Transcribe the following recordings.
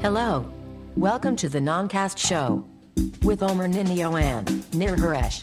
Hello. Welcome to the Noncast Show with Omer Ninio and Nir Haresh.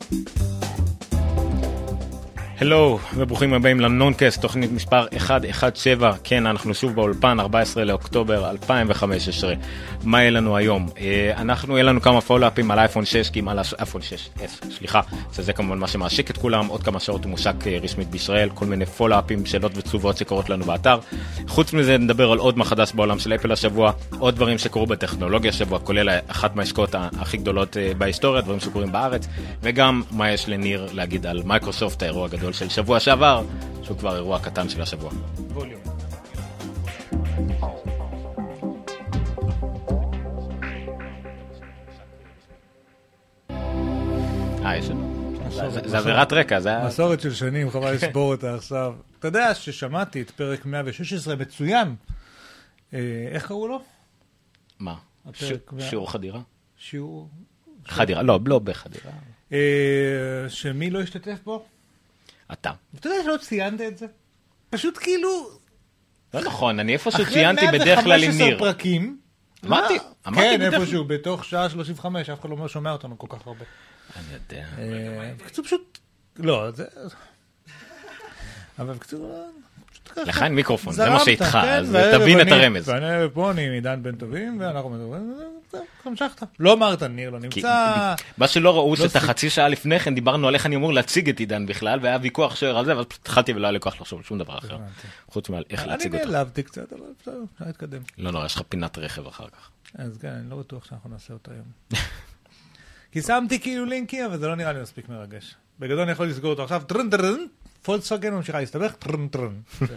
הלו, וברוכים הבאים לנונקאסט, תוכנית מספר 117. כן, אנחנו שוב באולפן, 14 לאוקטובר 2015. מה יהיה לנו היום? יהיה לנו כמה פולו-אפים על אייפון 6, על אייפון 6S, סליחה, שזה כמובן מה שמעשיק את כולם, עוד כמה שעות הוא מושק רשמית בישראל, כל מיני פולו-אפים, שאלות ותשובות שקורות לנו באתר. חוץ מזה נדבר על עוד מה חדש בעולם של אפל השבוע, עוד דברים שקורו בטכנולוגיה השבוע, כולל אחת מההשקעות הכי גדולות בהיסטוריה, דברים שקורים בארץ, וגם מה יש לניר להגיד על מייקרוסופט, האירוע הגדול של שבוע שעבר, שהוא כבר אירוע קטן של השבוע. ווליום. זה עבירת רקע, זה מסורת של שנים, חבל לסבור אותה עכשיו. אתה יודע ששמעתי את פרק 116 מצוין. איך קראו לו? מה? שיעור חדירה? שיעור... חדירה, לא בחדירה. שמי לא השתתף בו? אתה. אתה יודע שלא ציינת את זה? פשוט כאילו... לא נכון, אני איפשהו ציינתי בדרך כלל עם ניר. אחרי 115 פרקים... אמרתי כן, איפשהו, בתוך שעה 35, אף אחד לא שומע אותנו כל כך הרבה. אני יודע. בקצור פשוט... לא, זה... אבל בקצור... לך אין מיקרופון, זה מה שאיתך, אז תבין את הרמז. ואני ופה אני עידן בן טובים, ואנחנו מדברים, המשכת. לא אמרת, ניר לא נמצא. מה שלא ראו שאתה חצי שעה לפני כן, דיברנו על איך אני אמור להציג את עידן בכלל, והיה ויכוח שוער על זה, ואז התחלתי ולא היה לי כוח לחשוב שום דבר אחר. חוץ מעל איך להציג אותו. אני נעלבתי קצת, אבל אפשר להתקדם. לא נורא, יש לך פינת רכב אחר כך. אז כן, אני לא בטוח שאנחנו נעשה אותה היום. כי שמתי כאילו לינקי, אבל זה לא נראה לי מספיק מרגש. בגדול אני יכול לסגור אותו עכשיו, פולקסווגן ממשיכה להסתבך, טרן.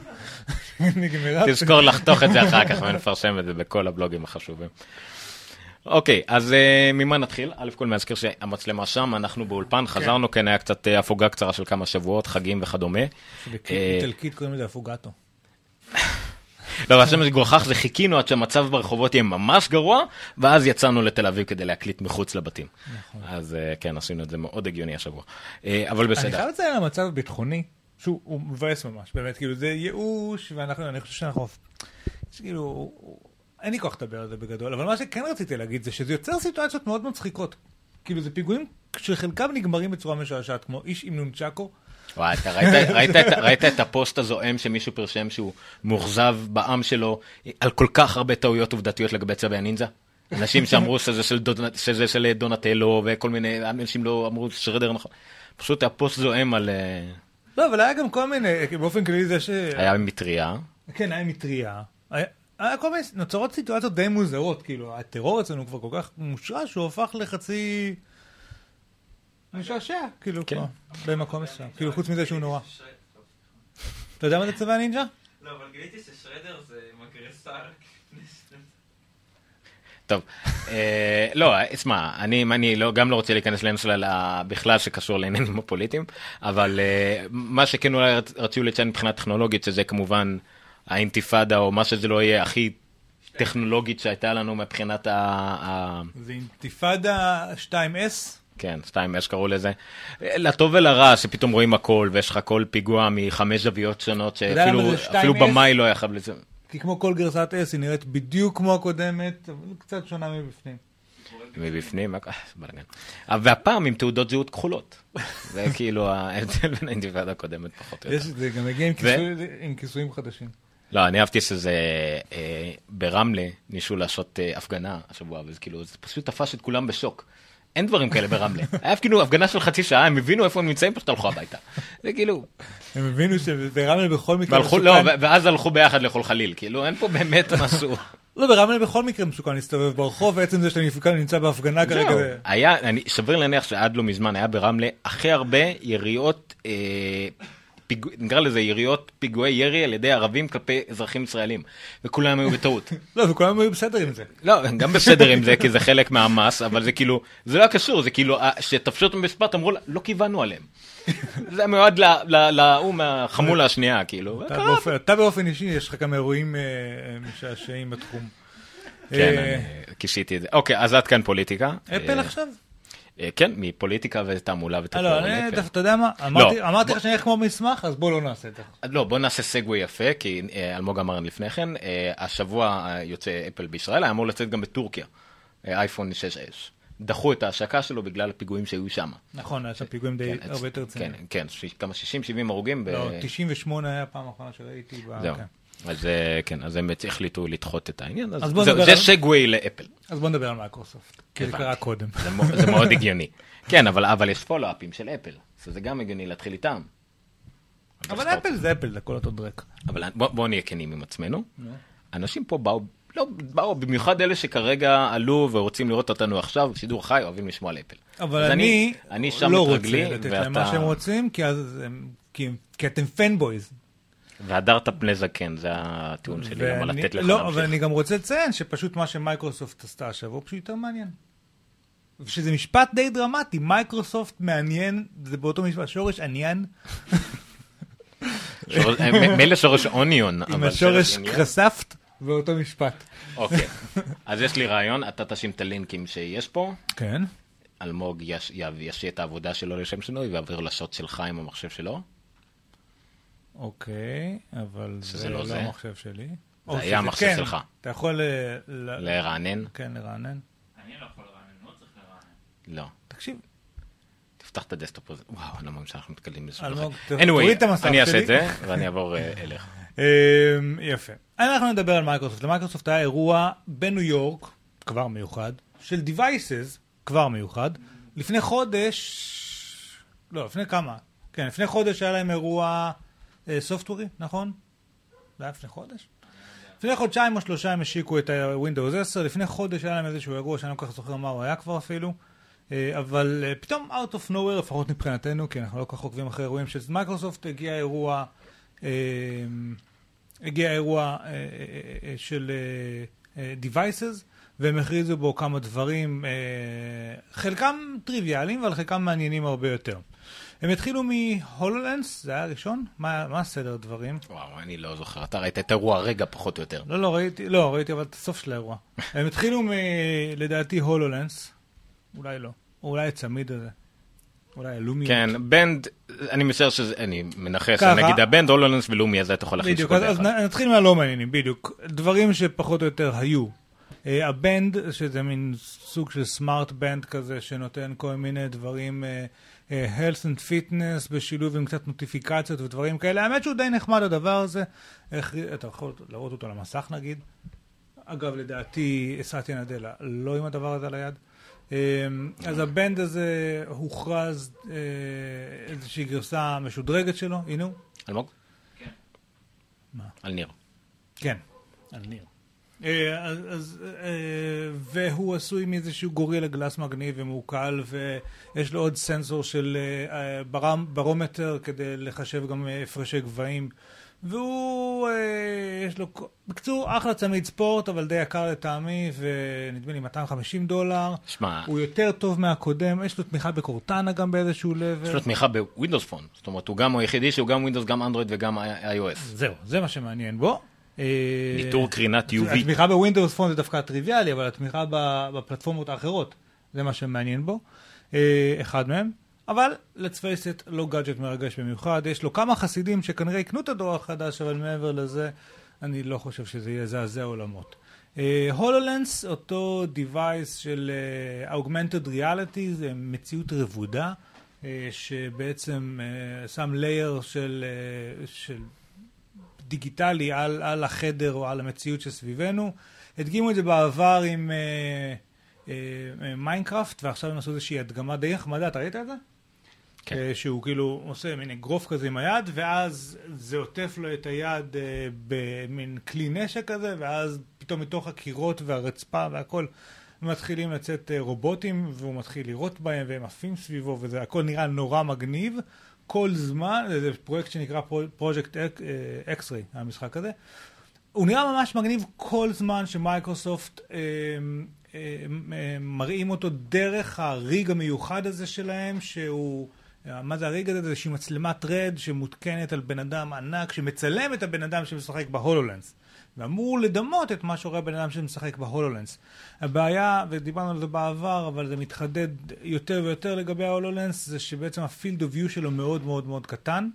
תזכור לחתוך את זה אחר כך, ונפרשם את זה בכל הבלוגים החשובים. אוקיי, אז ממה נתחיל? א' כל להזכיר שהמצלמה שם, אנחנו באולפן, חזרנו, כן, היה קצת הפוגה קצרה של כמה שבועות, חגים וכדומה. באיטלקית קוראים לזה הפוגטו. לא, והשם שגורחך זה חיכינו עד שהמצב ברחובות יהיה ממש גרוע, ואז יצאנו לתל אביב כדי להקליט מחוץ לבתים. אז כן, עשינו את זה מאוד הגיוני השבוע. אבל בסדר. אני חייב לציין על המצב הביטחוני, שהוא מבאס ממש, באמת, כאילו זה ייאוש, ואני חושב שאנחנו, כאילו, אין לי כוח לדבר על זה בגדול, אבל מה שכן רציתי להגיד זה שזה יוצר סיטואציות מאוד מצחיקות. כאילו זה פיגועים שחלקם נגמרים בצורה משעשעת, כמו איש עם נונצ'קו, וואי, אתה ראית את הפוסט הזוהם שמישהו פרשם שהוא מוחזב בעם שלו על כל כך הרבה טעויות עובדתיות לגבי צווי הנינג'ה? אנשים שאמרו שזה של דונטלו וכל מיני אנשים לא אמרו שרדר נכון. פשוט הפוסט זוהם על... לא, אבל היה גם כל מיני, באופן כללי זה ש... היה מטריה. כן, היה מטריה. היה כל מיני נוצרות סיטואציות די מוזרות, כאילו הטרור אצלנו כבר כל כך מושרש שהוא הפך לחצי... משעשע, כאילו, כמו, במקום מסוים. כאילו, חוץ מזה שהוא נורא. אתה יודע מה זה צבע הנינג'ה? לא, אבל גיליתי ששרדר זה מגרסה. טוב, לא, אסמע, אני גם לא רוצה להיכנס לעניין שלה בכלל שקשור לעניינים הפוליטיים, אבל מה שכן אולי רצו לציין מבחינה טכנולוגית, שזה כמובן האינתיפאדה, או מה שזה לא יהיה הכי טכנולוגית שהייתה לנו מבחינת זה אינתיפאדה 2S? כן, 2S קראו לזה. לטוב ולרע שפתאום רואים הכל, ויש לך כל פיגוע מ5 זוויות שונות, שאפילו במאי לא יחב לזה. כי כמו כל גרסת S היא נראית בדיוק כמו הקודמת, אבל קצת שונה מבפנים. מבפנים? בלגן. והפעם עם תעודות זהות כחולות. זה כאילו ההבדל בין האינתיפאדה הקודמת פחות או יותר. זה גם מגיע עם כיסויים חדשים. לא, אני אהבתי שזה ברמלה ניסו לעשות הפגנה השבוע, וזה כאילו, זה פשוט תפש את כולם בשוק. אין דברים כאלה ברמלה. היה כאילו הפגנה של חצי שעה, הם הבינו איפה הם נמצאים, פשוט הלכו הביתה. זה כאילו... הם הבינו שברמלה בכל מקרה מסוכן... לא, ואז הלכו ביחד לאכול חליל, כאילו, אין פה באמת משהו... לא, ברמלה בכל מקרה מסוכן להסתובב ברחוב, בעצם זה שאני נמצא בהפגנה כרגע... היה, אני שבר להניח שעד לא מזמן, היה ברמלה הכי הרבה יריות... נקרא לזה יריות פיגועי ירי על ידי ערבים כלפי אזרחים ישראלים, וכולם היו בטעות. לא, וכולם היו בסדר עם זה. לא, גם בסדר עם זה, כי זה חלק מהמס, אבל זה כאילו, זה לא קשור, זה כאילו, שתפשו אותם בספרט, אמרו, לא כיוונו עליהם. זה מיועד מהחמולה השנייה, כאילו. אתה באופן אישי, יש לך כמה אירועים משעשעים בתחום. כן, קישיתי את זה. אוקיי, אז עד כאן פוליטיקה. אפל עכשיו? כן, מפוליטיקה ותעמולה לא, ותפאורה לאפל. אתה יודע מה? אמרתי לך שאני איך כמו מסמך, אז בוא לא נעשה את זה. לא, בוא נעשה סגווי יפה, כי אלמוג אמר לפני כן, השבוע יוצא אפל בישראל, היה אמור לצאת גם בטורקיה, אייפון 6S. דחו את ההשקה שלו בגלל הפיגועים שהיו שם. נכון, היה שם פיגועים די הרבה יותר צנעים. כן, כמה 60-70 הרוגים. לא, 98 היה פעם אחרונה שראיתי. זהו. אז כן, אז הם החליטו לדחות את העניין. זה סגווי לאפל. אז בוא נדבר על מייקרוסופט, כי זה קרה קודם. זה מאוד הגיוני. כן, אבל יש פולו-אפים של אפל, זה גם הגיוני להתחיל איתם. אבל אפל זה אפל, זה כל אותו דרק. אבל בואו נהיה כנים עם עצמנו. אנשים פה באו, במיוחד אלה שכרגע עלו ורוצים לראות אותנו עכשיו, שידור חי, אוהבים לשמוע על אפל. אבל אני לא רוצה לתת להם מה שהם רוצים, כי אתם פנבויז. והדרת פני זקן, זה הטיעון שלי, למה לתת לך לא, להמשיך. אבל אני גם רוצה לציין שפשוט מה שמייקרוסופט עשתה השבוע, הוא פשוט יותר מעניין. ושזה משפט די דרמטי, מייקרוסופט מעניין, זה באותו משפט, שורש עניין. מילא שורש אוניון. עם השורש קרספט באותו משפט. אוקיי, אז יש לי רעיון, אתה תשים את הלינקים שיש פה. כן. אלמוג ישיא את העבודה שלו לשם שינוי, ויעביר לשוט שלך עם המחשב שלו. אוקיי, אבל זה לא המחשב שלי. זה היה המחשב שלך. אתה יכול לרענן? כן, לרענן. אני לא יכול לרענן, לא צריך לרענן. לא. תקשיב. תפתח את הדסטופ הזה. וואו, אני לא מאמין שאנחנו מתקדמים בזה. תוריד את המסך שלי. אני אעשה את זה, ואני אעבור אליך. יפה. אנחנו נדבר על מייקרוסופט. למייקרוסופט היה אירוע בניו יורק, כבר מיוחד, של devices, כבר מיוחד. לפני חודש, לא, לפני כמה? כן, לפני חודש היה להם אירוע סופטוורי, נכון? זה היה לפני חודש? לפני חודשיים או שלושה הם השיקו את ה-Windows 10, לפני חודש היה להם איזשהו אירוע שאני לא כל כך זוכר מה הוא היה כבר אפילו, אבל פתאום out of nowhere, לפחות מבחינתנו, כי אנחנו לא כל כך עוקבים אחרי אירועים של מייקרוסופט, הגיע אירוע של devices, והם הכריזו בו כמה דברים, חלקם טריוויאליים, אבל חלקם מעניינים הרבה יותר. הם התחילו מהולולנס, זה היה הראשון? מה הסדר הדברים? וואו, אני לא זוכר. אתה ראית את האירוע רגע פחות או יותר. לא, ראיתי אבל את הסוף של האירוע. הם התחילו לדעתי הולולנס, אולי לא, או אולי הצמיד הזה. אולי הלומי. כן, בנד, אני משער שזה, אני מנחש, נגיד הבנד, הולולנס ולומי, אז אתה יכול להכניס בדיוק, אז נתחיל מהלא מעניינים, בדיוק. דברים שפחות או יותר היו. הבנד, שזה מין סוג של סמארט בנד כזה, שנותן כל מיני דברים, health and fitness, בשילוב עם קצת נוטיפיקציות ודברים כאלה. האמת שהוא די נחמד הדבר הזה. אתה יכול לראות אותו על המסך נגיד. אגב, לדעתי, סטיה נדלה, לא עם הדבר הזה על היד. אז הבנד הזה הוכרז איזושהי גרסה משודרגת שלו. הנה הוא. אלמוג? כן. מה? על ניר. כן, על ניר. והוא עשוי מאיזשהו גורילה גלס מגניב ומעוקל, ויש לו עוד סנסור של ברומטר כדי לחשב גם הפרשי גבהים, והוא יש לו בקצור אחלה צמיד ספורט, אבל די יקר לטעמי, ונדמה לי $250. שמה, הוא יותר טוב מהקודם. יש לו תמיכה בקורטנה גם באיזשהו לבל. יש לו תמיכה בווינדוס פון, זאת אומרת הוא גם היחידי שהוא גם ווינדוס, גם אנדרואיד וגם iOS. זהו, זה מה שמעניין בו. ניטור קרינת UV. התמיכה בווינדוס פון זה דווקא טריוויאלי, אבל התמיכה בפלטפורמות האחרות, זה מה שמעניין בו. אחד מהם. אבל, let's face it, לא גאדג'ט מרגש במיוחד. יש לו כמה חסידים שכנראה יקנו את הדור החדש, אבל מעבר לזה, אני לא חושב שזה יהיה זעזע עולמות. הולולנס, אותו device של augmented reality, זה מציאות רבודה, שבעצם שם layer של דיגיטלי על החדר או על המציאות שסביבנו. הדגימו את זה בעבר עם מיינקראפט, ועכשיו הם עשו איזושהי הדגמה די נחמדה. אתה ראית את זה? כן. שהוא כאילו עושה מין אגרוף כזה עם היד, ואז זה עוטף לו את היד במין כלי נשק כזה, ואז פתאום מתוך הקירות והרצפה והכל מתחילים לצאת רובוטים, והוא מתחיל לראות בהם והם עפים סביבו, וזה הכל נראה נורא מגניב. כל זמן, זה פרויקט שנקרא פרויקט אקס-ריי, המשחק הזה. הוא נראה ממש מגניב כל זמן שמייקרוסופט מראים אותו דרך הריג המיוחד הזה שלהם, שהוא, מה זה הריג הזה? זה איזושהי מצלמת רד שמותקנת על בן אדם ענק, שמצלם את הבן אדם שמשחק בהולולנס. ואמור לדמות את מה שרואה בן אדם שמשחק בהולולנס. הבעיה, ודיברנו על זה בעבר, אבל זה מתחדד יותר ויותר לגבי ההולולנס, זה שבעצם הפילד אוף ויו שלו מאוד מאוד מאוד קטן,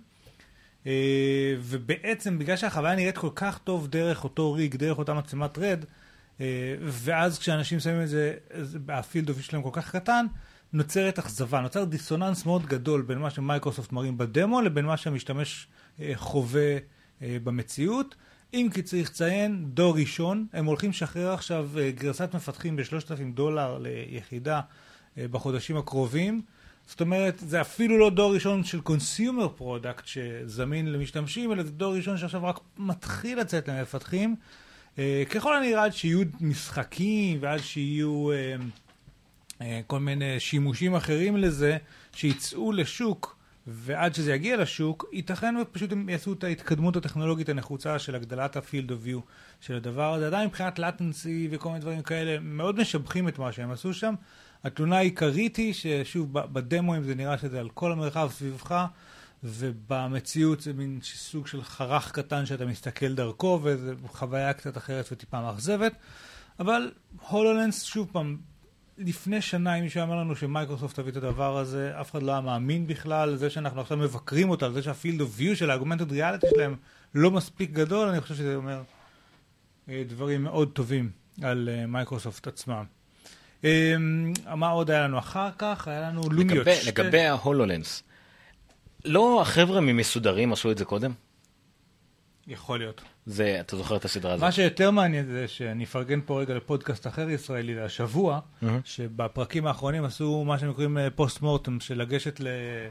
ובעצם בגלל שהחוויה נראית כל כך טוב דרך אותו ריג, דרך אותה מצלמת רד, ואז כשאנשים שמים את זה, הפילד אוף ויו שלהם כל כך קטן, נוצרת אכזבה, נוצר דיסוננס מאוד גדול בין מה שמייקרוסופט מראים בדמו לבין מה שהמשתמש חווה במציאות. אם כי צריך לציין, דור ראשון, הם הולכים לשחרר עכשיו גרסת מפתחים $3,000 ליחידה בחודשים הקרובים. זאת אומרת, זה אפילו לא דור ראשון של consumer product שזמין למשתמשים, אלא זה דור ראשון שעכשיו רק מתחיל לצאת למפתחים. ככל הנראה עד שיהיו משחקים ועד שיהיו כל מיני שימושים אחרים לזה שיצאו לשוק, ועד שזה יגיע לשוק, ייתכן ופשוט הם יעשו את ההתקדמות הטכנולוגית הנחוצה של הגדלת ה-field of view של הדבר הזה. עדיין מבחינת latency וכל מיני דברים כאלה, מאוד משבחים את מה שהם עשו שם. התלונה העיקרית היא ששוב, בדמוים זה נראה שזה על כל המרחב סביבך, ובמציאות זה מין סוג של חרך קטן שאתה מסתכל דרכו, וזו חוויה קצת אחרת וטיפה מאכזבת. אבל הולולנס, שוב פעם, לפני שנה, אם מישהו אמר לנו שמייקרוסופט תביא את הדבר הזה, אף אחד לא היה מאמין בכלל. זה שאנחנו עכשיו מבקרים אותה, זה שהפילד אוף ויו של האגומנטד ריאליטי שלהם לא מספיק גדול, אני חושב שזה אומר דברים מאוד טובים על מייקרוסופט עצמם. מה עוד היה לנו אחר כך? היה לנו לומיות. לגבי ההולולנס, לא החבר'ה ממסודרים עשו את זה קודם? יכול להיות. זה, אתה זוכר את הסדרה הזאת? מה שיותר מעניין זה שאני אפרגן פה רגע לפודקאסט אחר ישראלי להשבוע, שבפרקים האחרונים עשו מה שהם קוראים פוסט מורטם, של לגשת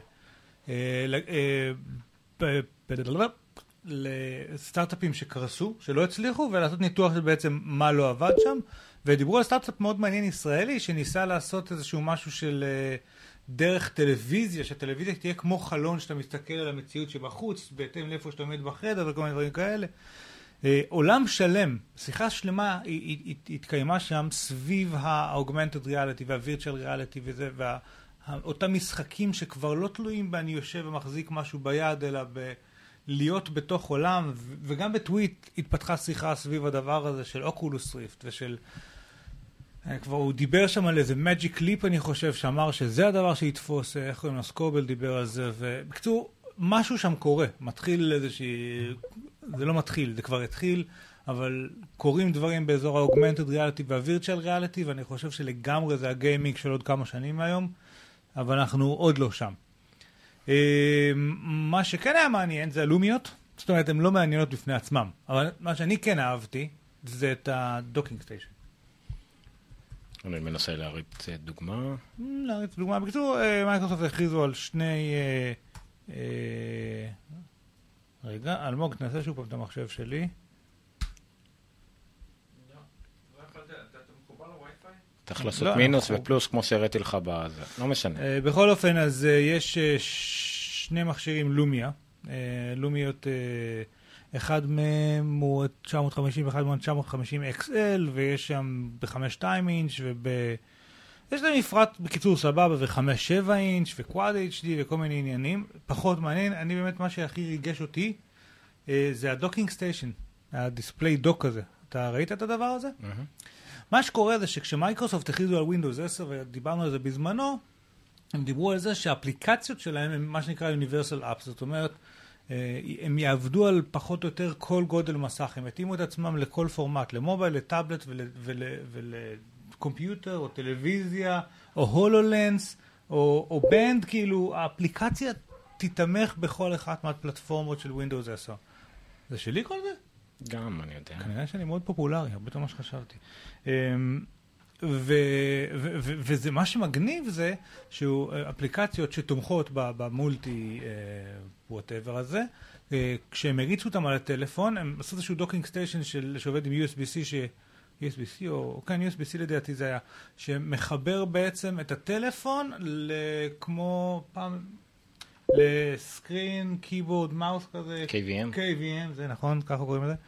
לסטארט-אפים שקרסו, שלא הצליחו, ולעשות ניתוח של בעצם מה לא עבד שם, ודיברו על סטארט-אפ מאוד מעניין ישראלי, שניסה לעשות איזשהו משהו של דרך טלוויזיה, שהטלוויזיה תהיה כמו חלון שאתה מסתכל על המציאות שבחוץ, בהתאם לאיפה שאתה עומד בחדר וכל מיני דברים כאלה. עולם שלם, שיחה שלמה התקיימה שם סביב ה-augmented reality וה-virtual reality וזה, ואותם משחקים שכבר לא תלויים באני יושב ומחזיק משהו ביד, אלא להיות בתוך עולם, וגם בטוויט התפתחה שיחה סביב הדבר הזה של אוקולוס ריפט ושל... כבר הוא דיבר שם על איזה magic leap, אני חושב, שאמר שזה הדבר שיתפוס, איך קוראים לו, סקובל דיבר על זה, ובקצור, משהו שם קורה, מתחיל איזושהי, זה לא מתחיל, זה כבר התחיל, אבל קורים דברים באזור ה-augmented reality וה-virtual reality, ואני חושב שלגמרי זה הגיימינג של עוד כמה שנים מהיום, אבל אנחנו עוד לא שם. מה שכן היה מעניין זה הלומיות, זאת אומרת, הן לא מעניינות בפני עצמם, אבל מה שאני כן אהבתי, זה את הדוקינג סטיישן. אני מנסה להריץ דוגמה. להריץ דוגמה. בקיצור, מייקרוסופט הכריזו על שני... רגע, אלמוג, תנסה שוב פעם את המחשב שלי. צריך לעשות מינוס ופלוס כמו שהראיתי לך בזה. לא משנה. בכל אופן, אז יש שני מכשירים לומיה. לומיות... אחד מהם הוא 950 ואחד מהם 950 XL, ויש שם ב-5.2 אינץ' יש להם מפרט בקיצור סבבה ו-5.7 אינץ' וקוואד HD וכל מיני עניינים. פחות מעניין, אני באמת מה שהכי ריגש אותי זה הדוקינג סטיישן, הדיספליי דוק הזה. אתה ראית את הדבר הזה? מה שקורה זה שכשמייקרוסופט הכריזו על Windows 10 ודיברנו על זה בזמנו, הם דיברו על זה שהאפליקציות שלהם הם מה שנקרא Universal Apps, זאת אומרת הם יעבדו על פחות או יותר כל גודל מסך, הם יתאימו את עצמם לכל פורמט, למובייל, לטאבלט ולקומפיוטר או טלוויזיה או הולולנס או בנד, כאילו האפליקציה תתמך בכל אחת מהפלטפורמות של Windows 10. זה שלי כל זה? גם, אני יודע. כנראה שאני מאוד פופולרי, הרבה יותר מה שחשבתי. וזה מה שמגניב זה שהוא אפליקציות שתומכות במולטי whatever הזה, כשהם הריצו אותם על הטלפון, הם עשו איזשהו דוקינג סטיישן שעובד עם USB-C, USB-C או כן USB-C לדעתי זה היה, שמחבר בעצם את הטלפון כמו פעם לסקרין, קיבורד, מאוס כזה. KVM, זה נכון, ככה קוראים לזה.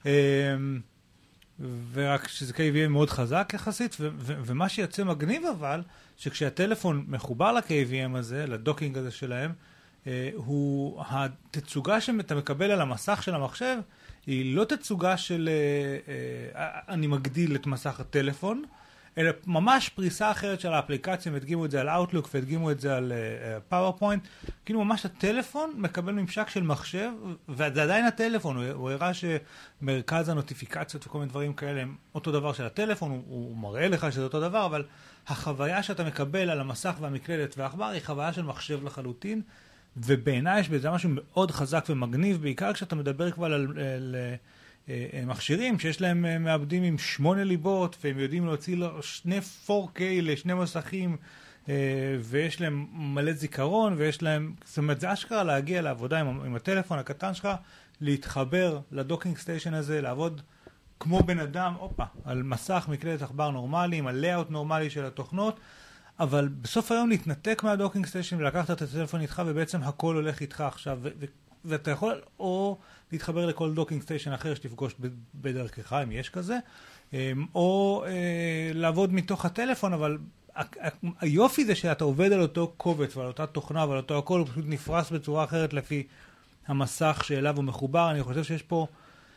ורק שזה KVM מאוד חזק יחסית, ומה שיוצא מגניב אבל, שכשהטלפון מחובר ל-KVM הזה, לדוקינג הזה שלהם, התצוגה שאתה מקבל על המסך של המחשב, היא לא תצוגה של אני מגדיל את מסך הטלפון, אלא ממש פריסה אחרת של האפליקציה, והדגימו את זה על Outlook והדגימו את זה על PowerPoint, כאילו ממש הטלפון מקבל ממשק של מחשב, וזה עדיין הטלפון, הוא הראה שמרכז הנוטיפיקציות וכל מיני דברים כאלה הם אותו דבר של הטלפון, הוא מראה לך שזה אותו דבר, אבל החוויה שאתה מקבל על המסך והמקלדת והעכבר היא חוויה של מחשב לחלוטין, ובעיניי יש בזה משהו מאוד חזק ומגניב, בעיקר כשאתה מדבר כבר על מכשירים שיש להם מעבדים עם 8 ליבות, והם יודעים להוציא לו שני 4K לשני מסכים, ויש להם מלא זיכרון, ויש להם, זאת אומרת, זה אשכרה להגיע לעבודה עם הטלפון הקטן שלך, להתחבר לדוקינג סטיישן הזה, לעבוד כמו בן אדם, על מסך מקלדת עכבר נורמלי, עם הלייאוט נורמלי של התוכנות, אבל בסוף היום להתנתק מהדוקינג סטיישן ולקחת את הטלפון איתך, ובעצם הכל הולך איתך עכשיו, ואתה יכול או להתחבר לכל דוקינג סטיישן אחר שתפגוש בדרכך, אם יש כזה, או לעבוד מתוך הטלפון, אבל היופי זה שאתה עובד על אותו קובץ ועל אותה תוכנה ועל אותו הכל, הוא פשוט נפרס בצורה אחרת לפי המסך שאליו הוא מחובר. אני חושב שיש פה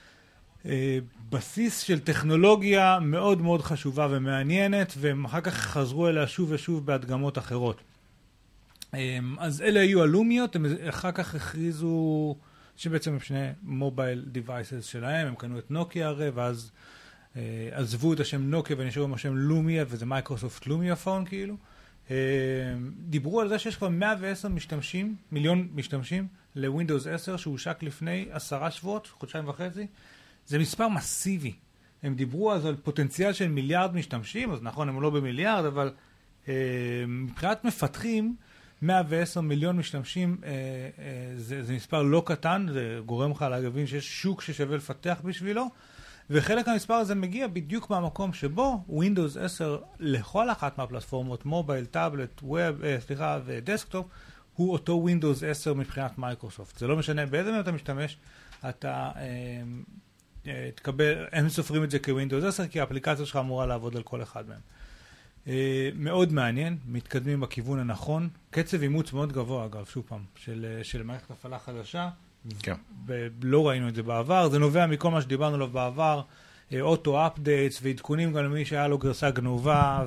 בסיס של טכנולוגיה מאוד מאוד חשובה ומעניינת, והם אחר כך חזרו אליה שוב ושוב בהדגמות אחרות. אז אלה היו הלומיות, הם אחר כך הכריזו שבעצם הם שני מובייל דיווייסס שלהם, הם קנו את נוקיה הרי, ואז עזבו את השם נוקיה ונשארו עם השם לומיה, וזה מייקרוסופט לומיה פון כאילו. דיברו על זה שיש כבר 110 משתמשים, מיליון משתמשים לווינדוס 10 שהושק לפני 10 שבועות, חודשיים וחצי. זה מספר מסיבי. הם דיברו אז על פוטנציאל של מיליארד משתמשים, אז נכון, הם לא במיליארד, אבל מבחינת מפתחים, 110 מיליון משתמשים, זה מספר לא קטן, זה גורם לך להבין שיש שוק ששווה לפתח בשבילו, וחלק מהמספר הזה מגיע בדיוק מהמקום שבו Windows 10 לכל אחת מהפלטפורמות, מובייל, טאבלט, ודסקטופ, הוא אותו Windows 10 מבחינת מייקרוסופט. זה לא משנה באיזה מהם אתה משתמש, אתה תקבל, הם סופרים את זה כ-Windows 10, כי האפליקציה שלך אמורה לעבוד על כל אחד מהם. מאוד מעניין, מתקדמים בכיוון הנכון, קצב אימוץ מאוד גבוה אגב, שוב פעם, של מערכת הפעלה חדשה, כן. לא ראינו את זה בעבר, זה נובע מכל מה שדיברנו עליו בעבר, אוטו-אפדייטס ועדכונים גם למי שהיה לו גרסה גנובה,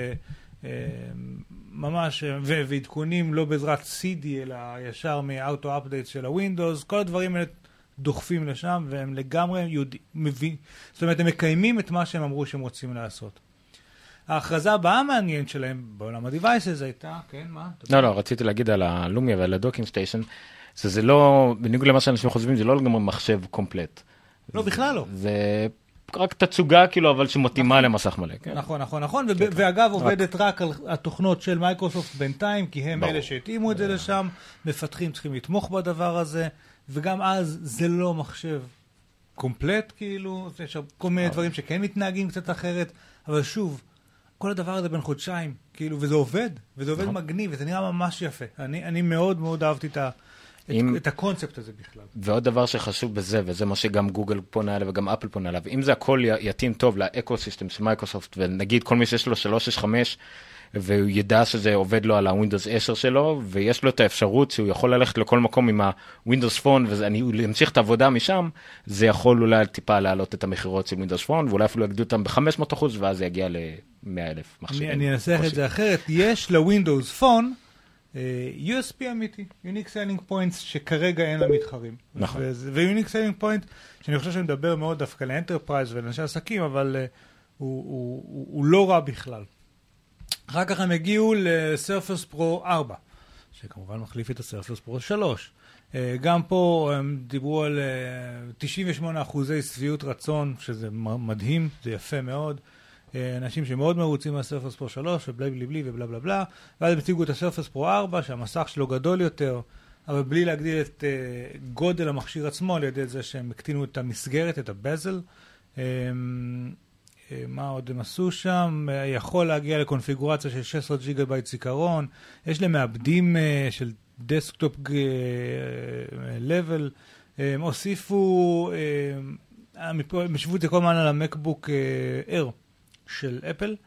וממש, ועדכונים לא בעזרת CD, אלא ישר מאוטו-אפדייטס של הווינדוס, כל הדברים האלה דוחפים לשם, והם לגמרי יודעים, זאת אומרת, הם מקיימים את מה שהם אמרו שהם רוצים לעשות. ההכרזה הבאה מעניינת שלהם בעולם ה-Devices הייתה, כן, מה? לא, רציתי להגיד על הלומיה ועל הדוקינג סטיישן, זה לא, בניגוד למה שאנשים חושבים, זה לא לגמרי מחשב קומפלט. לא, בכלל לא. זה רק תצוגה כאילו, אבל שמתאימה למסך מלא. נכון, ואגב עובדת רק על התוכנות של מייקרוסופט בינתיים, כי הם אלה שהתאימו את זה לשם, מפתחים צריכים לתמוך בדבר הזה, וגם אז זה לא מחשב קומפלט, כאילו, יש כל מיני דברים שכן מתנהגים קצת אחרת, אבל שוב, כל הדבר הזה בין חודשיים, כאילו, וזה עובד, וזה עובד מגניב, וזה נראה ממש יפה. אני מאוד מאוד אהבתי את הקונספט הזה בכלל. ועוד דבר שחשוב בזה, וזה מה שגם גוגל פונה אליו וגם אפל פונה אליו, אם זה הכל יתאים טוב לאקוסיסטם של מייקרוסופט, ונגיד כל מי שיש לו 365, והוא ידע שזה עובד לו על הווינדוס 10 שלו, ויש לו את האפשרות שהוא יכול ללכת לכל מקום עם הווינדוס פון, ואני אמשיך את העבודה משם, זה יכול אולי טיפה להעלות את המחירות של ווינדוס פון, ואולי אפילו יגדו אותם ב-500%, ואז זה יגיע ל-100,000 מכשירים. אני אנסח את זה אחרת. יש לווינדוס פון USB אמיתי, Unique Selling Points שכרגע אין לה מתחרים. נכון. ו-Unique Selling Point, שאני חושב שאני מדבר מאוד דווקא לאנטרפרייז ולאנשי עסקים, אבל הוא לא רע בכלל. אחר כך הם הגיעו ל-Surface Pro 4, שכמובן מחליף את ה-Surface Pro 3. גם פה הם דיברו על 98% שביעות רצון, שזה מדהים, זה יפה מאוד. אנשים שמאוד מרוצים מה-Surface Pro 3, ובלי בלי בלי ובלה בלה בלה. ואז הם הציגו את ה-Surface Pro 4, שהמסך שלו גדול יותר, אבל בלי להגדיל את גודל המכשיר עצמו, על ידי זה שהם הקטינו את המסגרת, את הבזל. מה עוד הם עשו שם? יכול להגיע לקונפיגורציה של 16 ג'יגאבייט זיכרון, יש להם מעבדים של דסקטופ לבל, הוסיפו, משבו את זה כל הזמן על המקבוק אייר של אפל,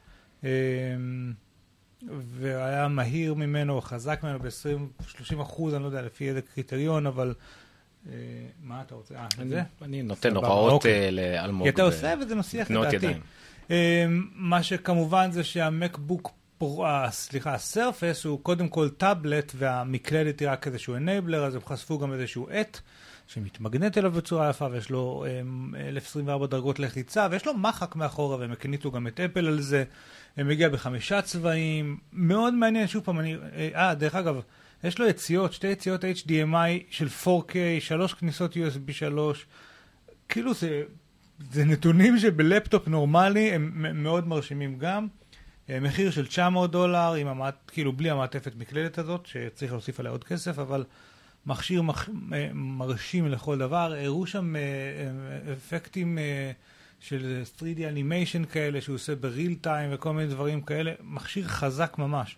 והיה מהיר ממנו, חזק ממנו ב-20-30%, אני לא יודע לפי איזה קריטריון, אבל מה אתה רוצה? זה? אני נותן הוראות לאלמוג. כי אתה עושה וזה מסיח לדעתי. מה שכמובן זה שהמקבוק, הסרפס הוא קודם כל טאבלט, והמקלדת היא רק איזשהו אנייבלר, אז הם חשפו גם איזשהו עט שמתמגנט אליו בצורה יפה, ויש לו 1024 דרגות לחיצה, ויש לו מחק מאחורה, והם הקניתו גם את אפל על זה. הם מגיע ב5 צבעים, מאוד מעניין. שוב פעם, דרך אגב, יש לו יציאות, 2 יציאות HDMI של 4K, 3 כניסות USB 3, כאילו זה נתונים שבלפטופ נורמלי הם מאוד מרשימים גם. מחיר של $900, כאילו בלי המעטפת מקלדת הזאת, שצריך להוסיף עליה עוד כסף, אבל מכשיר מרשים לכל דבר. הראו שם אפקטים של 3D אנימיישן כאלה, שהוא עושה בריל טיים וכל מיני דברים כאלה. מכשיר חזק ממש.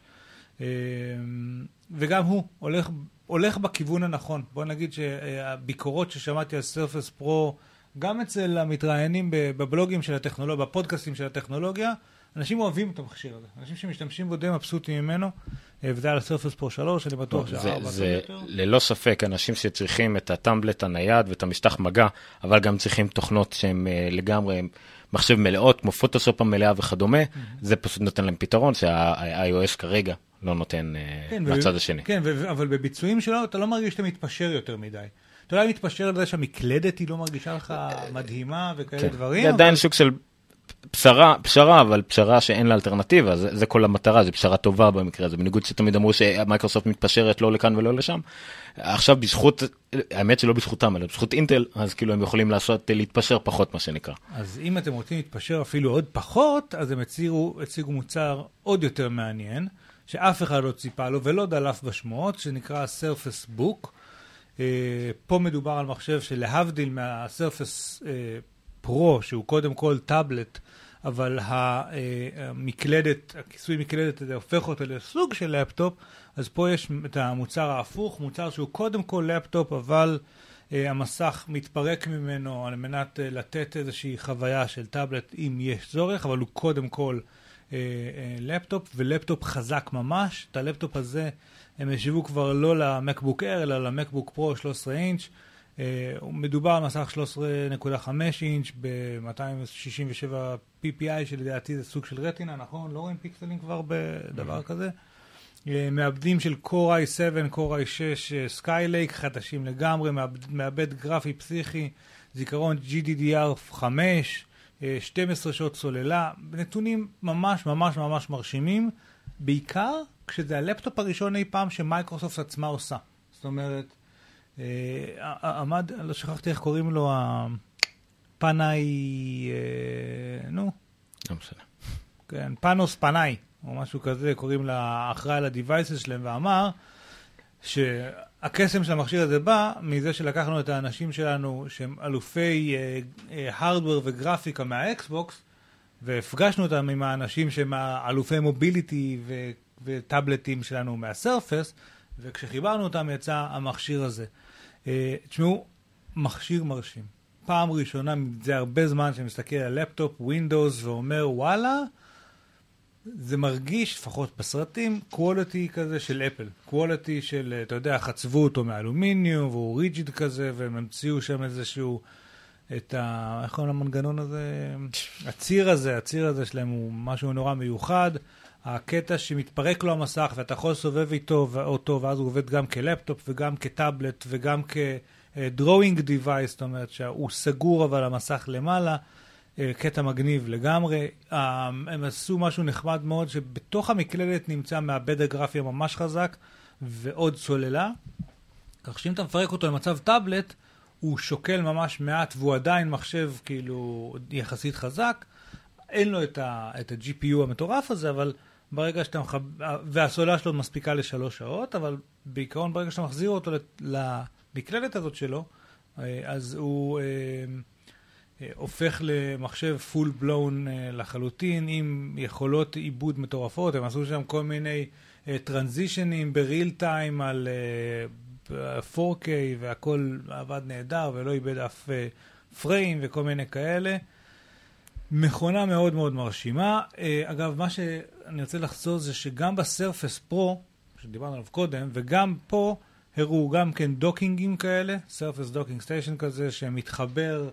וגם הוא הולך בכיוון הנכון. בוא נגיד שהביקורות ששמעתי על סרפס פרו, גם אצל המתראיינים בבלוגים של הטכנולוגיה, בפודקאסטים של הטכנולוגיה, אנשים אוהבים את המכשיר הזה. אנשים שמשתמשים בו די מבסוטים ממנו, וזה על הסרפס פרו 3, אני בטוח שה4 זה ללא ספק אנשים שצריכים את הטמבלט הנייד ואת המשטח מגע, אבל גם צריכים תוכנות שהן לגמרי מחשב מלאות, כמו פוטושופ המלאה וכדומה. זה פשוט נותן להם פתרון שה-iOS כרגע לא נותן מהצד השני. כן, אבל בביצועים שלו אתה לא מרגיש שאתה מתפשר יותר מדי. אתה אולי מתפשר על זה שהמקלדת היא לא מרגישה לך מדהימה וכאלה דברים. זה עדיין סוג של פשרה, אבל פשרה שאין לה אלטרנטיבה, זה כל המטרה, זה פשרה טובה במקרה הזה, בניגוד שתמיד אמרו שמייקרוסופט מתפשרת לא לכאן ולא לשם. עכשיו בזכות, האמת שלא בזכותם, אלא בזכות אינטל, אז כאילו הם יכולים להתפשר פחות, מה שנקרא. אז אם אתם רוצים להתפשר אפילו עוד פחות, אז הם הציגו מוצר עוד יותר מעניין, שאף אחד לא ציפה לו ולא דלף בשמועות, שנקרא Surface Book. פה מדובר על מחשב שלהבדיל מהסרפס פרו, שהוא קודם כל טאבלט, אבל המקלדת, הכיסוי מקלדת הזה הופך אותו לסוג של לפטופ, אז פה יש את המוצר ההפוך, מוצר שהוא קודם כל לפטופ, אבל המסך מתפרק ממנו על מנת לתת איזושהי חוויה של טאבלט אם יש צורך, אבל הוא קודם כל לפטופ, ולפטופ חזק ממש. את הלפטופ הזה הם ישבו כבר לא למקבוק אייר, אלא למקבוק פרו 13 אינץ'. מדובר על מסך 13.5 אינץ' ב-267 PPI, שלדעתי זה סוג של רטינה, נכון? לא רואים פיקסלים כבר בדבר כזה. מעבדים של Core i7, Core i6, Skylake, חדשים לגמרי, מעבד גרפי פסיכי, זיכרון GDDR5, 12 שעות סוללה, נתונים ממש ממש ממש מרשימים, בעיקר כשזה הלפטופ הראשון אי פעם שמייקרוסופט עצמה עושה. זאת אומרת, לא שכחתי איך קוראים לו, פנאי, לא משנה. כן, פאנוס פנאי, או משהו כזה, קוראים לאחראי על הדיווייסס שלהם, ואמר שהקסם של המכשיר הזה בא מזה שלקחנו את האנשים שלנו שהם אלופי הארדוור וגרפיקה מהאקסבוקס, והפגשנו אותם עם האנשים שהם אלופי מוביליטי וטאבלטים שלנו מהסרפס, וכשחיברנו אותם יצא המכשיר הזה. תשמעו, מכשיר מרשים. פעם ראשונה, זה הרבה זמן שמסתכל על לפטופ, ווינדוס, ואומר, וואלה, זה מרגיש, לפחות בסרטים, קואליטי כזה של אפל. קואליטי של, אתה יודע, חצבו אותו מאלומיניום, והוא ריג'יד כזה, והם המציאו שם איזשהו, איך קוראים למנגנון הזה? הציר הזה שלהם הוא משהו נורא מיוחד. הקטע שמתפרק לו המסך, ואתה יכול לסובב אותו, ואז הוא עובד גם כלפטופ, וגם כטאבלט, וגם כדרואינג דיווייס, זאת אומרת שהוא סגור, אבל המסך למעלה, קטע מגניב לגמרי. הם עשו משהו נחמד מאוד, שבתוך המקלדת נמצא מעבד הגרפיה ממש חזק, ועוד סוללה. כך שאם אתה מפרק אותו למצב טאבלט, הוא שוקל ממש מעט, והוא עדיין מחשב כאילו יחסית חזק. אין לו את ה-GPU המטורף הזה, אבל ברגע שאתה והסוללה שלו מספיקה ל3 שעות, אבל בעיקרון ברגע שאתה מחזיר אותו למקלדת הזאת שלו, אז הוא הופך למחשב פול בלון לחלוטין, עם יכולות עיבוד מטורפות. הם עשו שם כל מיני טרנזישנים בריל טיים על 4K, והכל עבד נהדר ולא איבד אף פריים וכל מיני כאלה. מכונה מאוד מאוד מרשימה. אגב, מה שאני רוצה לחזור זה שגם בסרפס פרו, שדיברנו עליו קודם, וגם פה הראו גם כן דוקינגים כאלה, Surface Docking Station כזה, שמתחבר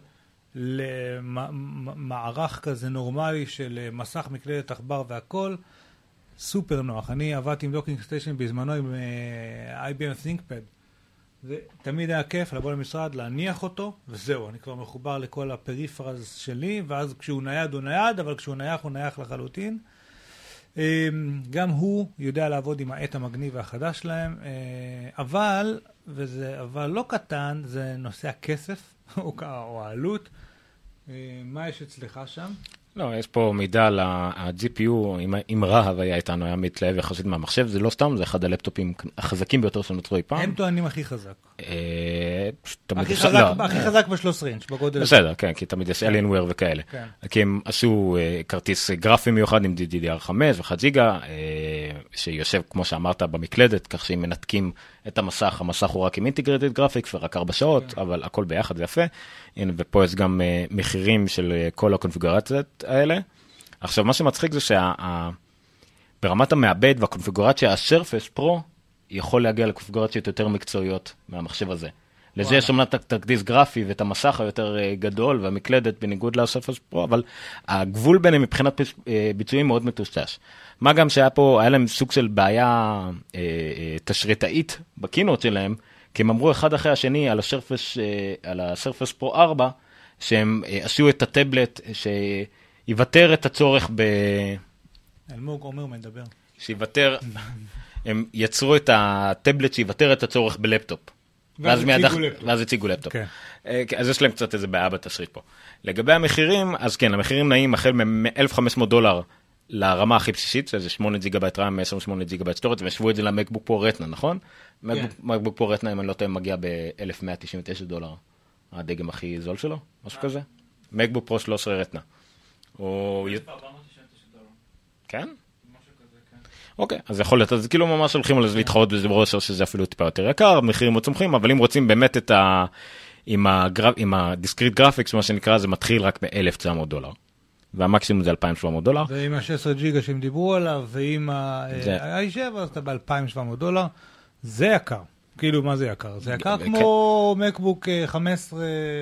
למערך כזה נורמלי של מסך מקלדת עכבר והכל, סופר נוח. אני עבדתי עם דוקינג סטיישן בזמנו עם IBM ThinkPad. זה תמיד היה כיף לבוא למשרד, להניח אותו, וזהו, אני כבר מחובר לכל הפריפרז שלי, ואז כשהוא נייד הוא נייד, אבל כשהוא נייח הוא נייח לחלוטין. גם הוא יודע לעבוד עם העט המגניב והחדש שלהם, אבל, וזה אבל לא קטן, זה נושא הכסף או העלות. מה יש אצלך שם? לא, יש פה מידע על ה-GPU, אם רהב היה איתנו, היה מתלהב יחסית מהמחשב, זה לא סתם, זה אחד הלפטופים החזקים ביותר שנוצרו אי פעם. הם טוענים הכי חזק. הכי חזק ב-13 אינץ', בגודל. בסדר, כן, כי תמיד יש Alienware וכאלה. כי הם עשו כרטיס גרפי מיוחד עם DDR5 ו1 ג'יגה, שיושב, כמו שאמרת, במקלדת, כך שאם מנתקים את המסך, המסך הוא רק עם אינטגרטד גרפיקס ורק 4 שעות, אבל הכל ביחד זה יפה. הנה, ופה יש גם מחירים של כל הקונפיגורציות האלה. עכשיו, מה שמצחיק זה ברמת המעבד והקונפיגורציה, השרפס פרו יכול להגיע לקונפיגורציות יותר מקצועיות מהמחשב הזה. לזה יש אומנם את הכרטיס גרפי ואת המסך היותר גדול והמקלדת בניגוד לשרפס פרו, אבל הגבול ביניהם מבחינת ביצועים מאוד מטושטש. מה גם שהיה פה, היה להם סוג של בעיה תשריטאית בקינות שלהם, כי הם אמרו אחד אחרי השני על השרפס פרו 4, שהם עשו את הטבלט שיוותר את הצורך אלמוג עומר מדבר. הם יצרו את הטבלט שיוותר את הצורך בלפטופ. ואז הציגו לפטופ. אז יש להם קצת איזה בעיה בתשריט פה. לגבי המחירים, אז כן, המחירים נעים החל מ$1,500 לרמה הכי בסיסית, שזה 8 ג'יגאבייט רם, 28 ג'יגאבייט סטורג' ושוו את זה למקבוק פרו רטנה, נכון? מקבוק פרו רטנה, אם אני לא טועה, מגיע $1,199. הדגם הכי זול שלו, משהו כזה. מקבוק פרו 13 רטנה. $499. כן? אוקיי, אז יכול להיות, אז כאילו ממש הולכים להתחרות בזה בראש, או שזה אפילו טיפה יותר יקר, מחירים מאוד צומחים, אבל אם רוצים באמת עם הדיסקריט גרפיקס, מה שנקרא, זה מתחיל רק $1,900. והמקסימום זה $2,700. ועם ה-16 ג'יגה שהם דיברו עליו, ועם ה-i7, אז אתה $2,700. זה יקר. כאילו, מה זה יקר? זה יקר כמו מקבוק 15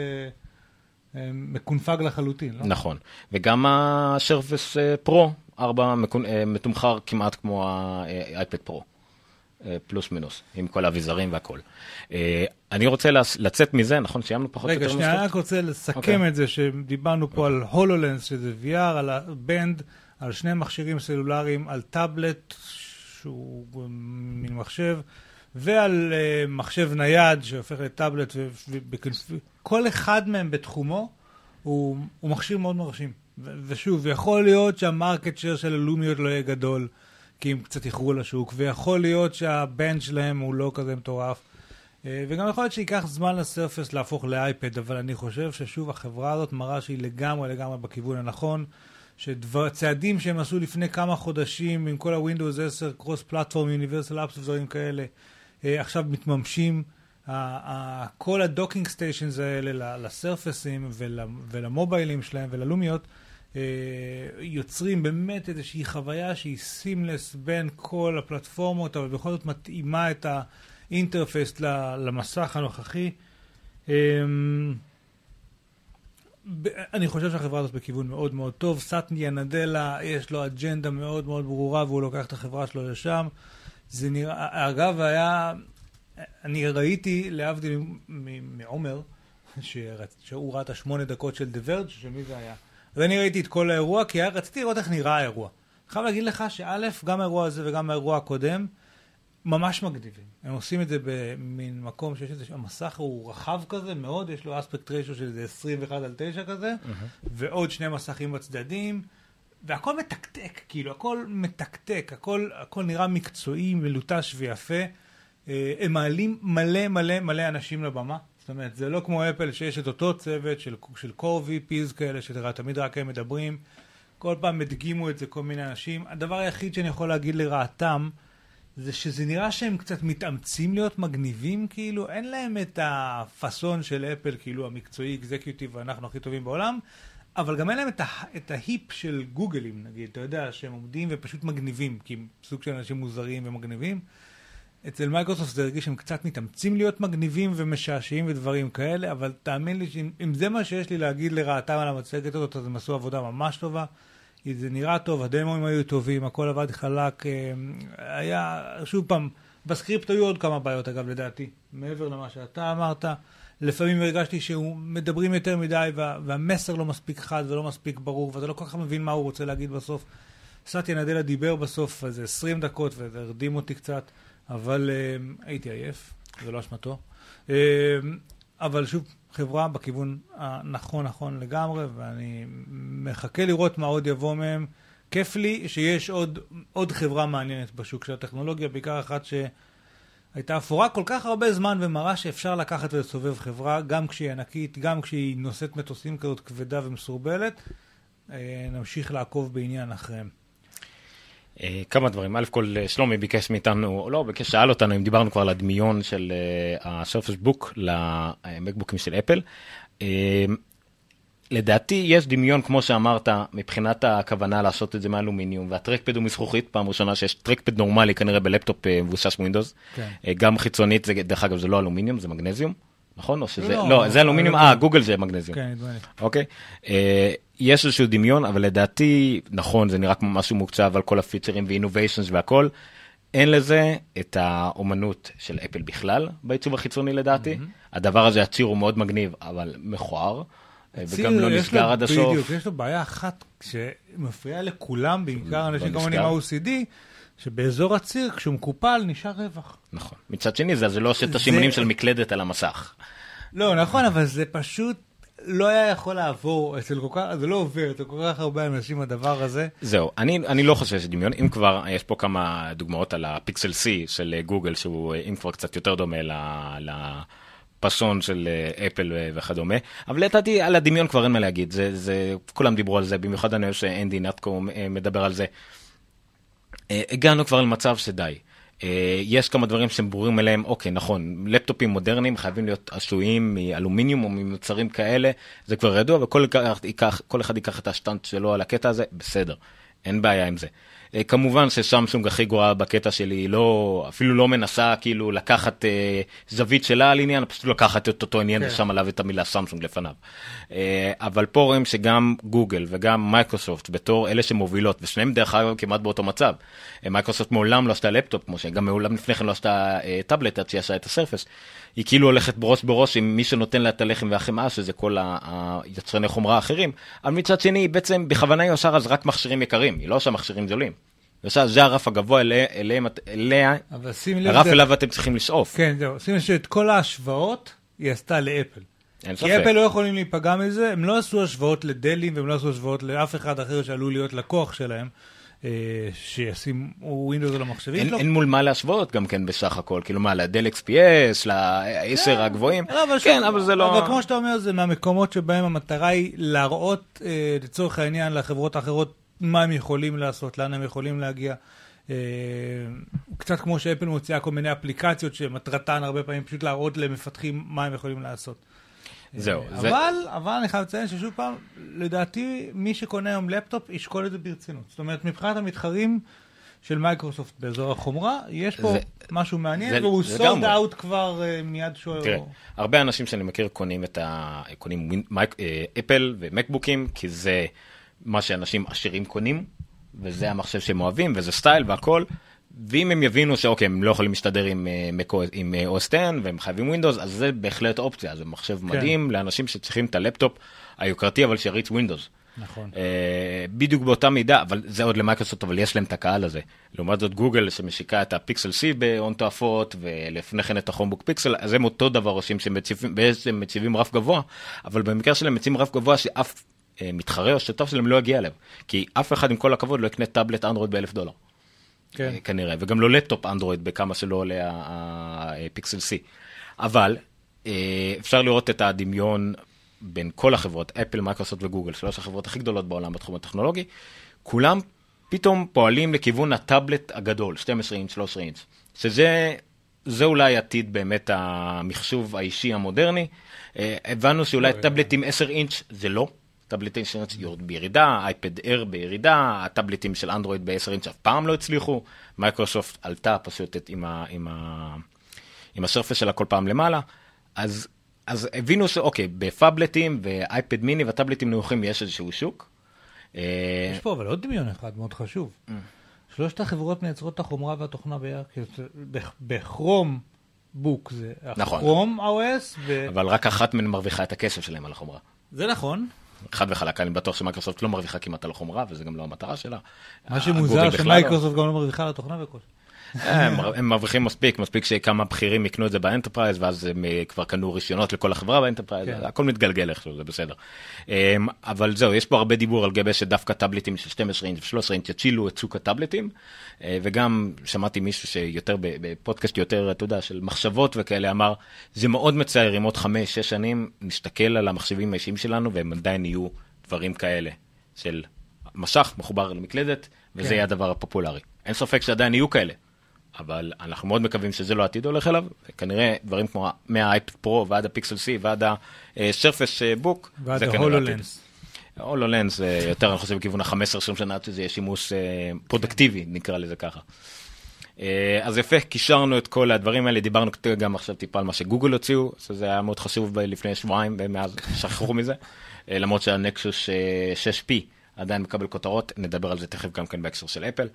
מקונפג לחלוטין, לא? נכון. וגם השרפס פרו, 4 מתומחר כמעט כמו האייפד פרו, פלוס מינוס, עם כל האביזרים והכל. אני רוצה לצאת מזה, נכון? סיימנו פחות רגע, שנייה, אני רק רוצה לסכם את זה, שדיברנו פה על הולולנס, שזה VR, על הבנד, על 2 מכשירים סלולריים, על טאבלט, שהוא מין מחשב, ועל מחשב נייד, שהופך לטאבלט, כל אחד מהם בתחומו, הוא מכשיר מאוד מרשים. ושוב, יכול להיות שהמרקט שייר של הלומיות לא יהיה גדול, כי הם קצת יחרו לשוק, ויכול להיות שהבנד שלהם הוא לא כזה מטורף, וגם יכול להיות שיקח זמן לסרפס להפוך לאייפד, אבל אני חושב ששוב, החברה הזאת מראה שהיא לגמרי בכיוון הנכון, שצעדים שהם עשו לפני כמה חודשים, עם כל ה-Windows 10, קרוס פלטפורם, Universal Apps ודברים כאלה, עכשיו מתממשים, כל הדוקינג סטיישנס האלה לסרפסים ולמוביילים שלהם וללומיות, יוצרים באמת איזושהי חוויה שהיא סימלס בין כל הפלטפורמות, אבל בכל זאת מתאימה את האינטרפייס למסך הנוכחי. אני חושב שהחברה הזאת בכיוון מאוד מאוד טוב. סטניה נדלה, יש לו אג'נדה מאוד מאוד ברורה, והוא לוקח את החברה שלו לשם. זה נראה, אגב, אני ראיתי, להבדיל מעומר, שהוא ראה את 8 דקות של The Verge, שמי זה היה. אז אני ראיתי את כל האירוע, כי רציתי לראות איך נראה האירוע. אני חייב להגיד לך שא', גם האירוע הזה וגם האירוע הקודם, ממש מגניבים. הם עושים את זה במין מקום שיש איזה, המסך הוא רחב כזה מאוד, יש לו אספקט ריישו של 21:9 כזה, ועוד 2 מסכים בצדדים, והכל מתקתק, כאילו, הכל מתקתק, הכל נראה מקצועי, מלוטש ויפה. הם מעלים מלא אנשים לבמה. זאת אומרת, זה לא כמו אפל שיש את אותו צוות של core VPs כאלה, שתמיד רק הם מדברים. כל פעם מדגימו את זה כל מיני אנשים. הדבר היחיד שאני יכול להגיד לרעתם, זה שזה נראה שהם קצת מתאמצים להיות מגניבים, כאילו, אין להם את הפאסון של אפל, כאילו, המקצועי, אקזקיוטיב, ואנחנו הכי טובים בעולם, אבל גם אין להם את ההיפ של גוגלים, נגיד, אתה יודע, שהם עומדים ופשוט מגניבים, כי הם סוג של אנשים מוזרים ומגניבים. אצל מייקרוסופט זה הרגיש שהם קצת מתאמצים להיות מגניבים ומשעשעים ודברים כאלה, אבל תאמין לי שאם זה מה שיש לי להגיד לרעתם על המצגת הזאת, אז הם עשו עבודה ממש טובה. זה נראה טוב, הדמוים היו טובים, הכל עבד חלק. היה, שוב פעם, בסקריפט היו עוד כמה בעיות, אגב, לדעתי, מעבר למה שאתה אמרת. לפעמים הרגשתי שהוא מדברים יותר מדי, והמסר לא מספיק חד ולא מספיק ברור, ואתה לא כל כך מבין מה הוא רוצה להגיד בסוף. סטיה נדלה דיבר בסוף איזה 20 דקות, וזה הרדים אותי קצת, אבל הייתי עייף, זה לא אשמתו. אבל שוב, חברה בכיוון הנכון לגמרי, ואני מחכה לראות מה עוד יבוא מהם. כיף לי שיש עוד חברה מעניינת בשוק של הטכנולוגיה, בעיקר אחת שהייתה אפורה כל כך הרבה זמן ומראה שאפשר לקחת ולסובב חברה, גם כשהיא ענקית, גם כשהיא נושאת מטוסים כזאת כבדה ומסורבלת. נמשיך לעקוב בעניין אחריהם. כמה דברים. א' כל שלומי ביקש מאיתנו, או לא, ביקש שאל אותנו אם דיברנו כבר על הדמיון של השרפס בוק למקבוקים של אפל. לדעתי יש דמיון, כמו שאמרת, מבחינת הכוונה לעשות את זה מאלומיניום, והטרקפד הוא מזכוכית, פעם ראשונה שיש טרקפד נורמלי כנראה בלפטופ מבוסס ווינדוס. גם חיצונית, דרך אגב זה לא אלומיניום, זה מגנזיום. נכון? או שזה, לא, זה אלומיניום, גוגל זה מגנזיום. כן, נדמה לי. אוקיי. יש איזשהו דמיון, אבל לדעתי, נכון, זה נראה כמו משהו מוקצב על כל הפיצ'רים ואינוביישנס והכל. אין לזה את האומנות של אפל בכלל, בעיצוב החיצוני לדעתי. הדבר הזה, הציר הוא מאוד מגניב, אבל מכוער, וגם לא נסגר עד הסוף. בדיוק, יש לו בעיה אחת שמפריעה לכולם, בעיקר אנשים כמוני עם ה-OCD, שבאזור הציר, כשהוא מקופל, נשאר רווח. נכון. מצד שני, זה לא עושה את השימונים של מקלדת על המסך. לא, נכון, אבל זה פשוט לא היה יכול לעבור, זה לא עובר, אצל כל כך הרבה אנשים הדבר הזה. זהו, אני לא חושב שזה דמיון, אם כבר, יש פה כמה דוגמאות על הפיקסל C של גוגל, שהוא אם כבר קצת יותר דומה לפסון של אפל וכדומה, אבל לדעתי על הדמיון כבר אין מה להגיד, כולם דיברו על זה, במיוחד אני חושב שאנדי נטקו מדבר על זה. הגענו כבר למצב שדי. יש כמה דברים שהם ברורים אליהם, אוקיי, נכון, לפטופים מודרניים חייבים להיות עשויים מאלומיניום או ממוצרים כאלה, זה כבר ידוע, וכל אחד ייקח את השטנט שלו על הקטע הזה, בסדר, אין בעיה עם זה. כמובן שסמסונג הכי גרועה בקטע שלי, אפילו לא מנסה כאילו לקחת זווית שלה על עניין, פשוט לקחת את אותו עניין ושם עליו את המילה סמסונג לפניו. אבל פה רואים שגם גוגל וגם מייקרוסופט בתור אלה שמובילות, ושניהם דרך אגב כמעט באותו מצב. מייקרוסופט מעולם לא עשתה לפטופ, כמו שגם מעולם לפני כן לא עשתה טאבלט, עד שעשה את הסרפס. היא כאילו הולכת בראש עם מי שנותן לה את הלחם והחמאה, שזה כל היצרני חומרה האחרים. אבל מצד שני, בעצם בכוונה היא עושה אז רק מכשירים יקרים, היא לא עושה מכשירים זולים. זה הרף הגבוה הרף אליו אתם צריכים לשאוף. כן, זהו. שימו שאת כל ההשוואות היא עשתה לאפל. כי אפל לא יכולים להיפגע מזה, הם לא עשו השוואות לדלים, והם לא עשו השוואות לאף אחד אחר שעלול להיות לקוח שלהם, שישים ווינדוס על המחשבים שלו. אין מול מה להשוות גם כן בסך הכל, כאילו מה, לדל XPS, ל-10 הגבוהים. כן, אבל זה לא... אבל כמו שאתה אומר, זה מהמקומות שבהם המטרה היא להראות לצורך העניין לחברות האחרות מה הם יכולים לעשות, לאן הם יכולים להגיע. קצת כמו שאפל מוציאה כל מיני אפליקציות שמטרתן הרבה פעמים פשוט להראות למפתחים מה הם יכולים לעשות. זהו. אבל אני חייב לציין ששוב פעם, לדעתי מי שקונה היום לפטופ ישקול את זה ברצינות. זאת אומרת, מבחינת המתחרים של מייקרוסופט באזור החומרה, יש פה משהו מעניין, והוא סולד אאוט כבר מיד שואר. תראה, הרבה אנשים שאני מכיר קונים אפל ומקבוקים, כי זה מה שאנשים עשירים קונים, וזה המחשב שהם אוהבים, וזה סטייל והכל, ואם הם יבינו שאוקיי, הם לא יכולים להשתדר עם OS X, והם חייבים ווינדוס, אז זה בהחלט אופציה, זה מחשב מדהים לאנשים שצריכים את הלפטופ היוקרתי, אבל שיריץ ווינדוס. נכון. בדיוק באותה מידה, אבל זה עוד למייקרוסופט, אבל יש להם את הקהל הזה. לעומת זאת גוגל שמשיקה את הפיקסל C בהון תועפות, ולפני כן את החומבוק פיקסל, אז הם אותו דבר עושים שהם מציבים רף גבוה, אבל במקרה שלהם מציבים רף גבוה שאף מתחרה או שטוב שלהם לא יגיע אליו, כי אף אחד עם כל הכבוד לא יקנה טאבלט אנדרואיד $1,000. כן. כנראה, וגם לא לפטופ אנדרואיד בכמה שלא עולה הפיקסל C. אבל אפשר לראות את הדמיון בין כל החברות, אפל, מייקרוסופט וגוגל, שלוש החברות הכי גדולות בעולם בתחום הטכנולוגי, כולם פתאום פועלים לכיוון הטאבלט הגדול, 12 אינץ', 13 אינץ', שזה אולי עתיד באמת המחשוב האישי המודרני. הבנו שאולי טאבלט עם 10 אינץ' זה לא, טאבלטים בירידה, אייפד אייר בירידה, הטאבלטים של אנדרואיד ב-10 אינץ' אף פעם לא הצליחו, מייקרוסופט עלתה פשוט עם השרפס שלה כל פעם למעלה, אז הבינו שאוקיי, בפאבלטים ואייפד מיני והטאבלטים נמוכים יש איזשהו שוק. יש פה אבל עוד דמיון אחד מאוד חשוב. שלושת החברות מייצרות את החומרה והתוכנה בכרום בוק, זה כרום OS. אבל רק אחת מהן מרוויחה את הכסף שלהם על החומרה. זה נכון. חד וחלק, אני בטוח שמייקרוסופט לא מרוויחה כמעט על החומרה, וזה גם לא המטרה שלה. מה שמוזר שמייקרוסופט גם לא מרוויחה על התוכנה וכל. הם מרוויחים מספיק שכמה בכירים יקנו את זה באנטרפרייז, ואז הם כבר קנו רישיונות לכל החברה באנטרפרייז, הכל מתגלגל איכשהו, זה בסדר. אבל זהו, יש פה הרבה דיבור על גבי שדווקא טאבלטים של 12 אינץ' ו-13 אינץ' יצ'ילו את שוק הטאבלטים, וגם שמעתי מישהו שיותר בפודקאסט יותר, אתה יודע, של מחשבות וכאלה, אמר, זה מאוד מצער, אם עוד 5-6 שנים נסתכל על המחשבים האישיים שלנו, והם עדיין יהיו דברים כאלה, של משך מחובר למקלדת, וזה יהיה הדבר הפופולרי. אין ספק שעדיין יהיו כאלה. אבל אנחנו מאוד מקווים שזה לא עתיד הולך אליו, וכנראה דברים כמו מהאייפד פרו ועד הפיקסל C ועד השרפס בוק, ועד ההולולנס. ההולולנס יותר, אני חושב, בכיוון ה-15 שנה, שזה יהיה שימוש פרודקטיבי, נקרא לזה ככה. אז יפה, קישרנו את כל הדברים האלה, דיברנו גם עכשיו טיפה על מה שגוגל הוציאו, שזה היה מאוד חשוב לפני שבועיים, ומאז שכחו מזה, למרות שהנקסוס 6P עדיין מקבל כותרות, נדבר על זה תכף גם כן בהקשר של אפל.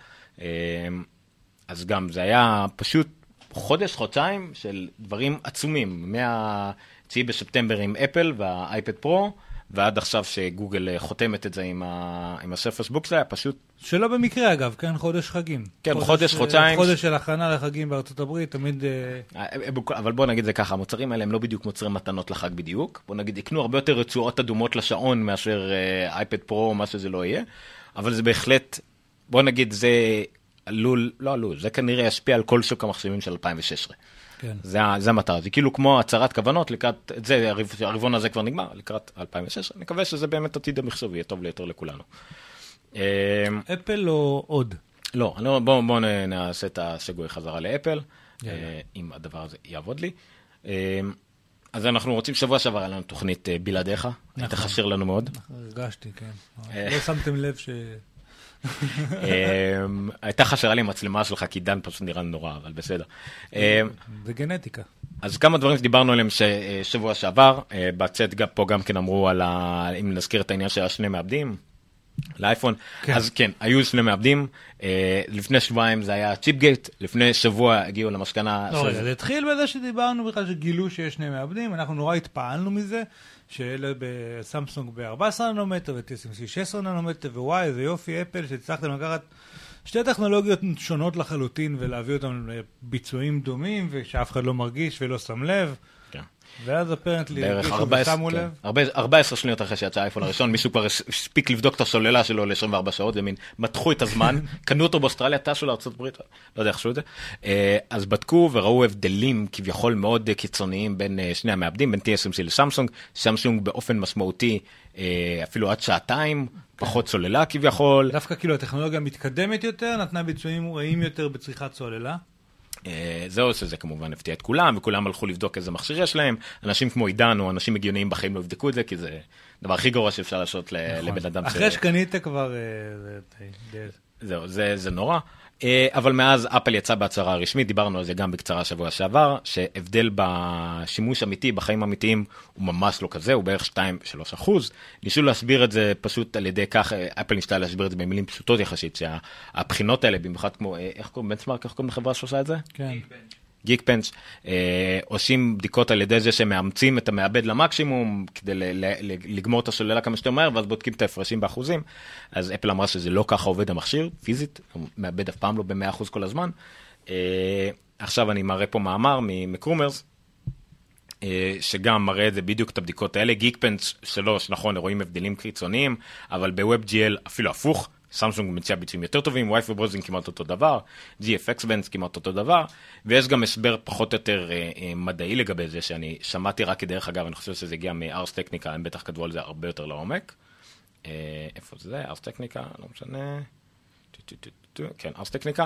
אז גם זה היה פשוט חודש-חודשיים של דברים עצומים, מה-9 בספטמבר עם אפל והאייפד פרו, ועד עכשיו שגוגל חותמת את זה עם הסרפס בוק, זה היה פשוט... שלא במקרה אגב, כן, חודש חגים. כן, חודש-חודשיים. חודש של הכנה לחגים בארצות הברית, תמיד... אבל בוא נגיד זה ככה, המוצרים האלה הם לא בדיוק מוצרי מתנות לחג בדיוק, בוא נגיד, יקנו הרבה יותר רצועות אדומות לשעון מאשר אייפד פרו או מה שזה לא יהיה, אבל זה בהחלט, בוא נגיד, זה... זה כנראה ישפיע על כל שוק המחשבים של 2016. כן. זה המטרה. זה כאילו כמו הצהרת כוונות, לקראת, זה, הרבעון הזה כבר נגמר, לקראת 2016. אני מקווה שזה באמת עתיד המחשב, יהיה טוב ליותר לכולנו. אפל או עוד? לא, בואו נעשה את הסגוי חזרה לאפל, אם הדבר הזה יעבוד לי. אז אנחנו רוצים שבוע שעבר, היה לנו תוכנית בלעדיך, היית חסר לנו מאוד. הרגשתי, כן. לא שמתם לב ש... הייתה חסרה לי מצלמה שלך, כי דן פשוט נראה נורא, אבל בסדר. זה גנטיקה. אז כמה דברים שדיברנו עליהם שבוע שעבר, בצאת פה גם כן אמרו על, אם נזכיר את העניין של השני מעבדים, לאייפון, אז כן, היו שני מעבדים, לפני שבועיים זה היה צ'יפגייט, לפני שבוע הגיעו למשכנה... לא, רגע, זה התחיל בזה שדיברנו בכלל שגילו שיש שני מעבדים, אנחנו נורא התפעלנו מזה, שאלה בסמסונג ב-14 ננומטר ו-TSMC 16 ננומטר, ווואי, איזה יופי אפל שהצלחתם לקחת שתי טכנולוגיות שונות לחלוטין ולהביא אותם לביצועים דומים, ושאף אחד לא מרגיש ולא שם לב. ואז אפרנטלי הרגישו ושמו לב. 14 שניות אחרי שיצא האייפון הראשון, מישהו כבר הספיק לבדוק את הסוללה שלו ל-24 שעות, ומין מתחו את הזמן, קנו אותו באוסטרליה, טסו לארצות הברית, לא יודע איך שואו את זה. אז בדקו וראו הבדלים כביכול מאוד קיצוניים בין שני המעבדים, בין TSMC לסמסונג, סמסונג באופן משמעותי, אפילו עד שעתיים, פחות סוללה כביכול. דווקא כאילו הטכנולוגיה מתקדמת יותר, נתנה ביצועים רעים יותר בצריכת סוללה. זהו, שזה כמובן הפתיע את כולם, וכולם הלכו לבדוק איזה מכשיר יש להם. אנשים כמו עידן או אנשים הגיוניים בחיים לא יבדקו את זה, כי זה הדבר הכי גרוע שאפשר לעשות לבן אדם. אחרי שקנית כבר... זהו, זה נורא. אבל מאז אפל יצא בהצהרה הרשמית, דיברנו על זה גם בקצרה שבוע שעבר, שהבדל בשימוש אמיתי, בחיים אמיתיים, הוא ממש לא כזה, הוא בערך 2-3%. ניסו להסביר את זה פשוט על ידי כך, אפל ניסתה להסביר את זה במילים פשוטות יחסית, שהבחינות האלה, במיוחד כמו, איך קוראים בנצ'מרק, איך קוראים לחברה שעושה את זה? כן. גיקפנץ', עושים בדיקות על ידי זה שמאמצים את המעבד למקסימום, כדי לגמור את הסוללה כמה שיותר מהר, ואז בודקים את ההפרשים באחוזים. אז אפל אמרה שזה לא ככה עובד המכשיר, פיזית, מעבד אף פעם לא ב100% כל הזמן. עכשיו אני מראה פה מאמר מקרומרס, שגם מראה את זה בדיוק את הבדיקות האלה. גיקפנץ' 3, נכון, רואים הבדלים קיצוניים, אבל ב-WebGL אפילו הפוך, סמסונג מציע ביצועים יותר טובים, ווי-פיי ברוזינג כמעט אותו דבר, GFX Bands כמעט אותו דבר, ויש גם הסבר פחות או יותר מדעי לגבי זה, שאני שמעתי רק כדרך אגב, אני חושב שזה הגיע מארס טכניקה, הם בטח כתבו על זה הרבה יותר לעומק. איפה זה? ארס טכניקה, לא משנה. כן, ארס טכניקה.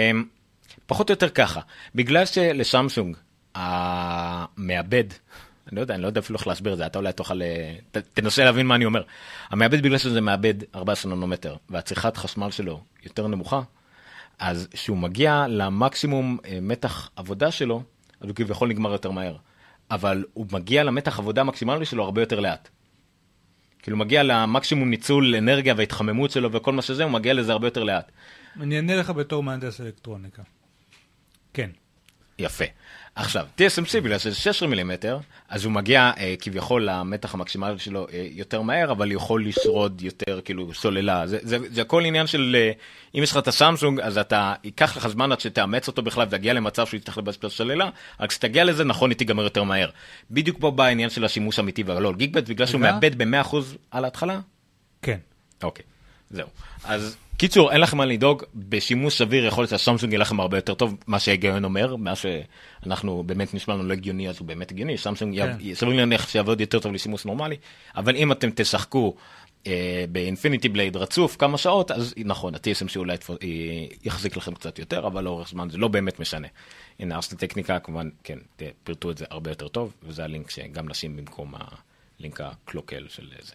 פחות או יותר ככה, בגלל שלסמסונג המעבד, אני לא יודע אפילו איך להסביר את זה, אתה אולי תוכל, תנסה להבין מה אני אומר. המעבד בגלל שזה מעבד 14 ננומטר, והצריכת חשמל שלו יותר נמוכה, אז שהוא מגיע למקסימום מתח עבודה שלו, אז הוא כביכול נגמר יותר מהר. אבל הוא מגיע למתח עבודה המקסימלי שלו הרבה יותר לאט. כאילו הוא מגיע למקסימום ניצול אנרגיה והתחממות שלו וכל מה שזה, הוא מגיע לזה הרבה יותר לאט. אני אענה לך בתור מהנדס אלקטרוניקה. כן. יפה. עכשיו, TSMC, בגלל שזה 16 מילימטר, אז הוא מגיע כביכול למתח המקסימלי שלו יותר מהר, אבל יכול לשרוד יותר כאילו סוללה. זה הכל עניין של, אם יש לך את הסמסונג, אז אתה ייקח לך זמן עד שתאמץ אותו בכלל, ותגיע למצב שהוא יצטרך לבספר סוללה, אבל כשתגיע לזה, נכון, היא תיגמר יותר מהר. בדיוק פה בא העניין של השימוש אמיתי, אבל לא, גיגבט, בגלל שהוא מאבד ב-100% על ההתחלה? כן. אוקיי, זהו. אז קיצור, אין לכם מה לדאוג, בשימוש סביר יכול להיות שהסמסונג יהיה לכם הרבה יותר טוב, מה שהגיון אומר, מה שאנחנו באמת נשמע לנו לא הגיוני, אז הוא באמת הגיוני, סמסונג סביר להניח שיעבוד יותר טוב לשימוש נורמלי, אבל אם אתם תשחקו באינפיניטי בלייד רצוף כמה שעות, אז נכון, ה-TSMC אולי יחזיק לכם קצת יותר, אבל לאורך זמן זה לא באמת משנה. הנה, ארסטל טכניקה, כמובן, כן, פרטו את זה הרבה יותר טוב, וזה הלינק שגם נשים במקום הלינק הקלוקל של זה.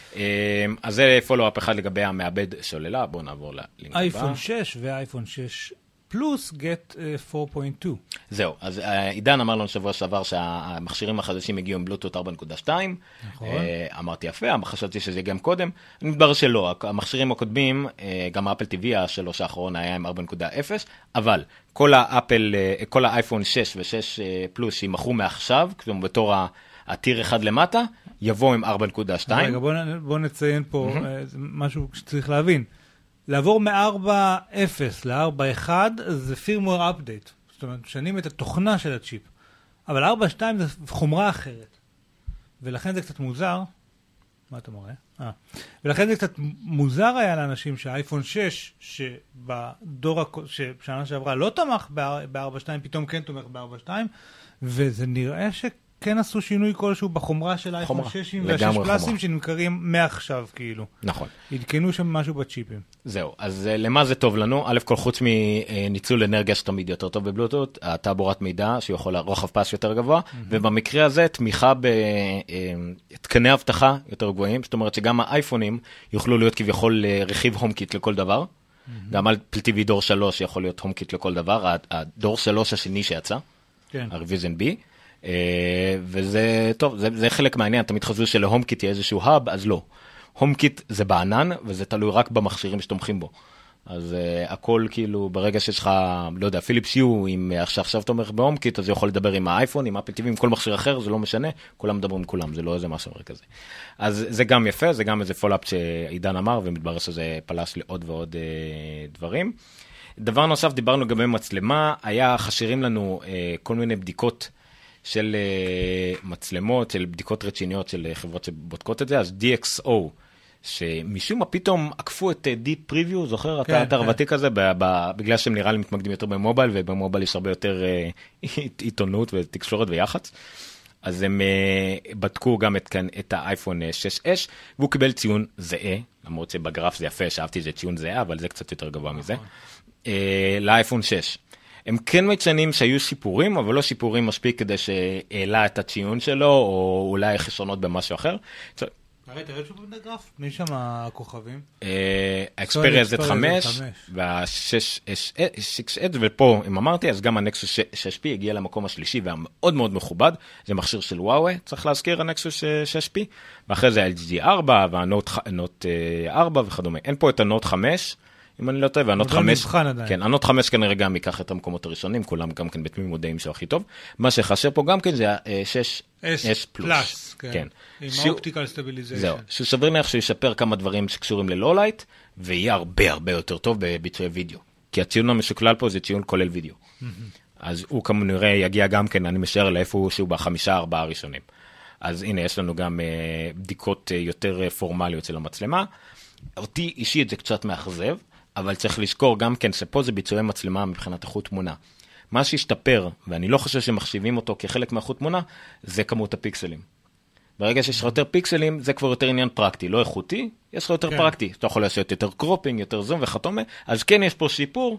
אז זה פולו-אפ אחד לגבי המעבד שוללה, בואו נעבור ללינק הבא. אייפון 6 ואייפון 6 פלוס גט 4.2. זהו, אז עידן אמר לנו שבוע שעבר שהמכשירים החדשים הגיעו עם בלוטות 4.2. נכון. אמרתי יפה, חשבתי שזה גם קודם. אני מדבר שלא, המכשירים הקודמים, גם האפל TV השלוש האחרון היה עם 4.0, אבל כל האייפון 6 ו-6 פלוס שימכרו מעכשיו, כמו בתור הטיר אחד למטה, יבוא עם 4.2. רגע, בוא נציין פה משהו שצריך להבין. לעבור מ-4.0 ל-4.1 זה firmware update. זאת אומרת, משנים את התוכנה של הצ'יפ. אבל 4.2 זה חומרה אחרת. ולכן זה קצת מוזר. מה אתה מראה? ולכן זה קצת מוזר היה לאנשים שהאייפון 6, ששנה שעברה לא תמך ב-4.2, פתאום כן תומך ב-4.2, וזה נראה כן עשו שינוי כלשהו בחומרה של האייפון 6 והשש פלאסים שנמכרים מעכשיו כאילו. נכון. התקנו שם משהו בצ'יפים. זהו, אז למה זה טוב לנו? א' כל חוץ מניצול אנרגיה שתמיד יותר טוב בבלוטות, התעבורת מידע שיכול לרוחב פס יותר גבוה, ובמקרה הזה תמיכה בתקני אבטחה יותר גבוהים, זאת אומרת שגם האייפונים יוכלו להיות כביכול רכיב הומקיט לכל דבר, גם על אפל TV דור 3 יכול להיות הומקיט לכל דבר, הדור 3 השני שיצא, ה-Revision B, וזה טוב, זה חלק מעניין, תמיד חשבו שלהומקיט יהיה איזשהו האב, אז לא. הומקיט זה בענן, וזה תלוי רק במכשירים שתומכים בו. אז הכל כאילו, ברגע שיש לך, לא יודע, פיליפס יו, אם עכשיו תומך בהומקיט, אז הוא יכול לדבר עם האייפון, עם אפל TV, עם כל מכשיר אחר, זה לא משנה, כולם מדברים עם כולם, זה לא איזה משהו כזה. אז זה גם יפה, זה גם איזה פולאפ שעידן אמר, ומתברר שזה פלש לעוד ועוד דברים. דבר נוסף, דיברנו לגבי מצלמה, היה חשירים לנו כל מיני בדיקות של מצלמות, של בדיקות רציניות של חברות שבודקות את זה, אז DxO, שמשום מה פתאום עקפו את Deep Preview, זוכר? אתה הוותיק הזה, בגלל שהם נראה לי מתמקדים יותר במובייל, ובמובייל יש הרבה יותר עיתונות ותקשורת ויח"צ, אז הם בדקו גם את האייפון 6S, והוא קיבל ציון זהה, למרות שבגרף זה יפה, שאהבתי זה ציון זהה, אבל זה קצת יותר גבוה מזה, לאייפון 6. הם כן מציינים שהיו שיפורים, אבל לא שיפורים מספיק כדי שהעלה את הציון שלו, או אולי חסרונות במשהו אחר. תראה שוב בגרף, מי שם הכוכבים? האקספריה Z5 וה-6S, ופה, אם אמרתי, אז גם הנקסוס 6P הגיע למקום השלישי, והמאוד מאוד מכובד, זה מכשיר של וואוי, צריך להזכיר הנקסוס 6P, ואחרי זה ה-LG 4 והנוט 4 וכדומה. אין פה את הנוט 5, אם אני לא טועה, והנוט 5, כן, הנוט 5 כנראה גם ייקח את המקומות הראשונים, כולם גם כן בתמימות מודעים שהוא הכי טוב. מה שחסר פה גם כן זה ה-6S פלוס. כן. עם האופטיקל סטביליזיישן. זהו, שסביר להניח שישפר כמה דברים שקשורים ללו-לייט, ויהיה הרבה הרבה יותר טוב בביצועי וידאו. כי הציון המשוקלל פה זה ציון כולל וידאו. אז הוא כנראה יגיע גם כן, אני משער לאיפה שהוא ב5-4 הראשונים. אז הנה, יש לנו גם בדיקות יותר פורמליות של המצלמה. אותי אישית זה קצת מאכזב, אבל צריך לזכור גם כן שפה זה ביצועי מצלמה מבחינת איכות תמונה. מה שהשתפר, ואני לא חושב שמחשיבים אותו כחלק מאיכות תמונה, זה כמות הפיקסלים. ברגע שיש לך יותר פיקסלים, זה כבר יותר עניין פרקטי, לא איכותי, יש לך יותר פרקטי. אתה יכול לעשות יותר קרופינג, יותר זום וכדומה, אז כן יש פה שיפור,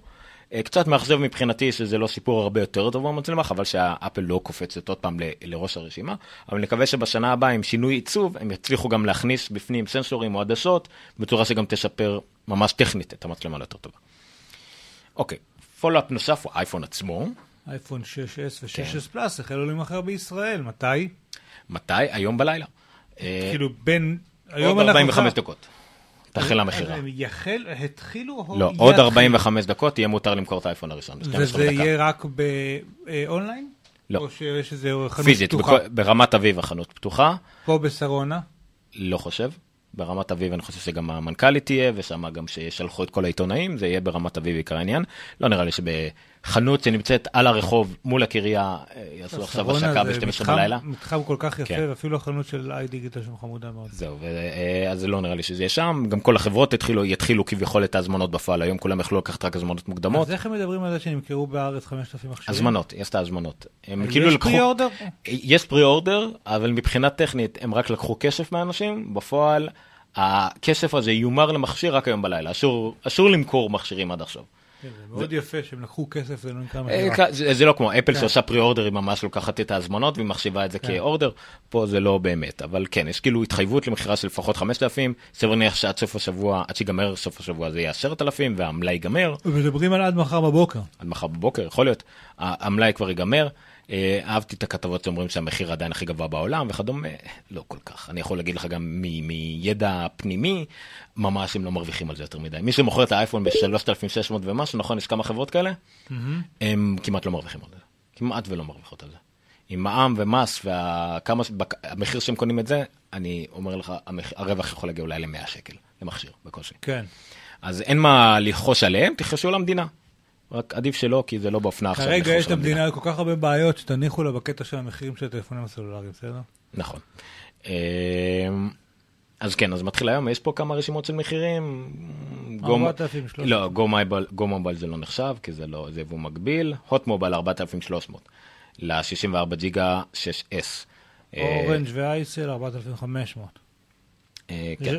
קצת מאכזב מבחינתי שזה לא סיפור הרבה יותר טוב במצלמה, חבל שהאפל לא קופצת עוד פעם לראש הרשימה, אבל נקווה שבשנה הבאה עם שינוי עיצוב, הם יצליחו גם להכניס בפנים סנסורים או עדשות, בצורה שגם תשפר ממש טכנית את המצלמה ליותר טובה. אוקיי, פולו-אפ נוסף הוא אייפון עצמו. אייפון 6S ו-6S פלאס החלו להימכר בישראל, מתי? מתי? היום בלילה. כאילו בין... עוד 45 דקות. תחל המחירה. התחילו... לא, עוד 45 דקות יהיה מותר למכור את האייפון הראשון. וזה יהיה רק באונליין? לא. או שיש איזה חנות פיזית, פתוחה? ברמת אביב החנות פתוחה. פה בשרונה? לא חושב. ברמת אביב אני חושב שגם המנכ"לית תהיה, ושם גם שישלחו את כל העיתונאים, זה יהיה ברמת אביב עיקר העניין. לא נראה לי שבחנות שנמצאת על הרחוב מול הקריה, יעשו עכשיו השקה ב-12 בלילה. מתחם כל כך יפה, ואפילו החנות של iDigital שם חמודה מאוד. זהו, אז לא נראה לי שזה יהיה שם. גם כל החברות יתחילו כביכול את ההזמנות בפועל. היום כולם יכלו לקחת רק הזמנות מוקדמות. אז איך הם מדברים על זה שנמכרו בארץ 5,000 מכשירים? הזמנות, יש את ההזמנות. יש פרי-אורדר? יש פרי-אורדר, אבל מבחינה טכנית הם רק לקחו כסף מהאנשים. בפועל הכסף הזה יומר למכשיר רק היום בלילה. אסור למכור מכשירים עד עכשיו. זה מאוד יפה שהם לקחו כסף, זה לא נקרא מחירה. זה לא כמו אפל שעושה פרי-אורדר, היא ממש לוקחת את ההזמנות והיא מחשיבה את זה כאורדר. פה זה לא באמת, אבל כן, יש כאילו התחייבות למחירה של לפחות 5,000, סביר להניח שעד סוף השבוע, עד שיגמר סוף השבוע זה יהיה 10,000 והמלאי ייגמר. ומדברים על עד מחר בבוקר. עד מחר בבוקר, יכול להיות. המלאי כבר ייגמר. אהבתי את הכתבות שאומרים שהמחיר עדיין הכי גבוה בעולם וכדומה, לא כל כך. אני יכול להגיד לך גם מידע פנימי, ממש הם לא מרוויחים על זה יותר מדי. מי שמוכר את האייפון ב-3,600 ומשהו, נכון, יש כמה חברות כאלה, הם כמעט לא מרוויחים על זה. כמעט ולא מרוויחות על זה. עם מע"מ ומס והמחיר שהם קונים את זה, אני אומר לך, הרווח יכול להגיע אולי ל100 שקל למכשיר, בקושי. כן. אז אין מה לחוש עליהם, תחשו למדינה. רק עדיף שלא, כי זה לא באופנה עכשיו. כרגע יש למדינה כל כך הרבה בעיות שתניחו לה בקטע של המחירים של הטלפונים הסלולריים, בסדר? נכון. אז כן, אז מתחיל היום, יש פה כמה רשימות של מחירים. 4,300. לא, גו מובייל זה לא נחשב, כי זה לא, זה יבוא מקביל. הוט מובייל 4,300. ל-64 ג'יגה 6S. אורנג' ואייסל 4,500. כן.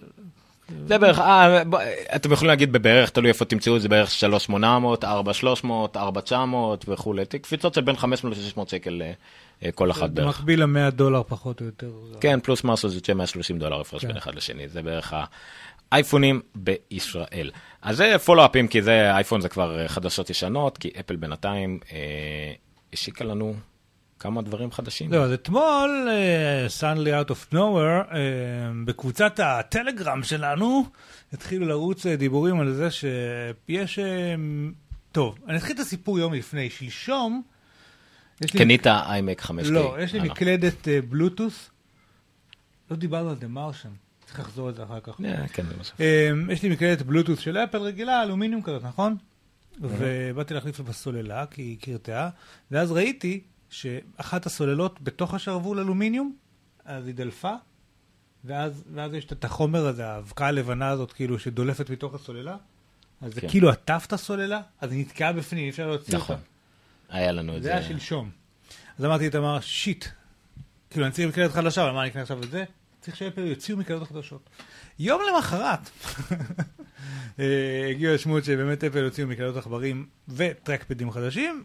זה בערך, אתם יכולים להגיד בבערך, תלוי איפה תמצאו, זה בערך 3,800, 4,300, 4,900 וכו'. קפיצות של בין 500 ל-600 שקל כל אחד בערך. זה מקביל ל$100 פחות או יותר. כן, פלוס מסו זה $130 הפרש בין אחד לשני. זה בערך האייפונים בישראל. אז זה פולו-אפים, כי זה אייפון זה כבר חדשות ישנות, כי אפל בינתיים השיקה לנו כמה דברים חדשים. לא, אז אתמול, Suddenly Out of Nowhere, בקבוצת הטלגרם שלנו, התחילו לרוץ דיבורים על זה שיש... טוב, אני אתחיל את הסיפור יום לפני. שלשום... קנית iMac 5K. לא, יש לי מקלדת בלוטוס. לא דיברנו על The Martian. צריך לחזור את זה אחר כך. כן, זה בסוף. יש לי מקלדת בלוטוס של אפל רגילה, אלומיניום כזאת, נכון? ובאתי להחליף בסוללה, כי היא קרטעה, ואז ראיתי שאחת הסוללות בתוך השרוול אלומיניום, אז היא דלפה, ואז יש את החומר הזה, האבקה הלבנה הזאת, כאילו, שדולפת מתוך הסוללה, אז זה כאילו עטף את הסוללה, אז היא נתקעה בפנים, אי אפשר להוציא אותה. נכון, היה לנו את זה. זה היה שלשום. אז אמרתי, תמר, שיט. כאילו, אני צריך מקלדת חדשה, אבל מה אני אקנה עכשיו את זה? צריך שאפל יוציאו מקלדות חדשות. יום למחרת, הגיעו השמועות שבאמת אפל יוציאו מקלדות עכברים וטרקפדים חדשים,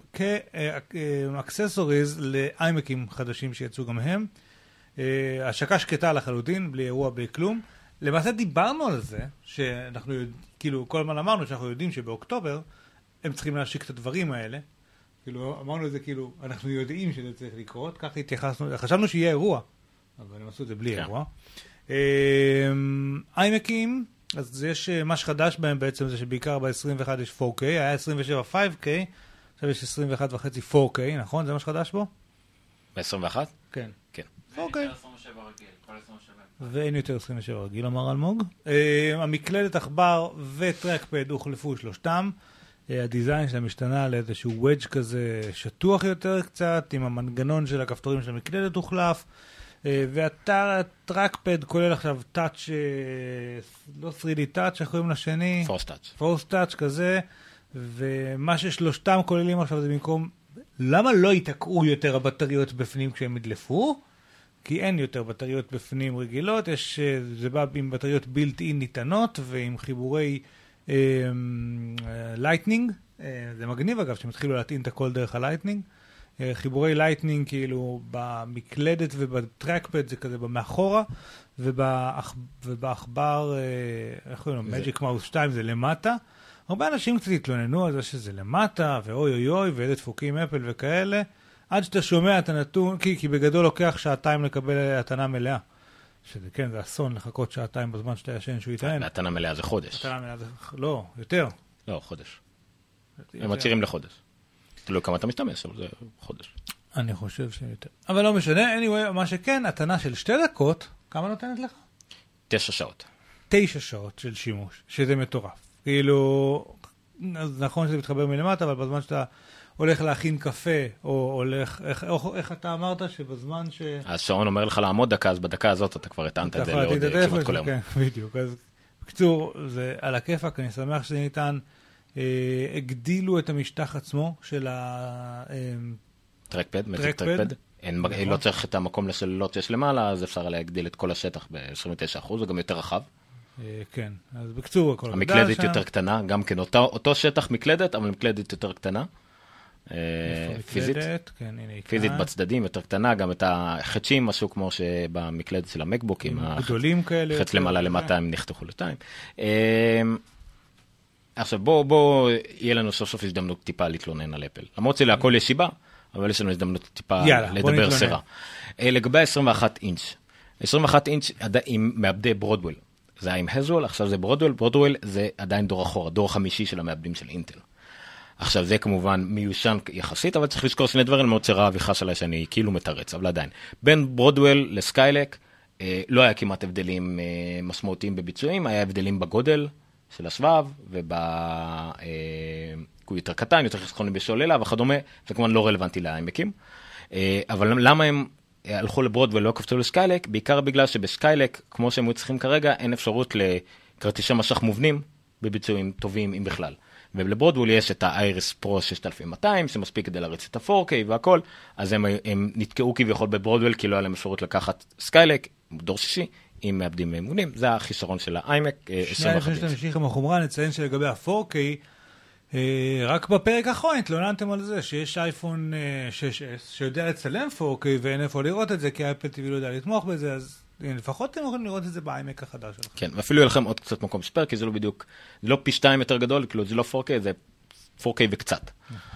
כאקססוריז לאיימקים חדשים שיצאו גם הם. השקה שקטה לחלוטין, בלי אירוע, בלי כלום. למעשה דיברנו על זה, שאנחנו, כאילו, כל הזמן אמרנו שאנחנו יודעים שבאוקטובר הם צריכים להשיק את הדברים האלה. כאילו, אמרנו את זה, כאילו, אנחנו יודעים שזה צריך לקרות, ככה התייחסנו, חשבנו שיהיה אירוע, אבל הם עשו את זה בלי אירוע. איימקים, אז יש מה שחדש בהם בעצם, זה שבעיקר ב-21 יש 4K, היה 27 5K, עכשיו יש 21.5 4K, נכון? זה מה שחדש בו? ב-21? כן. כן. 4K. ואין יותר 27 רגיל, כל 27. ואין יותר 27 רגיל, אמר אלמוג. המקלדת עכבר וטרקפד הוחלפו שלושתם. הדיזיין שלה משתנה לאיזשהו וודג' כזה שטוח יותר קצת, עם המנגנון של הכפתורים של המקלדת הוחלף. והטרקפד כולל עכשיו טאץ', לא 3D טאץ', איך קוראים לשני? פורס טאץ' כזה, ומה ששלושתם כוללים עכשיו זה במקום, למה לא ייתקעו יותר הבטריות בפנים כשהם ידלפו? כי אין יותר בטריות בפנים רגילות, זה בא עם בטריות בילט אין ניתנות, ועם חיבורי לייטנינג, זה מגניב אגב, שהם התחילו להטעין את הכל דרך הלייטנינג. חיבורי לייטנינג כאילו במקלדת ובטרקפד זה כזה מאחורה, ובעכבר, איך קוראים לו, מג'יק מאוס 2 זה למטה. הרבה אנשים קצת התלוננו על זה שזה למטה, ואוי אוי אוי, ואיזה דפוקים אפל וכאלה, עד שאתה שומע את הנתון, כי בגדול לוקח שעתיים לקבל התנה מלאה. שזה כן, זה אסון לחכות שעתיים בזמן שאתה ישן שהוא יטען. התנה מלאה זה חודש. התנה מלאה זה, לא, יותר. לא, חודש. הם מצהירים לחודש. תלוי כמה אתה משתמש, אבל זה חודש. אני חושב שיותר. אבל לא משנה, anyway, מה שכן, התנה של 2 דקות, כמה נותנת לך? 9 שעות. 9 שעות של שימוש, שזה מטורף. כאילו, אז נכון שזה מתחבר מלמטה, אבל בזמן שאתה הולך להכין קפה, או הולך, איך אתה אמרת שבזמן ש... השעון אומר לך לעמוד דקה, אז בדקה הזאת אתה כבר הטענת את זה לעוד כמעט כל היום. כן, בדיוק. אז בקצור, זה על הכיפק, אני שמח שזה ניתן, הגדילו את המשטח עצמו של טרקפד, מג'יק טרקפד. לא צריך את המקום לשללות שיש למעלה, אז אפשר להגדיל את כל השטח ב-29%, זה גם יותר רחב. כן, אז בקצור, הכל המקלדת יותר קטנה, גם כן אותו שטח מקלדת, אבל מקלדת יותר קטנה. פיזית, פיזית בצדדים יותר קטנה, גם את החצים, משהו כמו שבמקלדת של המקבוק, עם גדולים כאלה. חץ למעלה למטה, הם נחתכו לתיים. עכשיו, בואו יהיה לנו סוף סוף הזדמנות טיפה להתלונן על אפל. למרות שלהכל יש שיבה, אבל יש לנו הזדמנות טיפה לדבר סרה. לגבי 21 אינץ'. 21 אינץ' עם מעבדי ברודוול. זה היה עם הזוול, עכשיו זה ברודוול. ברודוול זה עדיין דור אחורה, דור חמישי של המעבדים של אינטל. עכשיו זה כמובן מיושן יחסית, אבל צריך לזכור שני דברים, מאוד שרע ויחס עליי שאני כאילו מתרץ, אבל עדיין. בין ברודוול לסקיילק לא היה כמעט הבדלים משמעותיים בביצועים, היה הבדלים בגודל של השבב, הוא יותר קטן, יותר חסכוני בשוללה וכדומה, זה כמובן לא רלוונטי לעמקים. אבל למה הם הלכו לברודוול ולא קפצו לסקיילק? בעיקר בגלל שבסקיילק, כמו שהם היו צריכים כרגע, אין אפשרות לכרטיסי משך מובנים בביצועים טובים אם בכלל. ולברודוול יש את האייריס פרו 6200, שמספיק כדי להריץ את ה-4K והכל, אז הם נתקעו כביכול בברודוול, כי לא היה להם אפשרות לקחת סקיילק, דור שישי, עם מעבדים ממונים, זה החיסרון של האיימק. שנייה לפני שאתה ממשיך עם החומרה, נציין שלגבי ה-4K, רק בפרק האחרון התלוננתם על זה, שיש אייפון 6S, שיודע לצלם 4K, ואין איפה לראות את זה, כי אפל TV לא יודע לתמוך בזה, אז לפחות אתם יכולים לראות את זה באיימק החדש שלכם. כן, ואפילו יהיה לכם עוד קצת מקום ספר, כי זה לא בדיוק, זה לא פי 2 יותר גדול, כאילו זה לא 4K, זה 4K וקצת.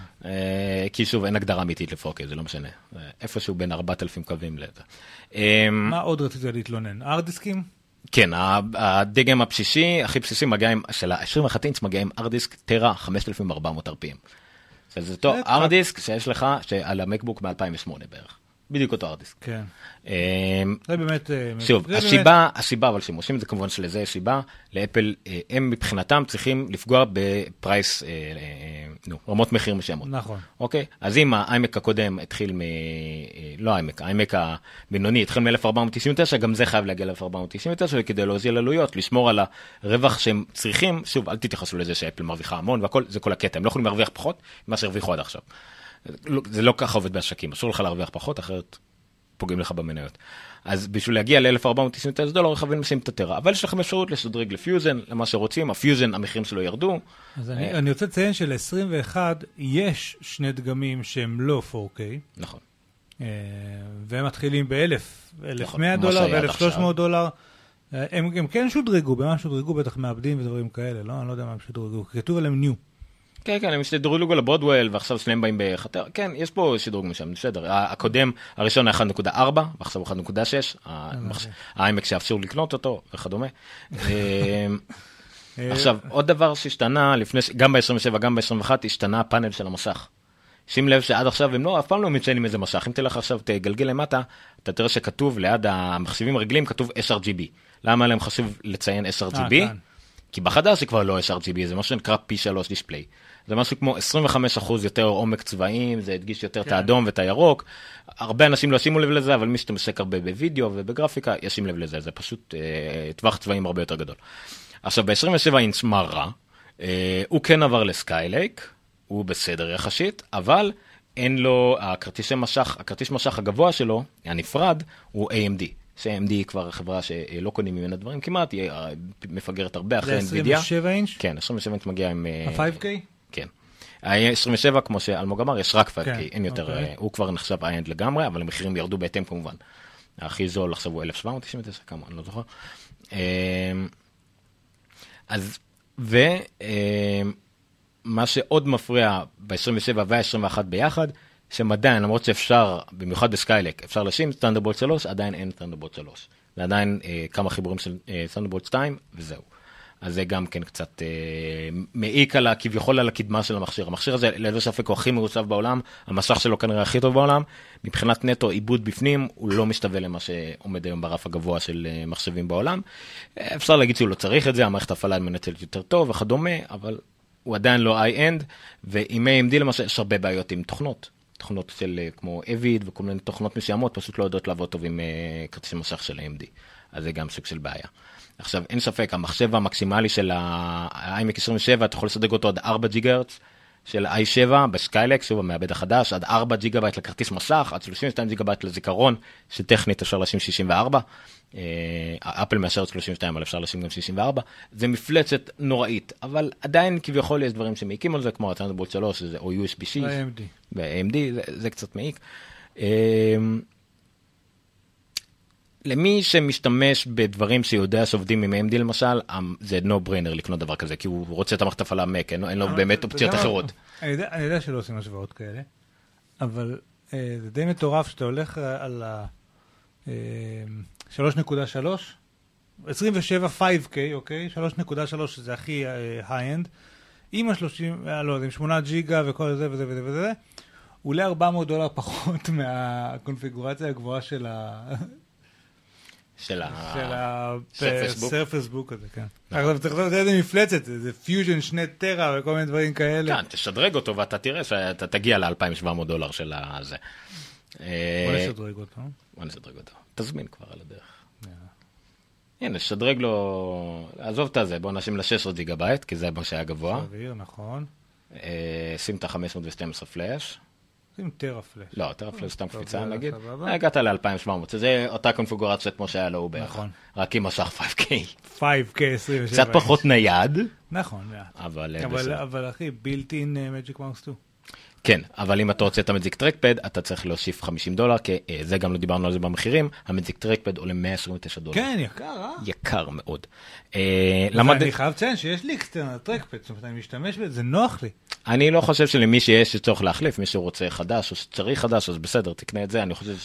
כי שוב, אין הגדרה אמיתית ל-4K, זה לא משנה. איפשהו בין 4,000 קווים לזה. מה עוד רצית להתלונן? ארדיסקים? כן, הדגם הבסיסי, הכי בסיסי, של ה-21 אינץ' מגיע עם ארדיסק טרה 5,400 RPM. זה אותו ארדיסק שיש לך על המקבוק מ-2008 בערך. בדיוק אותו ארדיסק. כן. זה באמת... שוב, הסיבה, אבל שהם עושים את זה כמובן שלזה יש סיבה, לאפל, הם מבחינתם צריכים לפגוע בפרייס, רמות מחיר משמות. נכון. אוקיי? אז אם האיימק הקודם התחיל לא האיימק הבינוני, התחיל מ-1499, גם זה חייב להגיע ל-1499, כדי להוזיל עלויות, לשמור על הרווח שהם צריכים, שוב, אל תתייחסו לזה שאפל מרוויחה המון, והכל, זה כל הקטע, הם לא יכולים להרוויח פחות ממה שהרוויחו עד עכשיו. זה לא ככה עובד בעסקים, אסור לך להרוויח פחות, אחרת פוגעים לך במניות. אז בשביל להגיע ל-1499 דולר, חייבים לשים את הטרה. אבל יש לכם אפשרות לשדרג לפיוזן, למה שרוצים, הפיוזן, המחירים שלו ירדו. אז אני רוצה לציין של-21 יש 2 דגמים שהם לא 4K. נכון. והם מתחילים ב-1,100 דולר ו-1,300 דולר. הם כן שודרגו, במה שודרגו בטח מעבדים ודברים כאלה, לא? אני לא יודע מה הם שודרגו, כתוב עליהם ניו. כן, כן, הם שדרגו לברודוול, ועכשיו שניהם באים בחתר. כן, יש פה שדרוג משם, בסדר. הקודם, הראשון היה 1.4, ועכשיו הוא 1.6, האיימק שאפשר לקנות אותו, וכדומה. עכשיו, עוד דבר שהשתנה, גם ב-27, גם ב-21, השתנה הפאנל של המסך. שים לב שעד עכשיו הם לא, אף פעם לא מציינים איזה מסך. אם תלך עכשיו, תגלגל למטה, אתה תראה שכתוב ליד המחשבים הרגילים, כתוב sRGB. למה להם חשוב לציין sRGB? כי בחדש זה כבר לא sRGB, זה משהו שנקרא P3 דיספליי. זה משהו כמו 25% יותר עומק צבעים, זה הדגיש יותר את האדום ואת הירוק. הרבה אנשים לא שימו לב לזה, אבל מי שתמשק הרבה בווידאו ובגרפיקה, ישים לב לזה. זה פשוט טווח צבעים הרבה יותר גדול. עכשיו, ב-27 אינץ' מה רע? הוא כן עבר לסקיילייק, הוא בסדר יחסית, אבל אין לו, הכרטיס משך הגבוה שלו, הנפרד, הוא AMD. ש-AMD היא כבר חברה שלא קונים ממנה דברים כמעט, היא מפגרת הרבה אחרי NVIDIA. זה 27 אינץ'? כן, 27 אינץ' מגיע עם... ה-5K? כן. ה-27, כמו שאלמוג אמר, יש רק 5K, אין יותר, אוקיי. הוא כבר נחשב איי-אנד לגמרי, אבל המחירים ירדו בהתאם כמובן. הכי זול עכשיו הוא 1799, כמה, אני לא זוכר. אז, מה שעוד מפריע ב-27 וה-21 ביחד, שמדיין, למרות שאפשר, במיוחד בסקיילק, אפשר לשים ת'נדרבולט 3, עדיין אין ת'נדרבולט 3. ועדיין כמה חיבורים של ת'נדרבולט 2, וזהו. אז זה גם כן קצת מעיק כביכול על הקדמה של המכשיר. המכשיר הזה, ללא ספק, הוא הכי מעוצב בעולם, המשך שלו כנראה הכי טוב בעולם, מבחינת נטו עיבוד בפנים, הוא לא משתווה למה שעומד היום ברף הגבוה של מחשבים בעולם. אפשר להגיד שהוא לא צריך את זה, המערכת הפעלה מנצלת יותר טוב וכדומה, אבל הוא עדיין לא איי-אנד, ועם AMD למשל יש הרבה בעיות עם תוכנות של כמו אביד וכל מיני תוכנות מסוימות, פשוט לא יודעות לעבוד טוב עם כרטיסי מסך של AMD. אז זה גם סוג של בעיה. עכשיו, אין ספק, המחשב המקסימלי של ה-iMac 27, אתה יכול לסדג אותו עד 4 ג'יגהרץ של i7 בסקיילק, שוב המעבד החדש, עד 4 ג'יגאבייט לכרטיס מסך, עד 32 ג'יגאבייט לזיכרון, שטכנית אפשר לשים 64. אפל מאשרת 32, אבל אפשר לשים גם 64. זה מפלצת נוראית, אבל עדיין כביכול יש דברים שמעיקים על זה, כמו ת'נדרבולט 3 או USB-C. ב-AMD, זה קצת מעיק. למי שמשתמש בדברים שיודע שעובדים עם AMD למשל, זה no brainer לקנות דבר כזה, כי הוא רוצה את המערכת הפעלה Mac, אין לו באמת אופציות אחרות. אני יודע שלא עושים השוואות כאלה, אבל זה די מטורף שאתה הולך על ה-3.3, 27 5K, אוקיי? 3.3 זה הכי high-end, עם ה-30, לא יודע, עם 8 ג'יגה וכל זה וזה וזה וזה, הוא עולה $400 פחות מהקונפיגורציה הגבוהה של הסרפס בוק הזה, כן. עכשיו צריך לדעת איזה מפלצת, זה פיוז'ן 2 טרה וכל מיני דברים כאלה. כן, תשדרג אותו ואתה תראה שאתה תגיע ל$2,700 של הזה. בוא נשדרג אותו. תזמין כבר על הדרך. הנה, שדרג לו, עזוב את הזה, בוא נשים ל-16 ג'יגאבייט, כי זה מה שהיה גבוה. סביר, נכון. שים את ה-512 פלאש. שים טרה פלאש. לא, טרה פלאש סתם קפיצה, נגיד. הגעת ל-2,700, זה אותה קונפיגורציה כמו שהיה לו בערך. נכון. רק עם משך 5K. 5K 27. קצת פחות נייד. נכון, אבל אחי, built in Magic Mouse 2. כן, אבל אם אתה רוצה את המג'יק טרקפד, אתה צריך להוסיף $50, כי זה גם לא דיברנו על זה במחירים, המג'יק טרקפד עולה $129. כן, יקר, יקר מאוד. ואני חייב לציין שיש לי אקסטרנל טרקפד, זאת אומרת, אני משתמש בזה, זה נוח לי. אני לא חושב שלמי שיש שצריך להחליף, מי שרוצה חדש או שצריך חדש, אז בסדר, תקנה את זה, אני חושב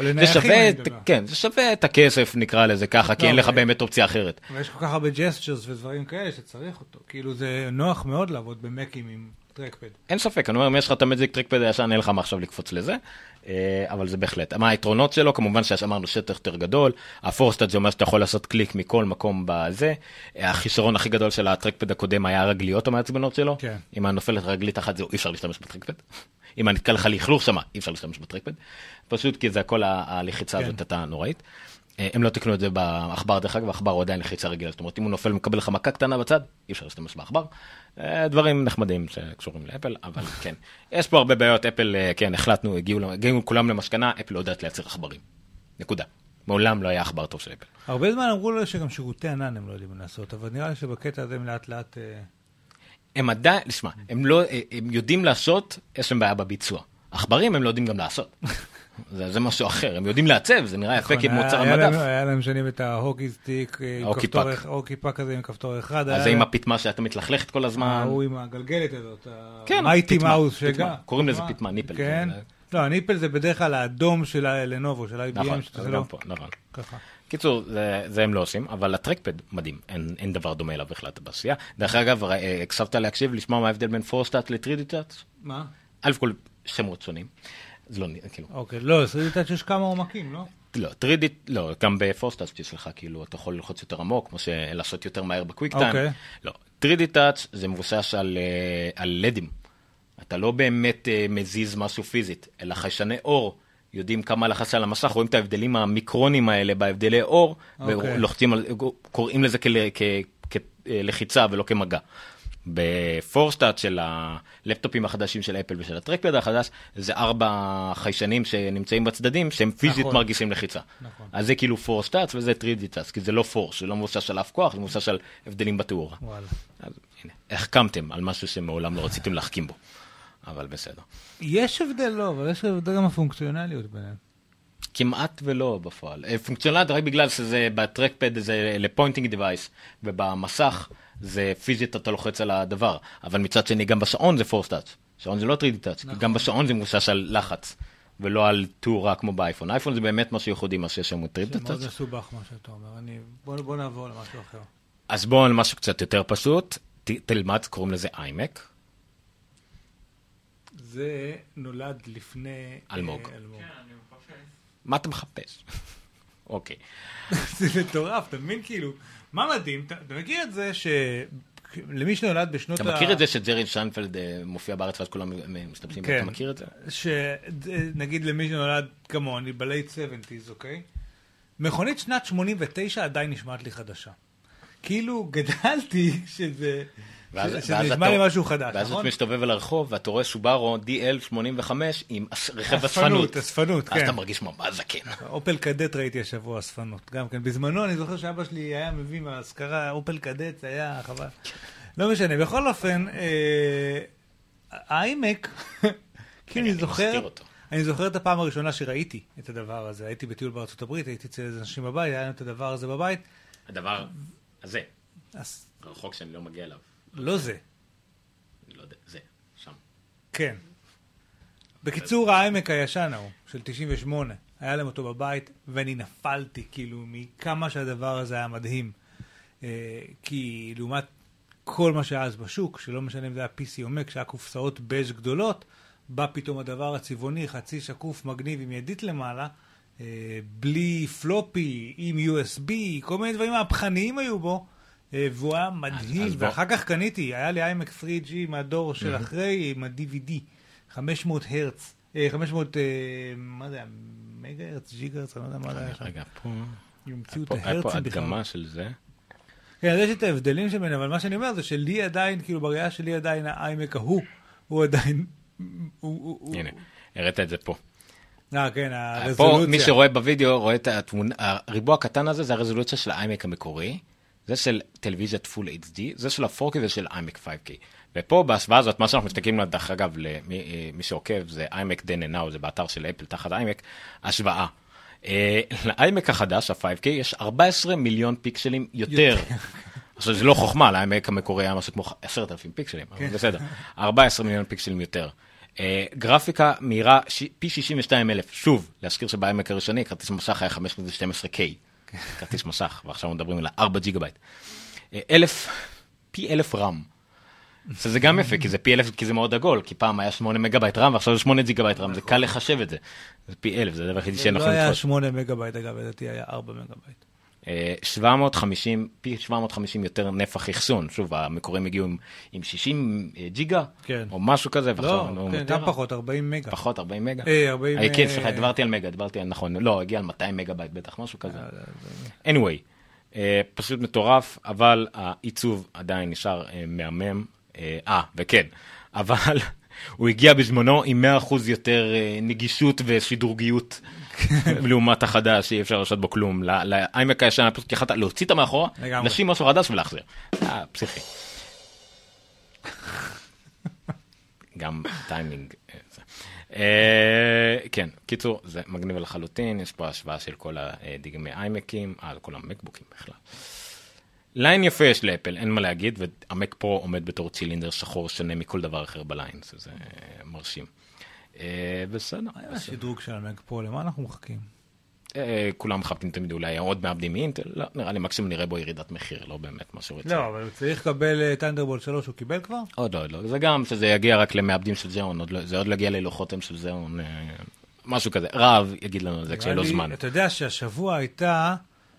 זה שווה את הכסף, נקרא לזה ככה, כי אין לך באמת אופציה אחרת. ויש כל כך הרבה ג'סטרס ודברים כאלה שצריך אותו, כאילו זה נוח מאוד לעבוד במקים עם טרקפד. אין ספק, אני אומר, אם יש לך את המג'יק טרקפד הישן, אין לך מה עכשיו לקפוץ לזה, אבל זה בהחלט. מה היתרונות שלו? כמובן שאמרנו שטח יותר גדול, הפורסטאט זה אומר שאתה יכול לעשות קליק מכל מקום בזה, החיסרון הכי גדול של הטרקפד הקודם היה הרגליות המעצבנות שלו, אם הנופלת רגלית אחת זהו, אי אפשר להשתמש בטרקפד, אם אני נתקע לך לכלוך שמה, אי אפשר להשתמש בטרקפד, פשוט כי זה הכל הלחיצה הזאת הייתה נוראית. הם לא תקנו את זה באחבר דרך אגב, האחבר הוא עדיין לחיצה רגילה, זאת אומרת, אם הוא נופל ומקבל לך מכה קטנה בצד, אי אפשר להשתמש באחבר. דברים נחמדים שקשורים לאפל, אבל כן. יש פה הרבה בעיות, אפל, כן, החלטנו, הגיעו כולם למסקנה, אפל לא יודעת לייצר עכברים. נקודה. מעולם לא היה עכבר טוב של אפל. הרבה זמן אמרו לו שגם שירותי ענן הם לא יודעים לעשות, אבל נראה לי שבקטע הזה הם לאט לאט... הם עדיין, לשמע, הם יודעים לעשות, יש להם בעיה בביצוע. עכברים הם לא יודעים גם לעשות. זה משהו אחר, הם יודעים לעצב, זה נראה יפה כמוצר המדף. היה להם שנים את ההוקי סטיק, הוקי פאק הזה עם כפתור אחד. אז זה עם הפיטמה שאתה מתלכלכת כל הזמן. הוא עם הגלגלת הזאת, מייטי מאוס. קוראים לזה פיטמה, ניפל. כן, לא, הניפל זה בדרך כלל האדום של לנובו, של IBM. נכון. קיצור, זה הם לא עושים, אבל הטרקפד מדהים, אין דבר דומה אליו בכלל בעשייה. דרך אגב, הקשבת להקשיב, לשמוע מה ההבדל בין פורסטאט לטרידיטאט? מה? א' כל שמות שונים. זה לא, כאילו. אוקיי, לא, טרידיטאץ' יש כמה עומקים, לא? לא, לא, גם בפורסטאץ' יש לך, כאילו, אתה יכול ללחוץ יותר עמוק, כמו לעשות יותר מהר בקוויק טיים. אוקיי. לא, טרידיטאץ' זה מבוסס על לדים. אתה לא באמת מזיז משהו פיזית, אלא חיישני אור, יודעים כמה לחץ על המסך, רואים את ההבדלים המיקרונים האלה בהבדלי אור, ולוחצים, קוראים לזה כלחיצה ולא כמגע. בפורסטאט של הלפטופים החדשים של אפל ושל הטרקפד החדש, זה 4 חיישנים שנמצאים בצדדים, שהם פיזית מרגישים לחיצה. אז זה כאילו פורסטאט וזה 3D טאץ', כי זה לא פורס, זה לא מבוסס על אף כוח, זה מבוסס על הבדלים בתאורה. אז הנה, החכמתם על משהו שמעולם לא רציתם להחכים בו, אבל בסדר. יש הבדל לא, אבל יש הבדל גם הפונקציונליות ביניהם. כמעט ולא בפועל. פונקציונלית רק בגלל שזה בטרקפד זה לפוינטינג דיווייס, ובמסך זה פיזית אתה לוחץ על הדבר. אבל מצד שני גם בשעון זה פורס טאץ'. שעון זה לא 3D טאץ', כי גם בשעון זה מבוסס על לחץ, ולא על תאורה כמו באייפון. אייפון זה באמת משהו ייחודי, מה שיש שם 3D טאץ'. זה מאוד מסובך מה שאתה אומר. בוא נעבור למשהו אחר. אז בואו על משהו קצת יותר פשוט. תלמד, קוראים לזה iMac. זה נולד לפני... אלמוג. כן, אני מחפש. מה אתה מחפש? אוקיי. זה מטורף, אתה מבין כאילו, מה מדהים, אתה מכיר את זה שלמי שנולד בשנות אתה מכיר את זה שג'רי שיינפלד מופיע בארץ ואז כולם מסתפשים, כן. אתה מכיר את זה? שנגיד למי שנולד כמוני, בלייט 70s, אוקיי? מכונית שנת 89 עדיין נשמעת לי חדשה. כאילו גדלתי שזה נשמע לי משהו חדש, ואז נכון? אתה מסתובב על הרחוב ואתה רואה סובארו DL85 עם רכב אספנות. אספנות, כן. אז אתה מרגיש ממש זקן. אופל קדט ראיתי השבוע אספנות, גם כן. בזמנו אני זוכר שאבא שלי היה מביא מהשכרה, אופל קדט, זה היה חבל. לא משנה, בכל אופן, האיימק, כאילו אני זוכר את הפעם הראשונה שראיתי את הדבר הזה. הייתי בטיול בארצות הברית, הייתי אצל אנשים בבית, היה לנו את הדבר הזה בבית. הדבר הזה, רחוק שאני לא מגיע אליו. לא זה. לא יודע, זה, שם. כן. בקיצור, האיימק הישן ההוא, של 98, היה להם אותו בבית, ואני נפלתי, כאילו, מכמה שהדבר הזה היה מדהים. כי לעומת כל מה שהיה אז בשוק, שלא משנה אם זה היה PC או Mac, שהיה קופסאות בז' גדולות, בא פתאום הדבר הצבעוני, חצי שקוף מגניב עם ידית למעלה, בלי פלופי, עם USB, כל מיני דברים מהפכניים היו בו, והוא היה מדהים, ואחר כך קניתי, היה לי iMac 3G מהדור של אחרי, עם ה-DVD, 500 הרץ, 500, מה זה, מגה הרץ, ג'יגה הרץ, אני לא יודע מה זה היה שם. רגע, פה, היה פה הדגמה של זה. כן, אז יש את ההבדלים שבין, אבל מה שאני אומר זה שלי עדיין, כאילו בראייה שלי עדיין האיימק הוא עדיין, הנה, הראת את זה פה. כן, הרזולוציה. פה מי שרואה בווידאו רואה את התמונה, הריבוע הקטן הזה זה הרזולוציה של האיימק המקורי, זה של טלוויזיית פול HD, זה של ה-4K וזה איימק 5K. ופה בהשוואה הזאת, מה שאנחנו מסתכלים לה, דרך אגב, למי שעוקב, זה iMac Then and Now, זה באתר של אפל תחת iMac, השוואה. לאיימק החדש, ה-5K, יש 14 מיליון פיקסלים יותר. עכשיו, זה לא חוכמה, לאיימק המקורי היה משהו כמו 10,000 פיקסלים, אבל בסדר. 14 מיליון פיקסלים יותר. גרפיקה מהירה פי 62,000. שוב, להזכיר שבאיימק הראשוני, כרטיס מסך היה 512K. כרטיס מסך, ועכשיו מדברים על 4 ג'יגה-בייט. פי 1,000 רם. זה גם יפה, כי זה פי 1,000, כי זה מאוד עגול, כי פעם היה 8 מגה-בייט רם, ועכשיו זה 8 ג'יגה-בייט רם, זה קל לחשב את זה. זה פי 1,000, זה הדבר הכי שאין לכם לתפוס. לא היה 8 מגה-בייט, אגב, לדעתי היה 4 מגה-בייט. 750, פי 750 יותר נפח אחסון. שוב, המקורים הגיעו עם 60 ג'יגה, או משהו כזה, לא, גם פחות, 40 מגה. פחות, 40 מגה? 40... כן, סליחה, דברתי על מגה, נכון, לא, הגיע על 200 מגה-בייט בטח, משהו כזה. anyway, פשוט מטורף, אבל העיצוב עדיין נשאר מהמם. וכן, אבל הוא הגיע בזמנו עם 100% יותר נגישות ושדרוגיות לעומת החדש, שאי אפשר לעשות בו כלום. לאיימק הישן, פשוט יכלת להוציא את מאחורה, לשים משהו חדש ולהחזיר. פסיכי. גם טיימינג. כן, קיצור, זה מגניב לחלוטין, יש פה השוואה של כל הדגמי איימקים, כל המקבוקים בכלל. ליין יפה יש לאפל, אין מה להגיד, והמק פרו עומד בתור צילינדר שחור שונה מכל דבר אחר בליין, זה מרשים. בסדר. היה שדרוג של המק פרו, למה אנחנו מחכים? כולם מחפים תמיד אולי עוד מעבדים אינטל, לא, נראה לי מקסימום נראה בו ירידת מחיר, לא באמת מה שהוא רוצה. לא, אבל הוא צריך לקבל טנדרבולט 3, הוא קיבל כבר? עוד לא, זה גם שזה יגיע רק למעבדים של זיון, זה עוד לא יגיע ללוחותם של זיון, משהו כזה. רב יגיד לנו על זה כשיהיה לו זמן. אתה יודע שהשבוע הייתה...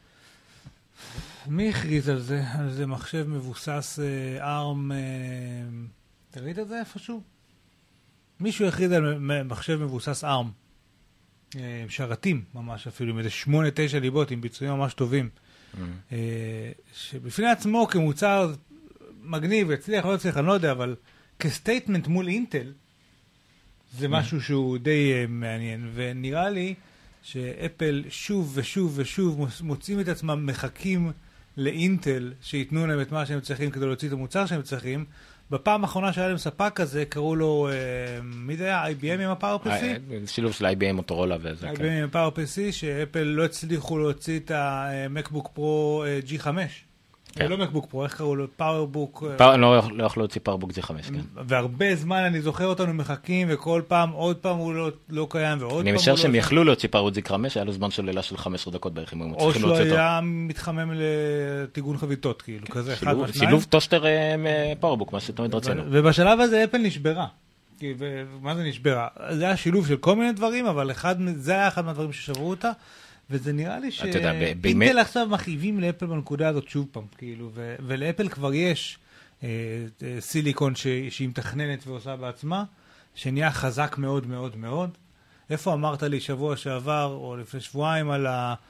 מי הכריז על זה? על זה מחשב מבוסס ARM... אתה ראית את זה איפשהו? מישהו הכריז על מחשב מבוסס ARM. שרתים ממש אפילו, עם איזה 8-9 ליבות, עם ביצועים ממש טובים. שבפני עצמו כמוצר מגניב, יצליח, לא יצליח, אני לא יודע, אבל כסטייטמנט מול אינטל, זה משהו שהוא די מעניין, ונראה לי שאפל שוב ושוב ושוב מוצאים את עצמם מחכים לאינטל שיתנו להם את מה שהם צריכים כדי להוציא את המוצר שהם צריכים. בפעם האחרונה שהיה להם ספק כזה, קראו לו, מי זה היה? IBM עם ה-PowerPC? שילוב של IBM, מוטורולה וזה. IBM עם ה-PowerPC, שאפל לא הצליחו להוציא את ה-MacBook Pro G5. לא מקבוק פרו, איך קראו לו? פאורבוק. לא יכול להוציא פאורבוק G5, כן. והרבה זמן אני זוכר אותנו מחכים, וכל פעם, עוד פעם הוא לא קיים, ועוד פעם הוא לא... אני משער שהם יכלו להוציא פאורבוק G5, היה לו זמן שוללה של 15 דקות בערך, אם הם צריכים להוציא אותו. או שהוא היה מתחמם לטיגון חביתות, כאילו, כזה, אחד מהשניים. שילוב טוסטר פאורבוק, מה שתמיד רצינו. ובשלב הזה אפל נשברה. מה זה נשברה? זה היה שילוב של כל מיני דברים, אבל זה היה אחד מהדברים ששברו אותה. וזה נראה לי שאינטל עכשיו מכאיבים לאפל בנקודה הזאת שוב פעם, כאילו, ולאפל כבר יש סיליקון שהיא מתכננת ועושה בעצמה, שנהיה חזק מאוד מאוד מאוד. איפה אמרת לי שבוע שעבר, או לפני שבועיים, על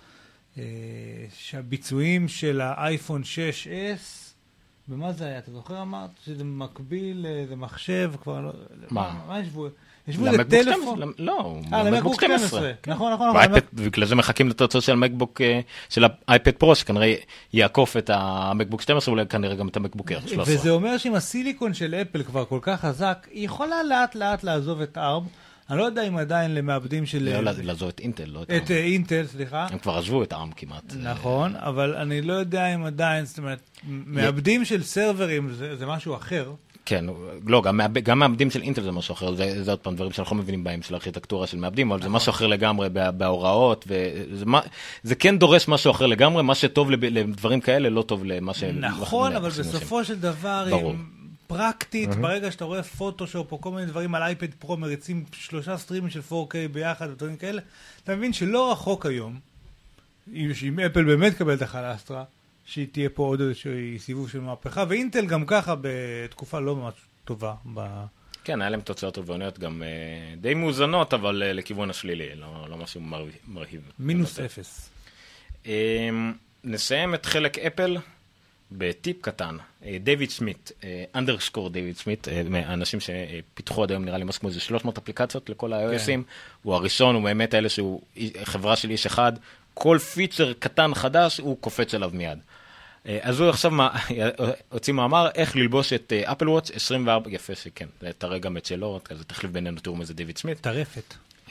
שהביצועים של האייפון 6S, במה זה היה? אתה זוכר אמרת? שזה מקביל, זה מחשב, כבר לא... מה ישבו? ישבו לטלפון? לא, למקבוק 12. נכון. בגלל זה מחכים לתוצאות של המקבוק, של האייפד פרו, שכנראה יעקוף את המקבוק 12, ואולי כנראה גם את המקבוק אייר 13. וזה אומר שאם הסיליקון של אפל כבר כל כך חזק, היא יכולה לאט לאט לעזוב את ARM. אני לא יודע אם עדיין למעבדים של... לא, לעזוב את אינטל, לא את ARM. את אינטל, סליחה. הם כבר עזבו את ARM כמעט. נכון, אבל אני לא יודע אם עדיין, זאת אומרת, מעבדים של סרברים זה משהו אחר. כן, לא, גם מעבדים של אינטל זה משהו אחר, זה עוד פעם דברים שאנחנו מבינים בהם של הארכיטקטורה של מעבדים, אבל זה משהו אחר לגמרי בהוראות, וזה כן דורש משהו אחר לגמרי, מה שטוב לדברים כאלה לא טוב למה ש... נכון, אבל בסופו של דבר, פרקטית, ברגע שאתה רואה פוטושופ או כל מיני דברים על אייפד פרו, מריצים 3 סטרימים של 4K ביחד ודברים כאלה, אתה מבין שלא רחוק היום, אם אפל באמת קבל את החלסטרה, שהיא תהיה פה עוד איזשהו סיבוב של מהפכה, ואינטל גם ככה בתקופה לא ממש טובה. כן, היה להם תוצאות רבעוניות גם די מאוזנות, אבל לכיוון השלילי, לא משהו מרהיב. מינוס 0. נסיים את חלק אפל בטיפ קטן. דיוויד סמית, אנדרסקור דיוויד סמית, האנשים שפיתחו עד היום נראה לי משהו כמו איזה 300 אפליקציות לכל ה-iOSים, הוא הראשון, הוא באמת האלה שהוא חברה של איש אחד, כל פיצ'ר קטן חדש הוא קופץ עליו מיד. אז הוא עכשיו הוציא מאמר איך ללבוש את אפל וואץ' 24, יפה שכן, תראה גם את שלו, כזה תחליף בינינו, תראו מזה דיוויד סמית. טרפת.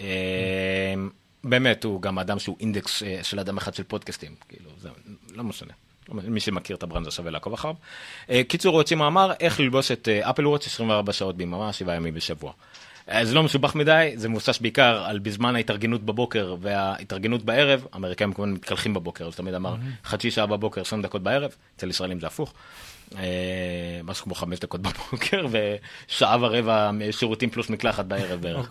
באמת, הוא גם אדם שהוא אינדקס של אדם אחד של פודקאסטים, כאילו, זה לא משנה. מי שמכיר את הברנד שווה לעקוב אחריו. קיצור, הוא הוציא מאמר איך ללבוש את אפל וואץ' 24 שעות ביממה, 7 ימים בשבוע. זה לא משובח מדי, זה מבוסס בעיקר על בזמן ההתארגנות בבוקר וההתארגנות בערב, האמריקאים כמובן מתקלחים בבוקר, אז תמיד אמר חצי שעה בבוקר, 20 דקות בערב, אצל ישראלים זה הפוך, משהו כמו 5 דקות בבוקר, ושעה ורבע שירותים פלוס מקלחת בערב בערך.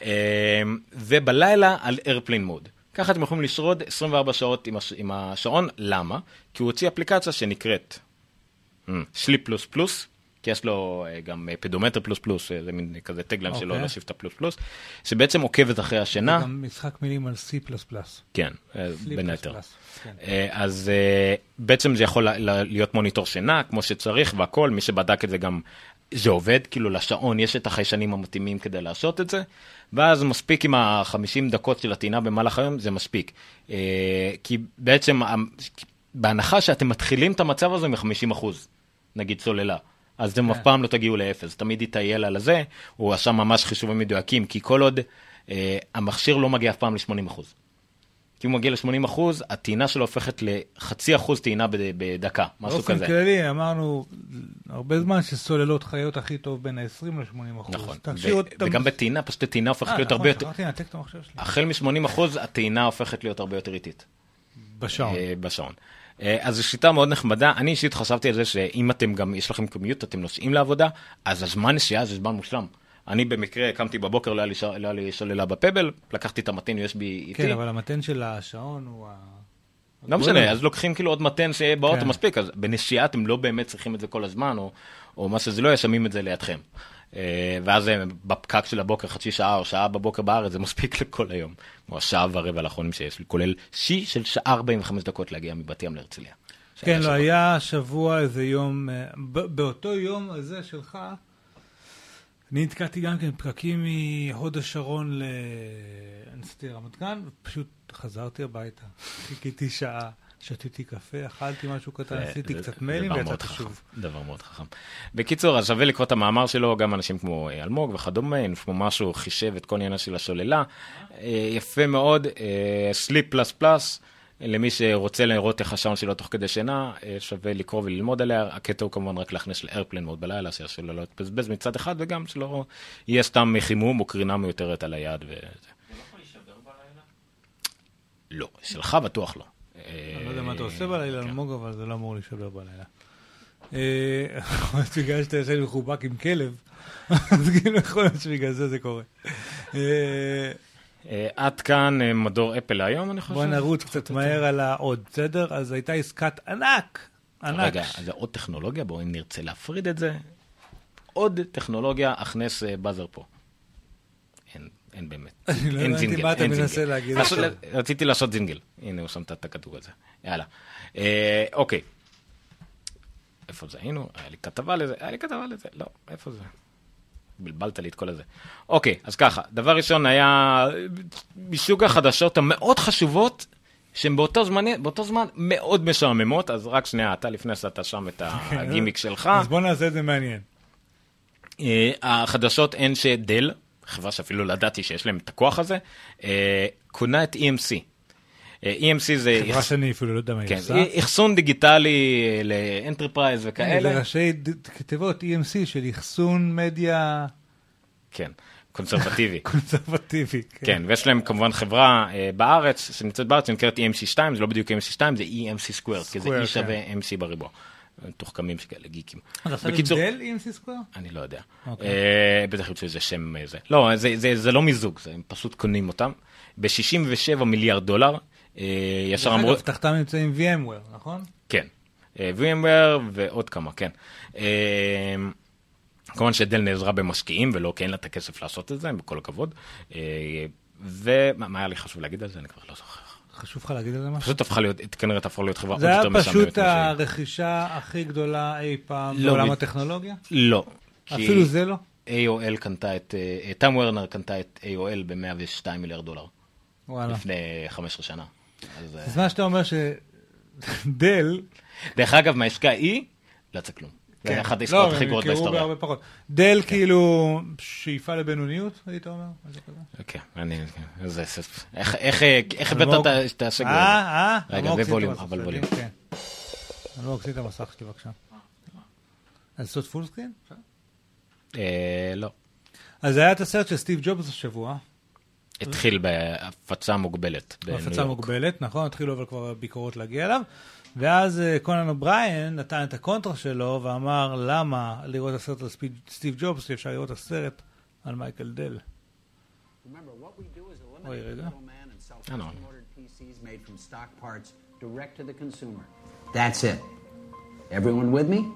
ובלילה על איירפליין מוד. ככה אתם יכולים לשרוד 24 שעות עם השעון, למה? כי הוא הוציא אפליקציה שנקראת סליפ פלוס פלוס, כי יש לו גם פדומטר פלוס פלוס, זה מין כזה טגלן שלו, להוסיף את הפלוס פלוס, שבעצם עוקבת אחרי השינה. זה גם משחק מילים על C++. כן, בין היתר. אז בעצם זה יכול להיות מוניטור שינה, כמו שצריך, והכל, מי שבדק את זה גם, זה עובד, כאילו לשעון יש את החיישנים המתאימים כדי לעשות את זה, ואז מספיק עם ה-50 דקות של הטעינה במהלך היום, זה מספיק. כי בעצם, בהנחה שאתם מתחילים את המצב הזה מ-50%, נגיד סוללה, אז אתם אף פעם לא תגיעו לאפס, תמיד יטייל על הזה, הוא עשה ממש חישובים מדויקים, כי כל עוד המכשיר לא מגיע אף פעם ל-80%. כי הוא מגיע ל-80%, הטעינה שלו הופכת ל0.5% טעינה בדקה, משהו כזה. באופן כללי, אמרנו הרבה זמן שסוללות חיות הכי טוב בין ה-20 ל-80%. נכון, וגם בטעינה, פשוט הטעינה הופכת להיות הרבה יותר... החל מ-80%, הטעינה הופכת להיות הרבה יותר איטית. בשעון. אז זו שיטה מאוד נחמדה. אני אישית חשבתי על זה שאם אתם גם, יש לכם קומיוט, אתם נוסעים לעבודה, אז הזמן נסיעה זה זמן מושלם. אני במקרה קמתי בבוקר, לא היה לי שוללה בפבל, לקחתי את המתן USB איתי. כן, אבל המתן של השעון הוא... לא משנה, אז לוקחים כאילו עוד מתן שבאוטו מספיק, אז בנסיעה אתם לא באמת צריכים את זה כל הזמן, או מה שזה לא, שמים את זה לידכם. ואז בפקק של הבוקר, חצי שעה או שעה בבוקר בארץ, זה מספיק לכל היום. כמו השעה ורבע האחרונים שיש לי, כולל שיא של שעה 45 דקות להגיע מבת ים להרצליה. כן, לא, היה שבוע איזה יום, באותו יום הזה שלך, אני נתקעתי גם כן פקקים מהוד השרון לנסתי רמת גן, ופשוט חזרתי הביתה. חיכיתי שעה, שתיתי קפה, אכלתי משהו קטן, עשיתי קצת מיילים ויצאתי שוב. דבר מאוד חכם. בקיצור, אז שווה לקרוא את המאמר שלו, גם אנשים כמו אלמוג וכדומה, כמו משהו חישב את כל עניינה של השוללה. יפה מאוד, Sleep++, למי שרוצה לראות איך השעון שלו תוך כדי שינה, שווה לקרוא וללמוד עליה. הקטע הוא כמובן רק להכניס לאיירפלן מוד בלילה, שהשוללה לא תפזבז מצד אחד, וגם שלא יהיה סתם חימום או קרינה מיותרת על היד וזה. זה לא יכול להישבר בלילה? לא, שלך בטוח לא. אני לא יודע מה אתה עושה בלילה, אלמוג, אבל זה לא אמור להישבר בלילה. בגלל שאתה יושב מחובק עם כלב, אז כאילו יכול להיות שבגלל זה קורה. עד כאן מדור אפל היום, אני חושב. בוא נרוץ קצת מהר על העוד, בסדר? אז הייתה עסקת ענק. רגע, זה עוד טכנולוגיה, בואו נרצה להפריד את זה. עוד טכנולוגיה, הכנס בזר פה. אין באמת. אני לא הבנתי מה אתה מנסה להגיד. רציתי לעשות זינגל. הנה, הוא שם את הכדור הזה. יאללה. אוקיי. איפה זה היינו? היה לי כתבה לזה. לא, איפה זה? בלבלת לי את כל הזה. אוקיי, אז ככה. דבר ראשון היה מסוג החדשות המאוד חשובות, שהן באותו זמן מאוד משעממות, אז רק שנייה, אתה לפני שאתה שם את הגימיק שלך. אז בוא נעשה את זה מעניין. החדשות הן שדל, חברה שאפילו לא ידעתי שיש להם את הכוח הזה, קונה את EMC. EMC זה... חברה שאני אפילו לא יודע מה היא עושה. אחסון דיגיטלי לאנטרפרייז וכאלה. זה ראשי כתבות EMC של אחסון מדיה... כן, קונסרבטיבי. קונסרבטיבי, כן. כן, ויש להם כמובן חברה בארץ, שנמצאת בארץ, שנקראת EMC2, זה לא בדיוק EMC2, זה EMC Square, כי זה E שווה MC בריבוע. תוחכמים שכאלה גיקים. אז עכשיו עם דל EMC Square? אני לא יודע. בטח יוצא איזה שם זה. לא, זה לא מיזוג, הם פשוט קונים אותם. ב$67 מיליארד. ישר אמרו... אגב, תחתם נמצאים VMware, נכון? כן. VMware ועוד כמה, כן. כמובן שדל נעזרה במשקיעים, ולא כי אין לה את הכסף לעשות את זה, בכל הכבוד. ומה היה לי חשוב להגיד על זה? אני כבר לא זוכר. חשוב לך להגיד על זה משהו? פשוט הפכה להיות, כנראה תהפוך להיות חברה עוד יותר משעממת. זה היה פשוט הרכישה הכי גדולה אי פעם בעולם הטכנולוגיה? לא. אפילו זה לא? AOL קנתה את, טיים וורנר קנתה את AOL ב$102 מיליארד. לפני 15 שנה. אז מה שאתה אומר שדל... דרך אגב, מהעסקה היא, לא יצא כלום. זה אחת העסקאות הכי גרועות בהיסטוריה. בהרבה פחות. דל כאילו שאיפה לבינוניות, היית אומר? כן, איך הבאת את השגר? רגע, בווליום, אבל ווליום. אני לא אקציא את המסך שלי בבקשה. אז לעשות פול סקרין? לא. אז היה את הסרט של סטיב ג'ובס השבוע. התחיל בהפצה מוגבלת בניו יורק. בהפצה מוגבלת, נכון, התחילו אבל כבר ביקורות להגיע אליו. ואז קונן אובריין נתן את הקונטרה שלו ואמר למה לראות הסרט על סטיב ג'ובס שאפשר לראות הסרט על מייקל דל. אוי, רגע. That's it. Everyone with me?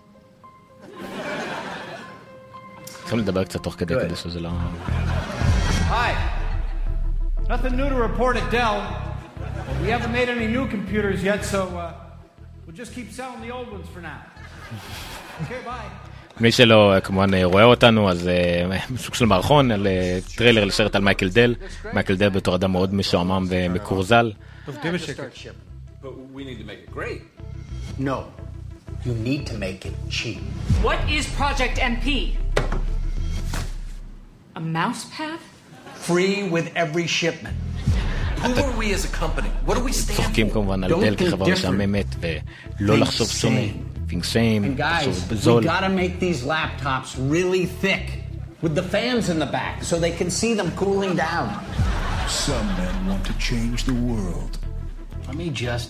צריכים לדבר קצת תוך כדי כדי שזה לא... Hi. Nothing new to report at Dell. We haven't made any new computers yet, so we'll just keep selling the old ones for now. Okay, bye. מי שלא כמובן רואה אותנו, אז סוג של מערכון על טריילר לסרט על מייקל דל. מייקל דל בתור אדם מאוד משועמם ומקורזל. But we need to make it great. No. You need to make it cheap. What is Project MP? A mouse pad? Free with every shipment. Who are we as a company? What do we stand for? צוחקים כמובן על דל כחברה משעממת ולא לחשוב שונה. Think same. And guys, we gotta make these laptops really thick with the fans in the back so they can see them cooling down. Some men want to change the world. Let me just...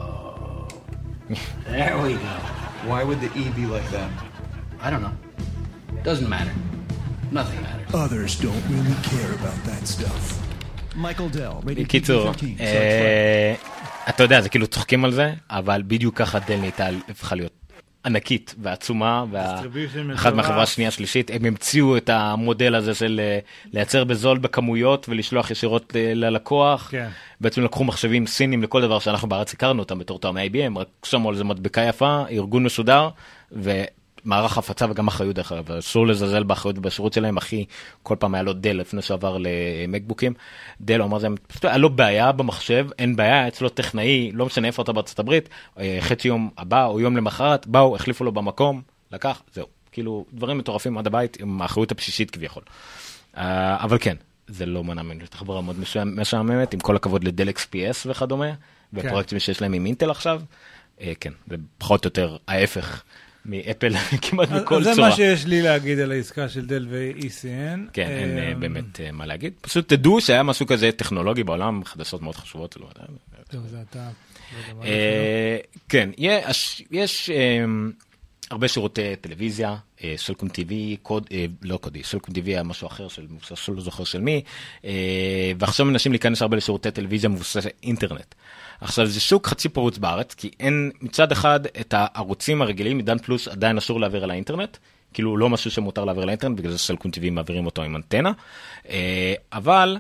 There we go. Why would the E be like that? I don't know. Doesn't matter. Nothing matters. Others don't really care about that stuff. Michael Dell. בקיצור, אתה יודע, זה כאילו צוחקים על זה, אבל בדיוק ככה דל נהייתה, הפכה להיות ענקית ועצומה, ואחת מהחברה השנייה שלישית, הם המציאו את המודל הזה של לייצר בזול בכמויות ולשלוח ישירות ללקוח. כן. בעצם לקחו מחשבים סינים לכל דבר שאנחנו בארץ הכרנו אותם בתור תואמי IBM, רק שמו על זה מדבקה יפה, ארגון מסודר, ומערך הפצה וגם אחריות דרך אגב, אסור לזלזל באחריות בשירות שלהם, אחי, כל פעם היה לו דל לפני שעבר למקבוקים, דל הוא אמר זה, פשוט היה לו בעיה במחשב, אין בעיה, אצלו טכנאי, לא משנה איפה אתה בארצות הברית, חצי יום הבא או יום למחרת, באו, החליפו לו במקום, לקח, זהו, כאילו דברים מטורפים עד הבית, עם האחריות הבסיסית כביכול. אבל כן, זה לא מנע ממנו, תחבורה מאוד משעממת, עם כל הכבוד לדל XPS וכדומה, בפרויקטים שיש להם עם אינטל עכשיו, כן, זה פחות או יותר ההפך מאפל כמעט בכל צורה. זה מה שיש לי להגיד על העסקה של דל ו-ECN. כן, אין באמת מה להגיד. פשוט תדעו שהיה משהו כזה טכנולוגי בעולם, חדשות מאוד חשובות. טוב, זה אתה. כן, יש הרבה שירותי טלוויזיה, סלקום TV, לא קודי, סלקום TV היה משהו אחר, לא זוכר של מי, ועכשיו מנסים להיכנס הרבה לשירותי טלוויזיה מבוססי אינטרנט. עכשיו זה שוק חצי פרוץ בארץ, כי אין מצד אחד את הערוצים הרגילים, עידן פלוס עדיין אסור להעביר על האינטרנט, כאילו לא משהו שמותר להעביר על האינטרנט, בגלל זה סלקום TV מעבירים אותו עם אנטנה, אבל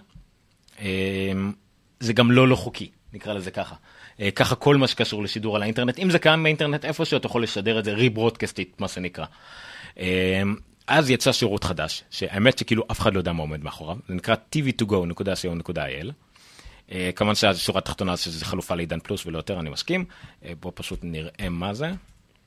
זה גם לא חוקי, נקרא לזה ככה. ככה כל מה שקשור לשידור על האינטרנט, אם זה קיים באינטרנט איפשהו, אתה יכול לשדר את זה ריברודקאסטית, מה שנקרא. אז יצא שירות חדש, שהאמת שכאילו אף אחד לא יודע מה עומד מאחוריו, זה נקרא tv2go.co.il, כמובן שהשורה התחתונה שזה חלופה לעידן פלוס ולא יותר, אני מסכים. בואו פשוט נראה מה זה.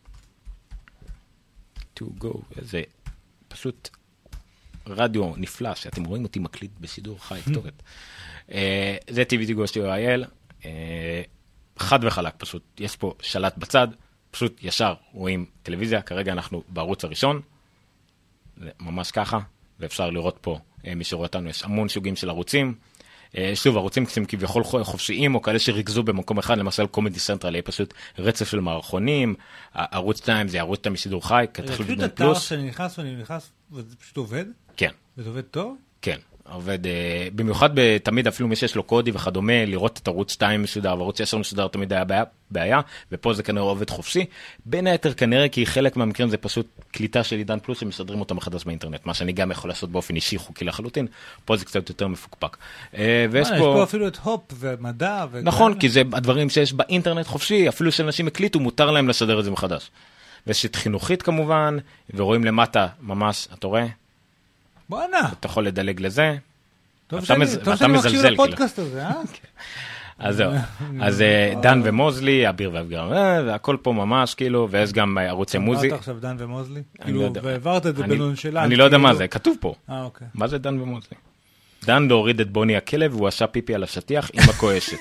to go, זה פשוט רדיו נפלא, שאתם רואים אותי מקליט בשידור חי, כתובת. זה tv2go.co.il, חד וחלק פשוט, יש פה שלט בצד, פשוט ישר רואים טלוויזיה, כרגע אנחנו בערוץ הראשון, זה ממש ככה, ואפשר לראות פה, מי שרואה אותנו, יש המון סוגים של ערוצים, שוב, ערוצים כביכול חופשיים, או כאלה שריכזו במקום אחד, למשל קומדי סנטרל, יהיה פשוט רצף של מערכונים, ערוץ 2 זה ערוץ משידור חי, זה פשוט אתר שאני נכנס ואני נכנס, וזה פשוט עובד? כן. וזה עובד טוב? כן. עובד, במיוחד תמיד אפילו מי שיש לו קודי וכדומה, לראות את ערוץ 2 מסודר, וערוץ 10 מסודר תמיד היה בעיה, ופה זה כנראה עובד חופשי. בין היתר כנראה, כי חלק מהמקרים זה פשוט קליטה של עידן פלוס, שמסדרים אותה מחדש באינטרנט, מה שאני גם יכול לעשות באופן אישי חוקי לחלוטין, פה זה קצת יותר מפוקפק. יש פה אפילו את הופ ומדע. נכון, כי זה הדברים שיש באינטרנט חופשי, אפילו שאנשים הקליטו, מותר להם לשדר את זה מחדש. ויש את חינוכית כמובן, ורואים למטה ממש, אתה רואה? בואנה. אתה יכול לדלג לזה. טוב שאני מקשיב לפודקאסט הזה, אה? אז זהו. אז דן ומוזלי, אביר ואבגר, הכל פה ממש, כאילו, ויש גם ערוצי מוזי. אמרת עכשיו דן ומוזלי? כאילו, והעברת את זה בנון שלה. אני לא יודע מה זה, כתוב פה. אוקיי. מה זה דן ומוזלי? דן להוריד את בוני הכלב, והוא עשה פיפי על השטיח עם הכועשת.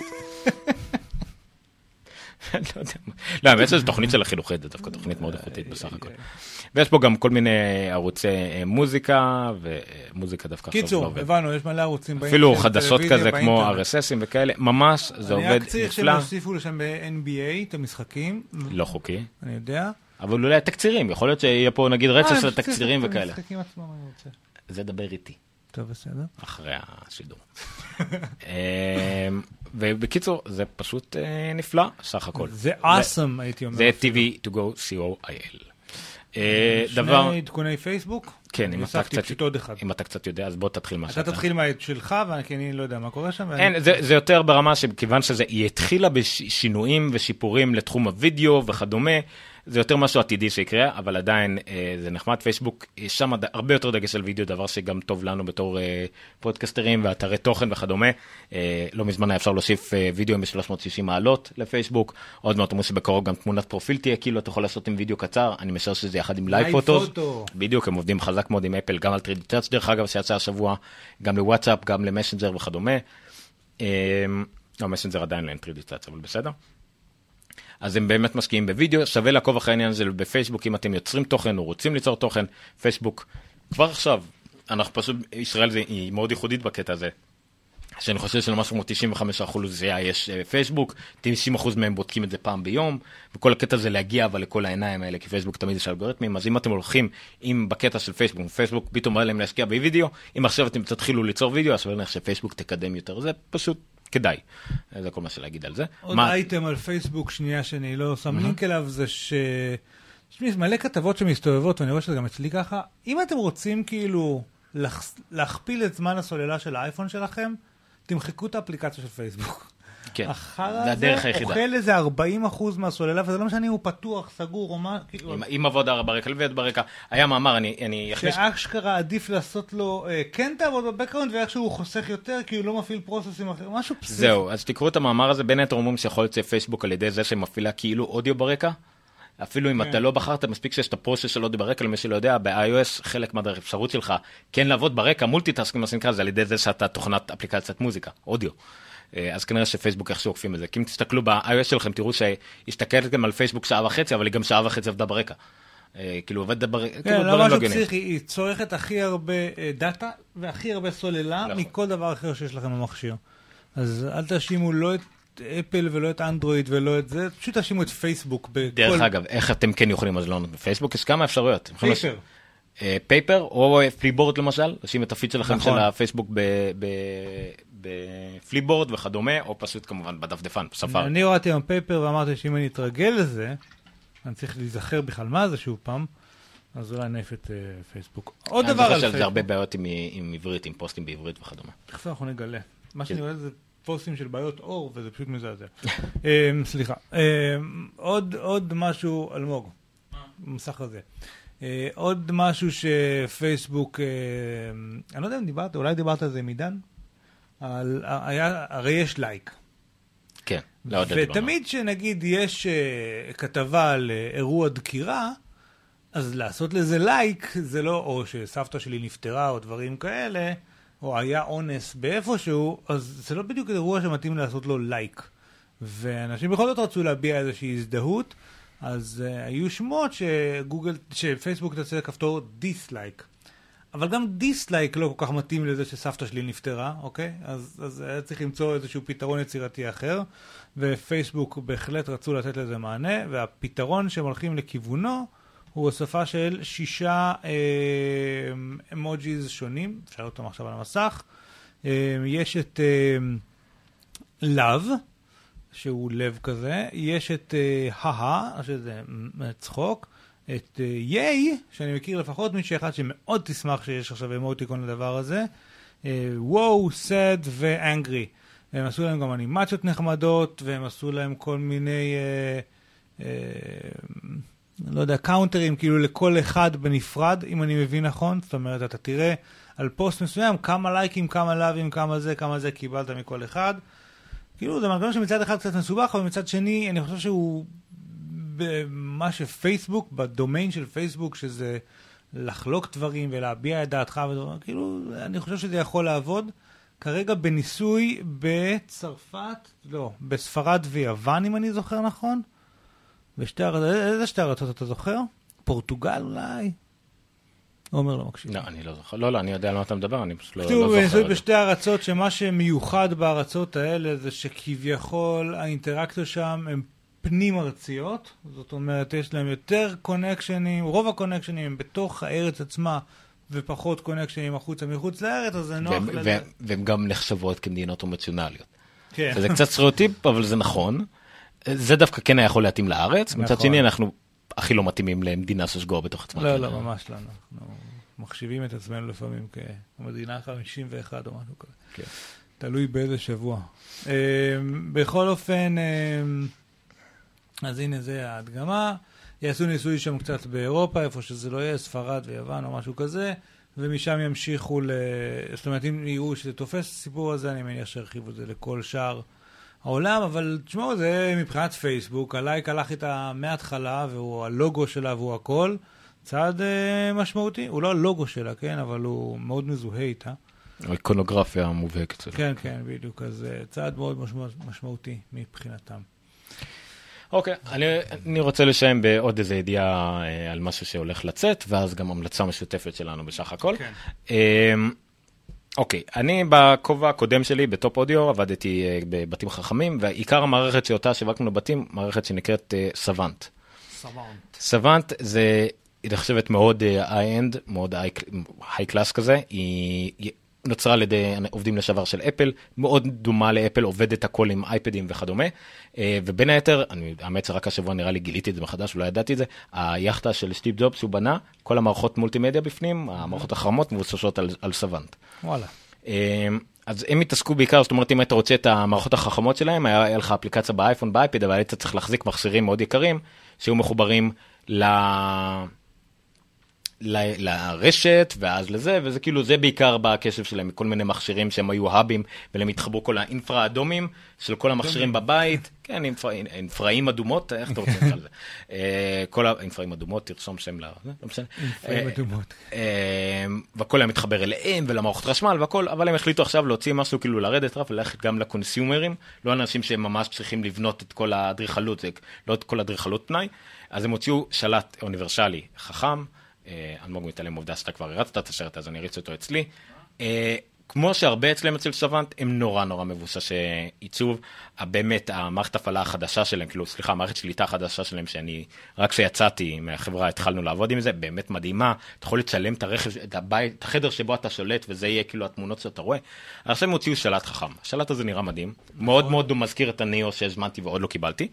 לא, האמת שזו תוכנית של החינוכית, זה דווקא תוכנית מאוד איכותית בסך הכל. ויש פה גם כל מיני ערוצי מוזיקה, ומוזיקה דווקא עכשיו לא עובד. קיצור, הבנו, יש מלא ערוצים באינטרנט. אפילו חדשות כזה כמו RSSים וכאלה, ממש זה עובד נפלא. אני רק צריך שהם יוסיפו לשם ב-NBA את המשחקים. לא חוקי. אני יודע. אבל אולי תקצירים, יכול להיות שיהיה פה נגיד רצף של תקצירים וכאלה. המשחקים עצמם אני רוצה. זה דבר איתי. טוב, בסדר. אחרי השידור. ובקיצור, זה פשוט נפלא, סך הכל. זה awesome, הייתי אומר. זה tv2go.co.il. שני עדכוני פייסבוק? כן, אם אתה קצת יודע, אז בוא תתחיל מה שאתה. אתה תתחיל מהעד שלך, כי אני לא יודע מה קורה שם. זה יותר ברמה שכיוון שזה, היא התחילה בשינויים ושיפורים לתחום הוידאו וכדומה, זה יותר משהו עתידי שיקרה, אבל עדיין זה נחמד. פייסבוק, יש שם הרבה יותר דגש על וידאו, דבר שגם טוב לנו בתור פודקסטרים ואתרי תוכן וכדומה. לא מזמן היה אפשר להוסיף וידאו ב-360 מעלות לפייסבוק. עוד מעט אומרים שבקרוב גם תמונת פרופיל תהיה, כאילו אתה יכול לעשות עם וידאו קצר. אני משער שזה יחד עם לייב פוטוס. בדיוק, הם עובדים חזק מאוד עם אפל, גם על 3D Touch דרך אגב, שיצא השבוע, גם לוואטסאפ, גם למסנג'ר וכדומה. לא, מסנג'ר עדיין אין 3D Touch, אבל בסדר. אז הם באמת משקיעים בווידאו, שווה לעקוב אחרי העניין הזה בפייסבוק, אם אתם יוצרים תוכן או רוצים ליצור תוכן, פייסבוק, כבר עכשיו, אנחנו פשוט, ישראל היא מאוד ייחודית בקטע הזה, שאני חושב שלמשהו כמו 95% זה יש פייסבוק, 90% מהם בודקים את זה פעם ביום, וכל הקטע זה להגיע אבל לכל העיניים האלה, כי פייסבוק תמיד יש אלגוריתמים, אז אם אתם הולכים עם בקטע של פייסבוק, פייסבוק פתאום מראה להם להשקיע בווידאו, אם עכשיו אתם תתחילו ליצור וידאו, אז שווה לך שפייסבוק תקדם יותר, זה פשוט כדאי. זה כל מה שלהגיד על זה. עוד אייטם על פייסבוק שנייה שאני לא שם לינק אליו, זה יש מלא כתבות שמסתובבות, ואני רואה שזה גם אצלי ככה. אם אתם רוצים כאילו להכפיל את זמן הסוללה של האייפון שלכם, תמחקו את האפליקציה של פייסבוק. כן, זה הדרך היחידה. אוכל איזה 40% מהסוללה, וזה לא משנה אם הוא פתוח, סגור או מה. עם עבודה ברקע, לוויית ברקע. היה מאמר, אני אכניס... שאשכרה עדיף לעשות לו, כן תעבוד בבקראונד, ואיכשהו הוא חוסך יותר, כי הוא לא מפעיל פרוססים אחרים, משהו פסיכי. זהו, אז תקראו את המאמר הזה, בין היתר אומרים שיכול לצאת פייסבוק על ידי זה שמפעילה כאילו אודיו ברקע. אפילו אם אתה לא בחרת, מספיק שיש את הפרוסס של אודיו ברקע, למי שלא יודע, ב-iOS חלק מהאפשרות שלך כן לעבוד ברקע, מולטיטאסקינג, מה שנקרא, זה על ידי זה שאתה תוכנת אפליקציית מוזיקה, אודיו. אז כנראה שפייסבוק איכשהו עוקפים את זה. כי אם תסתכלו ב-iOS שלכם, תראו שהסתכלת גם על פייסבוק 1.5 שעה, אבל היא גם 1.5 שעה עבדה ברקע. כאילו עובד ברקע, כן, לא משהו פסיכי, היא צורכת הכי הרבה דאטה, והכי הרבה סוללה, מכל דבר אחר שיש לכם במכשיר. אז אל תאשימו לא את אפל ולא את אנדרואיד ולא את זה, פשוט תאשימו את פייסבוק. דרך אגב, איך אתם כן יכולים אז לא נותנים בפייסבוק? יש כמה אפשרויות. פייפר. פייפר, או פליבורד למשל, לשים את הפיד שלכם של הפייסבוק בפליבורד וכדומה, או פשוט כמובן בדפדפן, בספארי. אני הורדתי עם פייפר ואמרתי שאם אני אתרגל לזה, אני צריך להיזכר בכלל מה זה שוב פעם, אז אולי נעיף את פייסבוק. עוד דבר על פייסבוק. זה הרבה בעיות עם עברית, עם פוסטים בעברית וכדומה. תכף אנחנו נגלה. מה שאני רואה זה פוסטים של בעיות אור, וזה פשוט מזעזע. סליחה. עוד משהו, אלמוג, מסך הזה. עוד משהו שפייסבוק, אני לא יודע אם דיברת, אולי דיברת על זה עם עידן, הרי יש לייק. כן, לא יודע דיברנו. ותמיד שנגיד יש כתבה על אירוע דקירה, אז לעשות לזה לייק, זה לא, או שסבתא שלי נפטרה או דברים כאלה, או היה אונס באיפשהו, אז זה לא בדיוק אירוע שמתאים לעשות לו לייק. ואנשים בכל זאת רצו להביע איזושהי הזדהות, אז היו שמות שפייסבוק תעשה לכפתור דיסלייק. אבל גם דיסלייק לא כל כך מתאים לזה שסבתא שלי נפטרה, אוקיי? אז היה צריך למצוא איזשהו פתרון יצירתי אחר, ופייסבוק בהחלט רצו לתת לזה מענה, והפתרון שהם הולכים לכיוונו הוא הוספה של 6 אמוג'יז שונים, אפשר לראות אותם עכשיו על המסך. יש את love, שהוא לב כזה, יש את שזה צחוק, את ייי, שאני מכיר לפחות מישהו אחד שמאוד תשמח שיש עכשיו אמוטיקון לדבר הזה, וואו, סד ואנגרי. הם עשו להם גם אנימציות נחמדות, והם עשו להם כל מיני, לא יודע, קאונטרים, כאילו לכל אחד בנפרד, אם אני מבין נכון. זאת אומרת, אתה תראה על פוסט מסוים, כמה לייקים, כמה לייבים, כמה זה קיבלת מכל אחד. כאילו, זה מנגנון שמצד אחד קצת מסובך, אבל מצד שני, אני חושב שהוא במה שפייסבוק, בדומיין של פייסבוק, שזה לחלוק דברים ולהביע את דעתך ודברים, כאילו, אני חושב שזה יכול לעבוד. כרגע בניסוי בצרפת, לא, בספרד ויוון, אם אני זוכר נכון. איזה שתי ארצות אתה זוכר? פורטוגל אולי? עומר לא מקשיב. לא, אני לא זוכר. לא, אני יודע על מה אתה מדבר, אני פשוט לא זוכר. ניסוי בשתי ארצות, שמה שמיוחד בארצות האלה, זה שכביכול האינטראקציות שם הם פנים ארציות. זאת אומרת, יש להם יותר קונקשנים, רוב הקונקשנים הם בתוך הארץ עצמה, ופחות קונקשנים החוצה מחוץ לארץ, אז זה נוח לזה. והם גם נחשבות כמדינות אמוציונליות. כן. זה קצת סטריאוטיפ, אבל זה נכון. זה דווקא כן היה יכול להתאים לארץ. מצד שני, אנחנו הכי לא מתאימים למדינה ששגורה בתוך עצמה. לא, ממש לא. אנחנו מחשיבים את עצמנו לפעמים כמדינה 51 או משהו כזה. כן. תלוי באיזה שבוע. בכל אופן, אז הנה זה ההדגמה. יעשו ניסוי שם קצת באירופה, איפה שזה לא יהיה, ספרד ויוון או משהו כזה, ומשם ימשיכו זאת אומרת, אם יראו שזה תופס הסיפור הזה, אני מניח שהרחיבו את זה לכל שאר העולם, אבל תשמעו, זה מבחינת פייסבוק, הלייק הלך איתה מההתחלה, והוא הלוגו שלה והוא הכל, צעד משמעותי. הוא לא הלוגו שלה, כן, אבל הוא מאוד מזוהה איתה. האיקונוגרפיה המובהקת. כן, כן, בדיוק. אז צעד מאוד משמעותי מבחינתם. אוקיי, אני רוצה לשיים בעוד איזו ידיעה על משהו שהולך לצאת, ואז גם המלצה משותפת שלנו בשח הכל. כן. אוקיי, אני בכובע הקודם שלי, בטופ אודיו, עבדתי בבתים חכמים, ועיקר המערכת שאותה שיווקנו לבתים, מערכת שנקראת סוונט. סוונט זה, היא נחשבת מאוד high-end, מאוד high-class כזה, היא נוצרה על ידי עובדים לשעבר של אפל, מאוד דומה לאפל, עובדת הכל עם אייפדים וכדומה, ובין היתר, האמת שרק השבוע נראה לי גיליתי את זה מחדש, אולי ידעתי את זה, היחדה של סטיב ג'ובס שהוא בנה, כל המערכות מולטימדיה בפנים, המערכות החכמות מבוססות על סוונט. וואלה. אז הם התעסקו בעיקר, זאת אומרת, אם אתה רוצה את המערכות החכמות שלהם, היה לך אפליקציה באייפון, באייפד, אבל היית צריך להחזיק מכשירים מאוד יקרים, שהיו מחוברים לרשת, ואז לזה, וזה כאילו, זה בעיקר בקשב שלהם, כל מיני מכשירים שהם היו האבים, ולהם התחברו כל האינפרה האדומים, של כל המכשירים בבית, כן, אינפראים אדומות, איך אתה רוצה על זה? כל האינפראים אדומות, תרשום שם לא משנה. אינפראים אדומות. והכל היה מתחבר אליהם, ולמערכות חשמל, והכל, אבל הם החליטו עכשיו להוציא משהו, כאילו לרדת רף, וללכת גם לקונסיומרים, לא אנשים שהם ממש צריכים לבנות את כל האדריכלות, לא את כל האדריכלות פנאי, אז הם הוציאו שלט אוניברסלי חכם, אלמוג מתעלם עובדה שאתה כבר הרצת את השרט, אז אני אריץ אותו אצלי. כמו שהרבה אצלם אצל סוונט, הם נורא מבוססי עיצוב. באמת, המערכת הפעלה החדשה שלהם, כאילו, סליחה, המערכת שליטה החדשה שלהם, שאני, רק כשיצאתי מהחברה, התחלנו לעבוד עם זה, באמת מדהימה. אתה יכול לצלם את הרכב, את הבית, את החדר שבו אתה שולט, וזה יהיה כאילו התמונות שאתה רואה. עכשיו הם הוציאו שלט חכם. השלט הזה נראה מדהים. מאוד מאוד הוא מזכיר את הניאו שהזמנתי ועוד לא קיבלתי.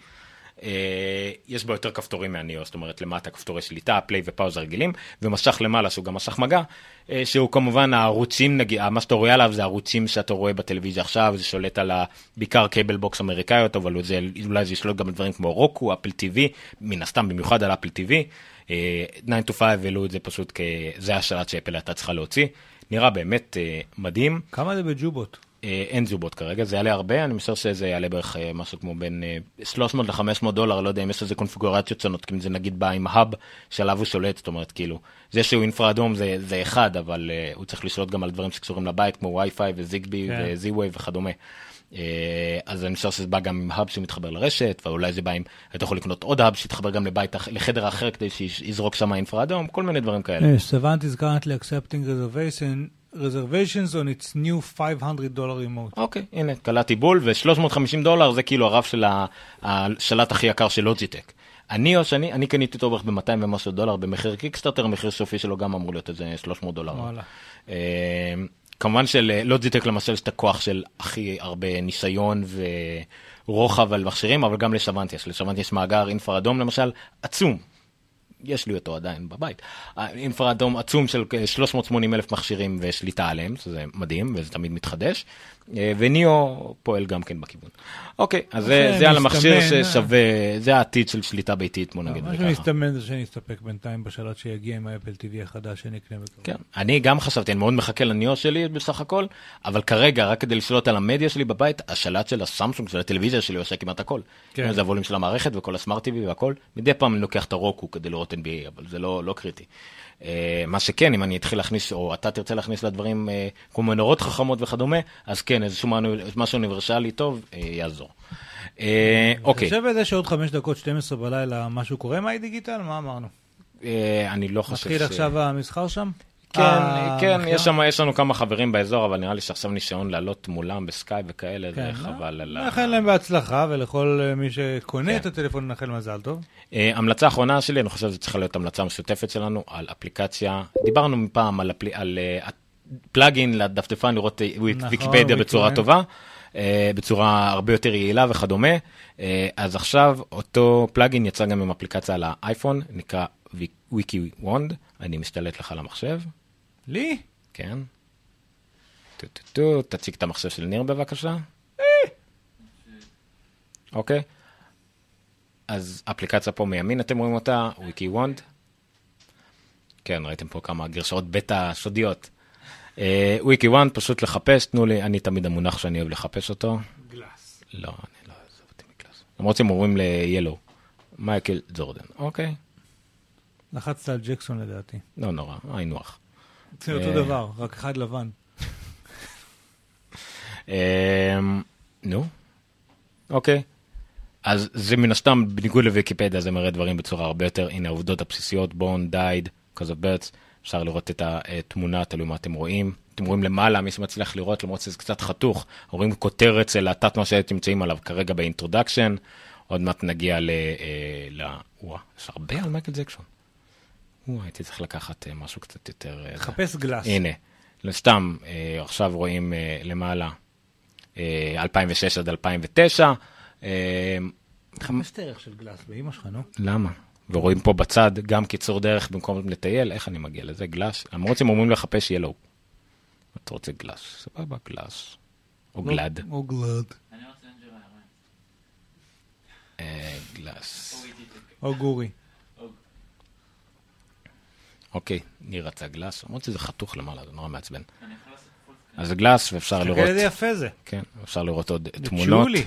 יש בו יותר כפתורים מהניאו, זאת אומרת למטה כפתורי שליטה, פליי ופאוז רגילים, ומשך למעלה שהוא גם משך מגע, שהוא כמובן הערוצים, מה שאתה רואה עליו זה הערוצים שאתה רואה בטלוויזיה עכשיו, זה שולט על בעיקר קייבל בוקס אמריקאיות, אבל אולי זה ישלוט גם על דברים כמו רוקו, אפל טיווי, מן הסתם במיוחד על אפל טיווי, 9 to 5 העלו את זה פשוט, זה השלט שאפל הייתה צריכה להוציא, נראה באמת מדהים. כמה זה בג'ובות? אין זובות כרגע, זה יעלה הרבה, אני משער שזה יעלה בערך משהו כמו בין $300 ל-$500, לא יודע אם יש איזה קונפיגורציות שונות, כי זה נגיד בא עם האב שעליו הוא שולט, זאת אומרת כאילו, זה שהוא אינפרה אדום זה אחד, אבל הוא צריך לשלוט גם על דברים שקשורים לבית, כמו וי-פיי וזיגבי וזי-ווי וכדומה. אז אני משער שזה בא גם עם האב שמתחבר לרשת, ואולי זה בא עם, אתה יכול לקנות עוד האב שיתחבר גם לבית, לחדר אחר כדי שיזרוק שם האינפרה אדום, כל מיני דברים כאלה. Savant is currently accepting reservations on its new $500 remote. אוקיי, הנה, קלעתי בול, ו$350 זה כאילו הרף של השלט הכי יקר של לוג'יטק. אני קניתי אותו בערך ב$200 ומשהו, במחיר קיקסטארטר, המחיר סופי שלו גם אמור להיות איזה $300. כמובן שלוג'יטק למשל יש את הכוח של הכי הרבה ניסיון ורוחב על מכשירים, אבל גם לשבנט יש מאגר אינפרה אדום למשל עצום. יש לי אותו עדיין בבית. אינפרה אדום עצום של 380,000 מכשירים ושליטה עליהם, שזה מדהים וזה תמיד מתחדש, וניאו פועל גם כן בכיוון. אוקיי, אז זה על המכשיר ששווה, זה העתיד של שליטה ביתית, בוא נגיד. מה שמסתמן זה שנסתפק בינתיים בשלט שיגיע עם האפל TV החדש שנקנה בקרוב. כן, אני גם חשבתי, אני מאוד מחכה לניאו שלי בסך הכל, אבל כרגע, רק כדי לשלוט על המדיה שלי בבית, השלט של הסמסונג, של הטלוויזיה שלי עושה כמעט הכל. זה הווליום של המערכת וכל הסמארט TV והכל. מדי פעם אני לוקח את הרוקו כדי לראות NBA, אבל זה לא קריטי. מה שכן, אם אני אתחיל להכניס, או אתה תרצה להכניס לדברים כמו מנורות חכמות וכדומה, אז כן, איזשהו משהו אוניברסלי טוב, יעזור. אוקיי. חושב בזה שעוד 5 דקות, 12 בלילה, משהו קורה מהי דיגיטל? מה אמרנו? אני לא חושב מתחיל עכשיו המסחר שם? כן, יש לנו כמה חברים באזור, אבל נראה לי שעכשיו ניסיון לעלות מולם בסקייפ וכאלה, זה חבל על... נאחל להם בהצלחה, ולכל מי שקונה את הטלפון נאחל מזל טוב. המלצה האחרונה שלי, אני חושב שזו צריכה להיות המלצה משותפת שלנו, על אפליקציה, דיברנו מפעם על פלאגין לדפדפן לראות ויקיפדיה בצורה טובה, בצורה הרבה יותר יעילה וכדומה, אז עכשיו אותו פלאגין יצא גם עם אפליקציה על האייפון, נקרא WikiWand, אני משתלט לך למחשב. לי? כן. תציג את המחשב של ניר בבקשה. אוקיי. אז אפליקציה פה מימין, אתם רואים אותה, WikiWand. כן, ראיתם פה כמה גרשאות בטא סודיות. WikiWand, פשוט לחפש, תנו לי, אני תמיד המונח שאני אוהב לחפש אותו. גלאס. לא, אני לא עזבתי מגלאס. למרות שהם אומרים ל-Yellow. מייקל ג'ורדן, אוקיי. לחצת על ג'קסון לדעתי. לא נורא, נוח. זה אותו דבר, רק אחד לבן. נו, אוקיי. אז זה מן הסתם, בניגוד לוויקיפדיה, זה מראה דברים בצורה הרבה יותר, הנה העובדות הבסיסיות, בון, דייד, כזה ברץ, אפשר לראות את התמונה, תלוי מה אתם רואים. אתם רואים למעלה, מי שמצליח לראות, למרות שזה קצת חתוך, רואים כותרת של התת מה שאתם נמצאים עליו כרגע באינטרודקשן, עוד מעט נגיע יש הרבה על מייקל ג'קסון. הייתי צריך לקחת משהו קצת יותר... חפש גלאס. הנה, סתם, עכשיו רואים למעלה 2006 עד 2009. חמש ערך של גלאס, באמא שלך, נו. למה? ורואים פה בצד גם קיצור דרך במקום לטייל, איך אני מגיע לזה? גלאס. למרות שהם אומרים לחפש ילו. אתה רוצה גלאס, סבבה, גלאס. או גלד. או גלד. אני רוצה אנג'לה גלאס. או גורי. אוקיי, ניר רצה גלאס, למרות שזה חתוך למעלה, זה נורא מעצבן. אז זה גלאס, ואפשר לראות... איזה יפה זה. כן, אפשר לראות עוד תמונות. שולי.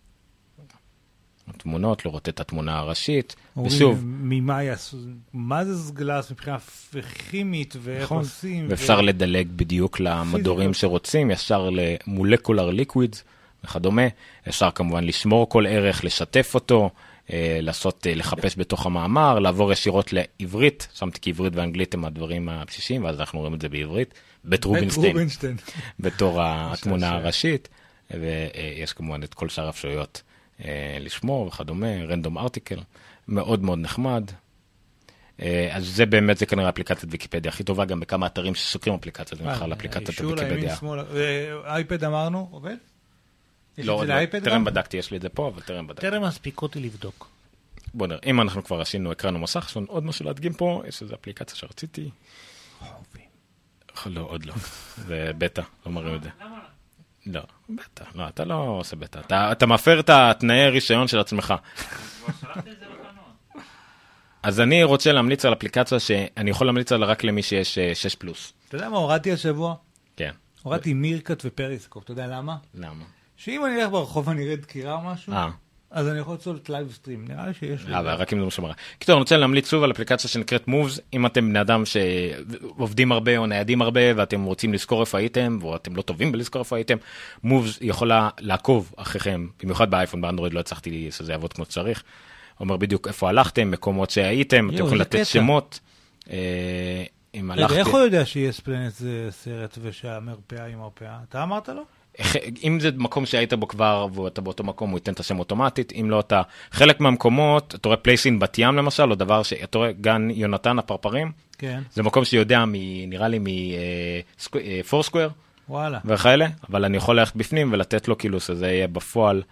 תמונות, לראות את התמונה הראשית, ושוב... ממה יעשו, מה זה גלאס מבחינה כימית, ואיך עושים... ואפשר לדלג בדיוק למדורים שרוצים, ישר למולקולר ליקווידס וכדומה, אפשר כמובן לשמור כל ערך, לשתף אותו, לחפש בתוך המאמר, לעבור ישירות לעברית, שמתי כי עברית ואנגלית הם הדברים הבסיסיים, ואז אנחנו רואים את זה בעברית, בית רובינשטיין, בתור התמונה הראשית, ויש כמובן את כל שאר האפשרויות לשמור וכדומה, רנדום ארטיקל, מאוד מאוד נחמד. אז זה באמת, זה כנראה אפליקציית ויקיפדיה הכי טובה, גם בכמה אתרים שסוקרים אפליקציות, זה בכלל אפליקציית הוויקיפדיה. אייפד אמרנו, עובד? לא, טרם בדקתי, יש לי את זה פה, אבל טרם בדקתי. טרם מספיק אותי לבדוק. בוא נראה, אם אנחנו כבר עשינו הקרנו מסך, יש לנו עוד משהו להדגים פה, יש איזו אפליקציה שרציתי. לא, עוד לא. זה בטא, לא מראים את זה. למה לא? לא, בטא, לא, אתה לא עושה בטא. אתה מפר את התנאי רישיון של עצמך. כבר שלחתי את זה לחנות. אז אני רוצה להמליץ על אפליקציה שאני יכול להמליץ עליה רק למי שיש 6 פלוס. אתה יודע מה הורדתי השבוע? כן. הורדתי מירקט ופריסקופ, אתה יודע למה? למה? שאם אני אלך ברחוב ואני אראה דקירה או משהו, אז אני יכול לעשות לייב סטרים, נראה לי שיש לי... אבל רק אם זה משמרה. קיצור, אני רוצה להמליץ שוב על אפליקציה שנקראת Moves, אם אתם בני אדם שעובדים הרבה או ניידים הרבה, ואתם רוצים לזכור איפה הייתם, ואתם לא טובים בלזכור איפה הייתם, Moves יכולה לעקוב אחריכם, במיוחד באייפון, באנדרואיד לא הצלחתי שזה יעבוד כמו שצריך, אומר בדיוק איפה הלכתם, מקומות שהייתם, אתם יכולים לתת שמות. איך הוא יודע שיש פלנט זה סרט ושהמרפאה היא מרפאה? אתה אמרת לו? אם זה מקום שהיית בו כבר ואתה באותו מקום, הוא ייתן את השם אוטומטית. אם לא, אתה חלק מהמקומות, אתה רואה פלייסין בת ים למשל, או דבר שאתה רואה גן יונתן הפרפרים, כן. זה מקום שיודע נראה לי מפורסקוור וכאלה, אבל אני יכול ללכת בפנים ולתת לו כאילו שזה יהיה בפועל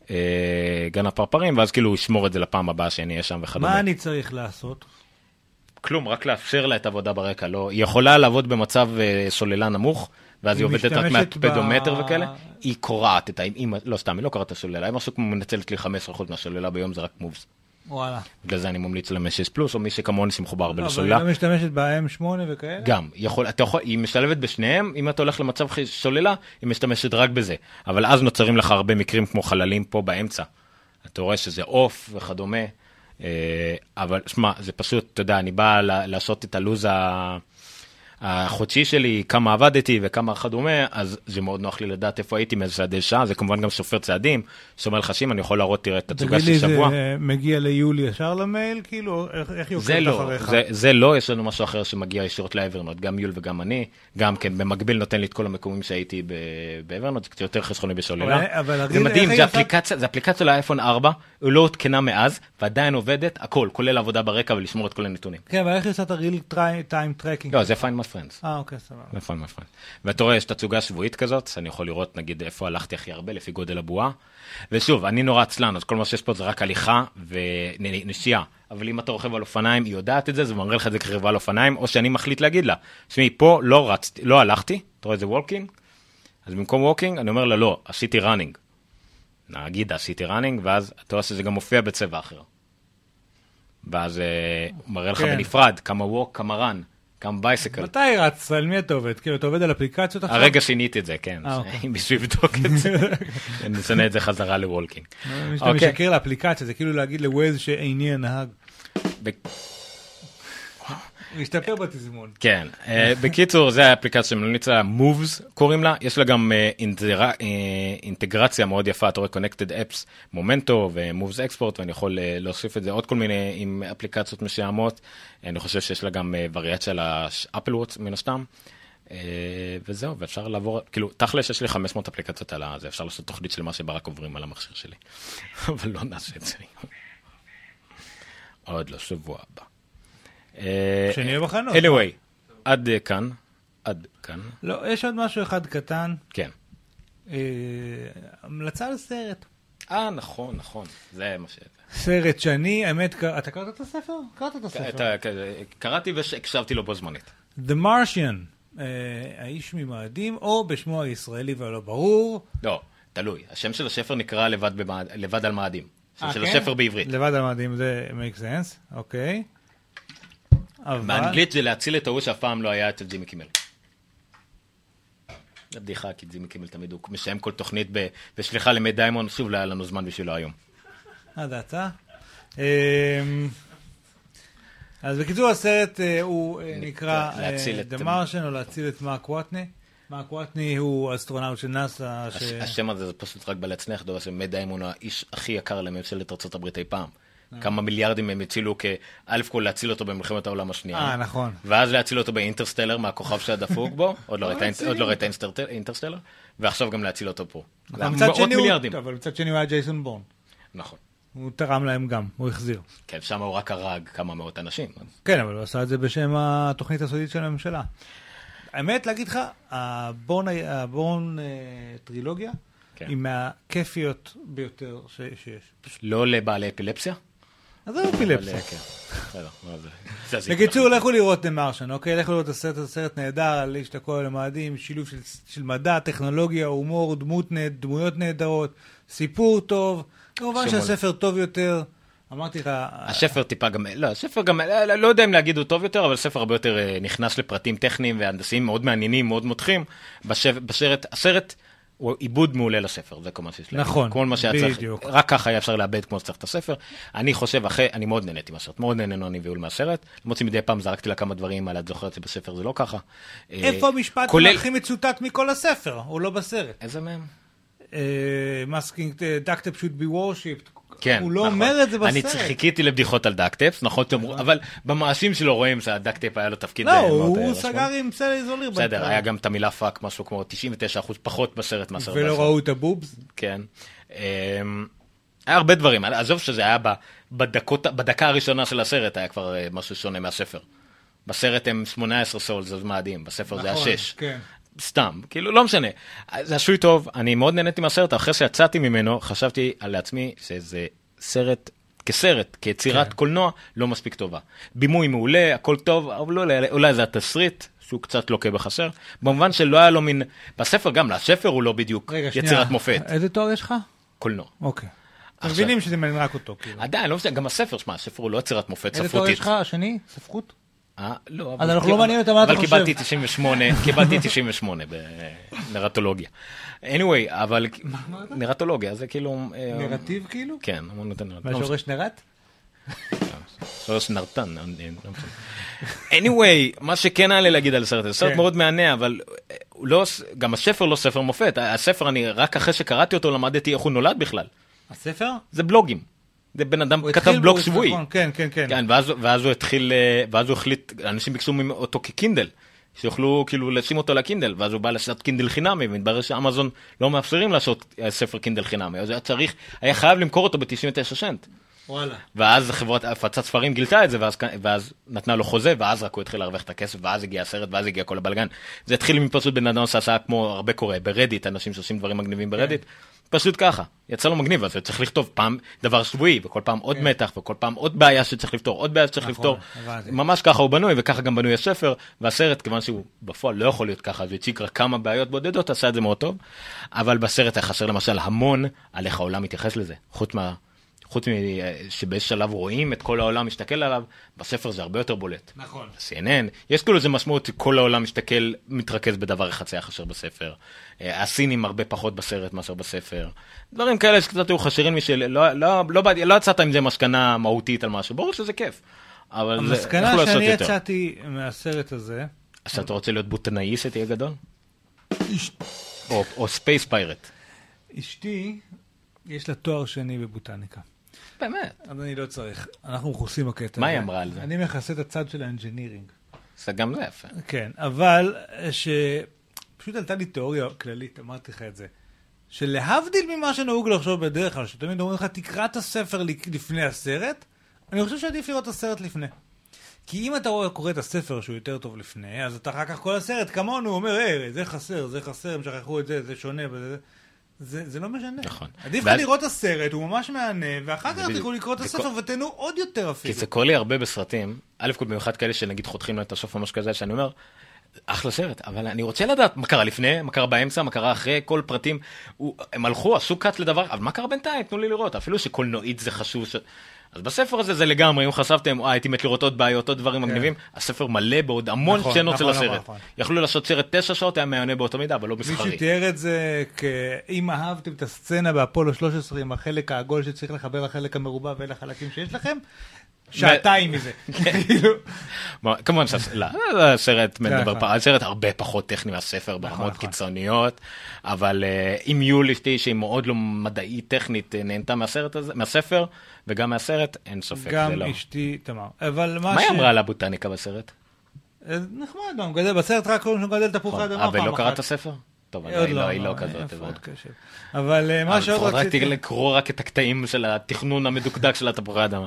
גן הפרפרים, ואז כאילו הוא ישמור את זה לפעם הבאה שאני אהיה שם וכדומה. מה אני צריך לעשות? כלום, רק לאפשר לה את העבודה ברקע. לא, היא יכולה לעבוד במצב סוללה נמוך, ואז היא עובדת רק מהפדומטר וכאלה, היא קורעת את לא סתם, היא לא קורעת את הסוללה, היא משהו כמו מנצלת לי 15% מהסוללה ביום, זה רק מובס. וואלה. בגלל זה אני ממליץ ל-6 פלוס, או מי שכמוני שמחובר הרבה אבל לסוללה. היא לא משתמשת ב-M8 וכאלה? גם, היא משתלבת בשניהם, אם אתה הולך למצב סוללה, היא משתמשת רק בזה. אבל אז נוצרים לך הרבה מקרים כמו חללים פה באמצע. אתה רואה שזה אוף וכדומה, אבל שמע, זה פשוט, אתה יודע, אני בא לעשות את הלוז החודשי שלי, כמה עבדתי וכמה כדומה, אז זה מאוד נוח לי לדעת איפה הייתי מאיזה צעדי שעה, זה כמובן גם סופר צעדים, שומר לחשים, אני יכול להראות, תראה את התצוגה של שבוע. תגיד לי, זה מגיע ליולי ישר למייל, כאילו, איך היא עוקבת אחריך? זה לא, יש לנו משהו אחר שמגיע ישירות לאברנוט, גם יול וגם אני, גם כן, במקביל נותן לי את כל המקומים שהייתי באברנוט, זה קצת יותר חסכוני בשוללה. זה מדהים, זה אפליקציה לאייפון 4, הוא לא הותקנה מאז, ועדיין עובדת, הכל, כולל עבודה ברקע ולשמור את כל הנתונים. כן, אבל איך יעשה את ה-real time tracking? לא, זה find my friends. אוקיי, סבבה. זה find my friends. ואתה רואה, יש תצוגה שבועית כזאת, אני יכול לראות, נגיד, איפה הלכתי הכי הרבה, לפי גודל הבועה. ושוב, אני נורא עצלן, אז כל מה שיש פה זה רק הליכה ונסיעה. אבל אם אתה רוכב על אופניים, היא יודעת את זה, זה מראה לך את זה כרכיבה על אופניים, או שאני מחליט להגיד לה, שמי, פה לא הלכתי, אתה רואה, זה וולקינג, אז במקום וולקינג, אני אומר לה, לא, עשיתי ראנינג. נגיד, עשיתי ראנינג, ואז אתה רואה שזה גם מופיע בצבע אחר. ואז הוא מראה לך בנפרד, כמה ווק, כמה רן, כמה בייסקל. מתי רץ? על מי אתה עובד? כאילו, אתה עובד על אפליקציות עכשיו? הרגע שיניתי את זה, כן. בשביל לבדוק את זה. אני משנה את זה חזרה לוולקינג. שאתה משקר לאפליקציה, זה כאילו להגיד לווייז שאיני הנהג. להשתפר בתזמון. כן. בקיצור, זה האפליקציה שממליץ לה, Moves קוראים לה, יש לה גם אינטגרציה מאוד יפה, אתה רואה Connected Apps, מומנטו ו-Moves Export, ואני יכול להוסיף את זה עוד כל מיני עם אפליקציות משעמות, אני חושב שיש לה גם וריאציה לאפל וואץ' מן השתם, וזהו, ואפשר לעבור, כאילו, תכל'ס יש לי 500 אפליקציות על זה, אפשר לעשות תוכנית שלמה שברק עוברים על המכשיר שלי, אבל לא נעשה את זה. עוד לא, שבוע הבא. שנהיה בחנות. anyway, עד כאן, עד כאן. לא, יש עוד משהו אחד קטן. כן. המלצה לסרט. נכון. זה מה ש... סרט שאני, האמת, אתה קראת את הספר? קראת את הספר. קראתי והקשבתי לו בו זמנית. The Martian, האיש ממאדים, או בשמו הישראלי והלא ברור. לא, תלוי. השם של הספר נקרא לבד על מאדים. השם של הספר בעברית. לבד על מאדים, זה make sense, אוקיי. באנגלית זה להציל את ההוא שאף פעם לא היה אצל ג'ימי קימל. זה בדיחה, כי ג'ימי קימל תמיד הוא משיים כל תוכנית בשליחה למט דיימון, שוב לא היה לנו זמן בשבילו היום. זה הצעה. אז בקיצור הסרט הוא נקרא The Martian, או להציל את מארק וואטני. מארק וואטני הוא אסטרונאוט של נאסא. השם הזה זה פשוט רק בלהצליח, דבר שמט דיימון הוא האיש הכי יקר לממשלת ארצות הברית אי פעם. כמה מיליארדים הם הצילו כאלף כל להציל אותו במלחמת העולם השנייה. נכון. ואז להציל אותו באינטרסטלר מהכוכב שהדפוק בו, עוד לא ראית אינטרסטלר, ועכשיו גם להציל אותו פה. מאות מיליארדים. אבל מצד שני הוא היה ג'ייסון בורן. נכון. הוא תרם להם גם, הוא החזיר. כן, שם הוא רק הרג כמה מאות אנשים. כן, אבל הוא עשה את זה בשם התוכנית הסודית של הממשלה. האמת, להגיד לך, הבורן טרילוגיה היא מהכיפיות ביותר שיש. לא לבעלי אפילפסיה? אז זה אפילפסיה. כן. בקיצור, לכו לראות The Martian, אוקיי? לכו לראות את הסרט נהדר, על איש תקוע למאדים, שילוב של מדע, טכנולוגיה, הומור, דמויות נהדרות, סיפור טוב, כמובן שהספר טוב יותר. אמרתי לך... הספר טיפה גם... לא, הספר גם... לא יודע אם להגיד הוא טוב יותר, אבל הספר הרבה יותר נכנס לפרטים טכניים והנדסיים מאוד מעניינים, מאוד מותחים. הסרט הוא עיבוד מעולה לספר, זה כל מה שיש להגיד. נכון, כל מה שהיה צריך, רק ככה היה אפשר לאבד כמו שצריך את הספר. אני חושב, אני מאוד נהניתי מהסרט, מאוד נהנינו אני ואול מהסרט. למרות שמדי פעם זרקתי לה כמה דברים על את זוכרת שבספר זה לא ככה. איפה המשפט הכי מצוטט מכל הספר, או לא בסרט? איזה מהם? Masking, Duct Tape should be worshipped. כן, הוא לא אומר את זה בסרט. אני חיכיתי לבדיחות על דאקטפ, נכון, אבל במעשים שלו רואים שהדאקטפ היה לו תפקיד לא, הוא סגר עם סלע איזוליר. בסדר, היה גם את המילה פאק, משהו כמו 99% פחות בסרט מהסרט. ולא ראו את הבובס. כן. היה הרבה דברים, עזוב שזה היה בדקה הראשונה של הסרט, היה כבר משהו שונה מהספר. בסרט הם 18 סול, זה מאדים, בספר זה היה 6. כן. סתם, כאילו לא משנה. זה עשוי טוב, אני מאוד נהניתי מהסרט, אחרי שיצאתי ממנו, חשבתי על עצמי שזה סרט, כיצירת קולנוע, לא מספיק טובה. בימוי מעולה, הכל טוב, אבל אולי זה התסריט, שהוא קצת לוקה בחסר. במובן שלא היה לו מין, בספר גם, לספר הוא לא בדיוק יצירת מופת. איזה תואר יש לך? קולנוע. אוקיי. מבינים שזה מעניין רק אותו. עדיין, לא משנה, גם הספר, שמה, הספר הוא לא יצירת מופת ספרותית. איזה תואר יש לך, השני? ספרות? לא, אז אנחנו לא מעניין אותם מה אתה חושב. אבל קיבלתי 98 בנרטולוגיה. anyway, אבל נרטולוגיה זה כאילו... נרטיב כאילו? כן. מהשורש נרט? שורש נרטן. anyway, מה שכן היה לי להגיד על הסרט, זה סרט מאוד מענה, אבל גם הספר לא ספר מופת. הספר, אני רק אחרי שקראתי אותו למדתי איך הוא נולד בכלל. הספר? זה בלוגים. זה בן אדם כתב בלוג שבועי. כן, כן, כן. כן, ואז הוא החליט, אנשים ביקשו אותו כקינדל, שיוכלו כאילו לשים אותו לקינדל, ואז הוא בא לעשות קינדל חינמי, ומתברר שאמזון לא מאפשרים לעשות ספר קינדל חינמי, אז היה חייב למכור אותו ב-99 סנט. וואלה. ואז חברת הפצת ספרים גילתה את זה, ואז נתנה לו חוזה, ואז רק הוא התחיל להרוויח את הכסף, ואז הגיע הסרט, ואז הגיע כל הבלגן. זה התחיל מפשוט בן אדם שעשה כמו הרבה קורה, ברדיט, אנשים שעושים דברים מגניבים ברדיט, פשוט ככה, יצא לו מגניב, אז צריך לכתוב פעם דבר שבועי, וכל פעם עוד מתח, וכל פעם עוד בעיה שצריך לפתור, עוד בעיה שצריך לפתור. ממש ככה הוא בנוי, וככה גם בנוי הספר, והסרט, כיוון שהוא בפועל לא יכול להיות ככה, אז הוא הציג רק כמה בעיות בודדות, עשה את זה מאוד טוב, אבל בסרט היה חסר למשל המון על איך העולם מתייחס לזה, חוץ שבאיזה שלב רואים את כל העולם משתכל עליו, בספר זה הרבה יותר בולט. נכון. CNN, יש כאילו איזה משמעות, כל העולם משתכל, מתרכז בדבר אחד זה חסר בספר. הסינים הרבה פחות בסרט מאשר בספר. דברים כאלה שקצת היו חסרים לא יצאת עם זה מסקנה מהותית על משהו, ברור שזה כיף. המסקנה שאני יצאתי מהסרט הזה... אז אתה רוצה להיות בוטנאי שתהיה גדול? או ספייס פיירט. אשתי, יש לה תואר שני בבוטניקה. באמת. אז אני לא צריך. אנחנו מכוסים בקטע. מה היא אמרה על זה? אני מכסה את הצד של האנג'ינירינג. זה גם זה יפה. כן, אבל פשוט עלתה לי תיאוריה כללית, אמרתי לך את זה, שלהבדיל ממה שנהוג לחשוב בדרך כלל, שתמיד אומרים לך, תקרא את הספר לפני הסרט, אני חושב שעדיף לראות את הסרט לפני. כי אם אתה קורא את הספר שהוא יותר טוב לפני, אז אתה אחר כך כל הסרט כמונו אומר, זה חסר, הם שכחו את זה, זה שונה, זה לא משנה. נכון. עדיף לך לראות את הסרט, הוא ממש מענה, ואחר כך תוכלו לקרוא את הספר ותנו עוד יותר אפילו. כי זה קורה לי הרבה בסרטים, א' כל במיוחד כאלה שנגיד חותכים לו את הסוף או משהו כזה, שאני אומר, אחלה סרט, אבל אני רוצה לדעת מה קרה לפני, מה קרה באמצע, מה קרה אחרי, כל פרטים, הם הלכו, עשו קאט לדבר, אבל מה קרה בינתיים? תנו לי לראות, אפילו שקולנועית זה חשוב. אז בספר הזה זה לגמרי, אם חשפתם, הייתי מת לראות עוד בעיות, עוד דברים מגניבים, הספר מלא בעוד המון שנות של הסרט. יכלו לעשות סרט 9 שעות, היה מענה באותו מידה, אבל לא מסחרי. מישהו תיאר את זה אם אהבתם את הסצנה באפולו 13 עם החלק העגול שצריך לחבר לחלק המרובע ואלה החלקים שיש לכם, שעתיים מזה. כמובן שהסרט הרבה פחות טכני מהספר ברמות קיצוניות, אבל אם יולי שהיא מאוד לא מדעית טכנית נהנתה מהספר וגם מהסרט, אין ספק. גם אשתי תמר. מה היא אמרה על הבוטניקה בסרט? נחמד, בסרט רק קוראים שמגדל תפוחי אדמה פעם אחת. אבל לא קראת את הספר? טוב, היא לא כזאת. אבל מה שעוד רציתי לקרוא רק את הקטעים של התכנון המדוקדק של התפוחי אדמה.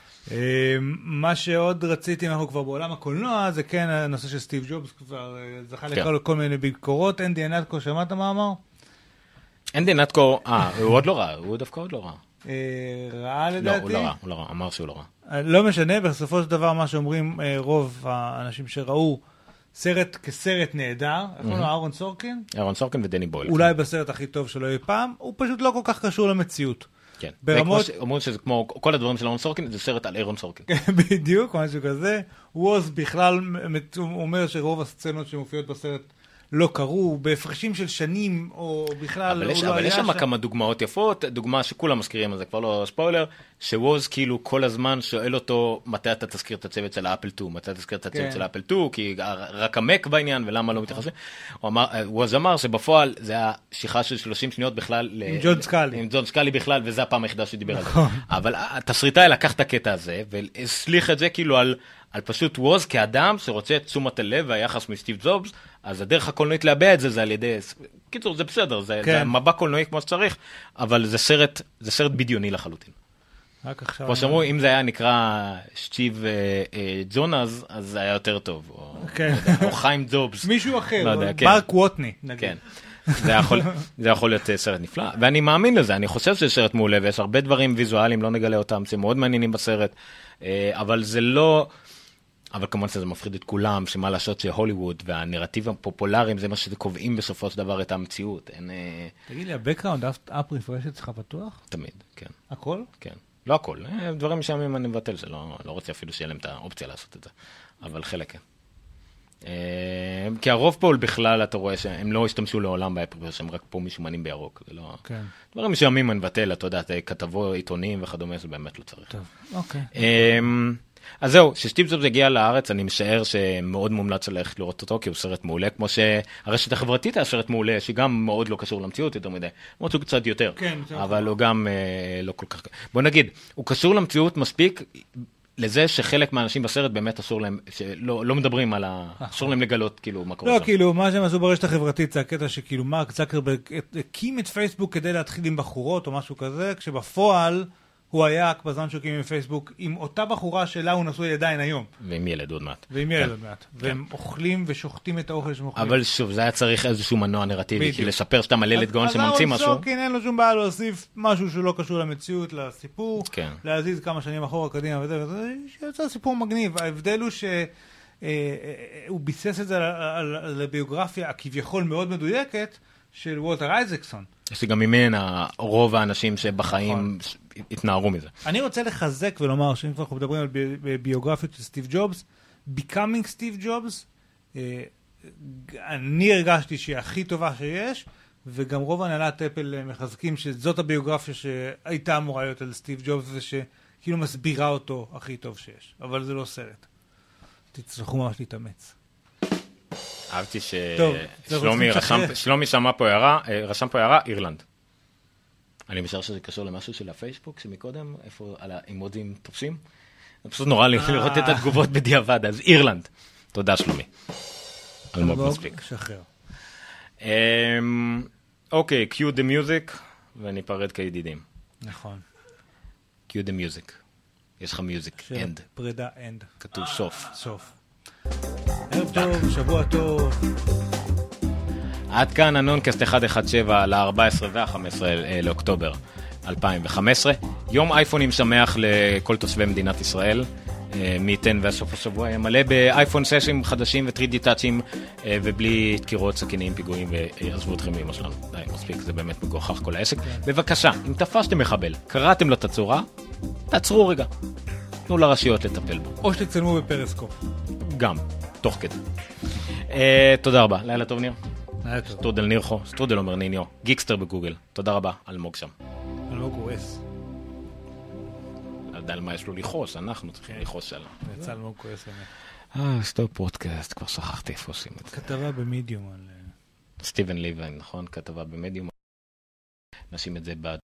מה שעוד רציתי, אנחנו כבר בעולם הקולנוע, זה כן הנושא של סטיב ג'ובס, כבר זכה לקרוא כל מיני ביקורות. אנדי נטקו, שמעת מה אמר? אנדי נטקו, הוא עוד לא רע, הוא דווקא עוד לא רע. רע לדעתי? לא, הוא לא רע, אמר שהוא לא רע. לא משנה, בסופו של דבר מה שאומרים רוב האנשים שראו סרט כסרט נהדר, איך קוראים לו? אהרון סורקין? אהרון סורקין ודני בויל. אולי בסרט הכי טוב שלו אי פעם, הוא פשוט לא כל כך קשור למציאות. כן, ברמות... אומרים שזה כמו כל הדברים של אהרון סורקין, זה סרט על אהרון סורקין. בדיוק, משהו כזה. ווז בכלל אומר שרוב הסצנות שמופיעות בסרט לא קרו, בהפרשים של שנים, או בכלל... אבל יש שם כמה דוגמאות יפות, דוגמה שכולם מזכירים, זה כבר לא ספוילר, שווז כאילו כל הזמן שואל אותו מתי אתה תזכיר את הצוות של האפל 2, מתי תזכיר את הצוות של האפל 2, כי רק המק בעניין, ולמה לא מתייחסים. ווז אמר שבפועל זה השיחה של 30 שניות בכלל... עם ג'ון סקאלי. עם ג'ון סקאלי בכלל, וזה הפעם היחידה שדיבר על זה. אבל התסריטאי לקח את הקטע הזה, והסליח את זה כאילו על פשוט ווז כאדם שרוצה את תשומת הלב והיחס מסטיב ג'ובס, אז הדרך הקולנועית להביע את זה, זה על ידי... קיצור, זה בסדר, זה מבע קולנועי כמו שצריך, אבל זה סרט בדיוני לחלוטין. כמו שאמרו, אם זה היה נקרא סטיב ג'ונס, אז זה היה יותר טוב. או חיים ג'ובס. מישהו אחר, מרק ווטני. כן. זה יכול להיות סרט נפלא, ואני מאמין לזה, אני חושב שזה סרט מעולה, ויש הרבה דברים ויזואליים, לא נגלה אותם, שמאוד מעניינים בסרט, אבל זה לא... אבל כמובן שזה מפחיד את כולם, שמה לעשות שהוליווד והנרטיב הפופולריים זה מה שקובעים בסופו של דבר את המציאות. תגיד לי, הבקראונד אפ רפרש אצלך פתוח? תמיד, כן. הכל? כן. לא הכל, דברים משעממים אני מבטל, לא רוצה אפילו שיהיה להם את האופציה לעשות את זה, אבל חלק כן. כי הרוב פה בכלל אתה רואה שהם לא השתמשו לעולם באפרפרש, הם רק פה משומנים בירוק, זה לא... דברים משעממים אני מבטל, אתה יודע, כתבו עיתונים וכדומה, זה באמת לא צריך. טוב, אוקיי. אז זהו, שסטיב ג'ובס הגיע לארץ, אני משער שמאוד מומלץ ללכת לראות אותו, כי הוא סרט מעולה, כמו שהרשת החברתית היה סרט מעולה, שגם מאוד לא קשור למציאות יותר מדי, למרות שהוא קצת יותר, אבל הוא גם לא כל כך... בוא נגיד, הוא קשור למציאות מספיק לזה שחלק מהאנשים בסרט באמת אסור להם, שלא מדברים על אסור להם לגלות, כאילו, מה קורה שם. לא, כאילו, מה שהם עשו ברשת החברתית זה הקטע שכאילו מרק צקרברג הקים את פייסבוק כדי להתחיל עם בחורות או משהו כזה, כשבפועל הוא היה בזמן שהוא הקים עם פייסבוק, עם אותה בחורה שלה הוא נשוי עדיין היום. ועם ילד עוד מעט. ועם ילד עוד מעט. והם אוכלים ושוחטים את האוכל שהם אוכלים. אבל שוב, זה היה צריך איזשהו מנוע נרטיבי, כי לשפר שאתה מלא לדגון שממציא משהו. אז אהרון סורקין אין לו שום בעיה להוסיף משהו שלא קשור למציאות, לסיפור, להזיז כמה שנים אחורה קדימה וזה, שיוצא סיפור מגניב. ההבדל הוא שהוא ביסס את זה על הביוגרפיה הכביכול מאוד מדויקת של וולטר אייזקסון. יש לי גם ממנה רוב האנשים שבחיים התנערו מזה. אני רוצה לחזק ולומר שאם אנחנו מדברים על ביוגרפיות של סטיב ג'ובס, Becoming סטיב ג'ובס, אני הרגשתי שהיא הכי טובה שיש, וגם רוב הנהלת אפל מחזקים שזאת הביוגרפיה שהייתה אמורה להיות על סטיב ג'ובס, ושכאילו מסבירה אותו הכי טוב שיש. אבל זה לא סרט. תצטרכו ממש להתאמץ. אהבתי ששלומי רשם פה הערה, אירלנד. אני משער שזה קשור למשהו של הפייסבוק, שמקודם, איפה על האימוג'ים תופסים. זה פשוט נורא לי לראות את התגובות בדיעבד, אז אירלנד. תודה שלומי. אלמוג מספיק. שחרר. אוקיי, cue the music, וניפרד כידידים. נכון. cue the music. יש לך מיוזיק, אנד. פרידה, אנד. כתוב סוף. סוף. ערב טוב, שבוע טוב. עד כאן הנונקאסט 117 ל-14 וה-15 לאוקטובר 2015. יום אייפונים שמח לכל תושבי מדינת ישראל. מ-10 והסוף השבוע היה מלא באייפון 6 חדשים ו-3D טאצ'ים ובלי דקירות, סכינים, פיגועים, ועזבו אתכם מאמא שלנו. די, מספיק, זה באמת מגוחך כל העסק. בבקשה, אם תפשתם מחבל, קראתם לו את הצורה, תעצרו רגע. תנו לרשויות לטפל בו. או שתצלמו בפרסקופ. גם, תוך כדי. תודה רבה. לילה טוב, ניר. לילה טוב. סטרודל נירחו, סטרודל אומר ניניו, גיקסטר בגוגל. תודה רבה, אלמוג שם. אלמוג כועס. לא יודע על מה יש לו לכעוס, אנחנו צריכים לכעוס עליו. יצא אלמוג כועס באמת. סטופ פודקאסט, כבר שכחתי איפה עושים את זה. כתבה במדיום על... סטיבן ליבן, נכון? כתבה במדיום. נשים את זה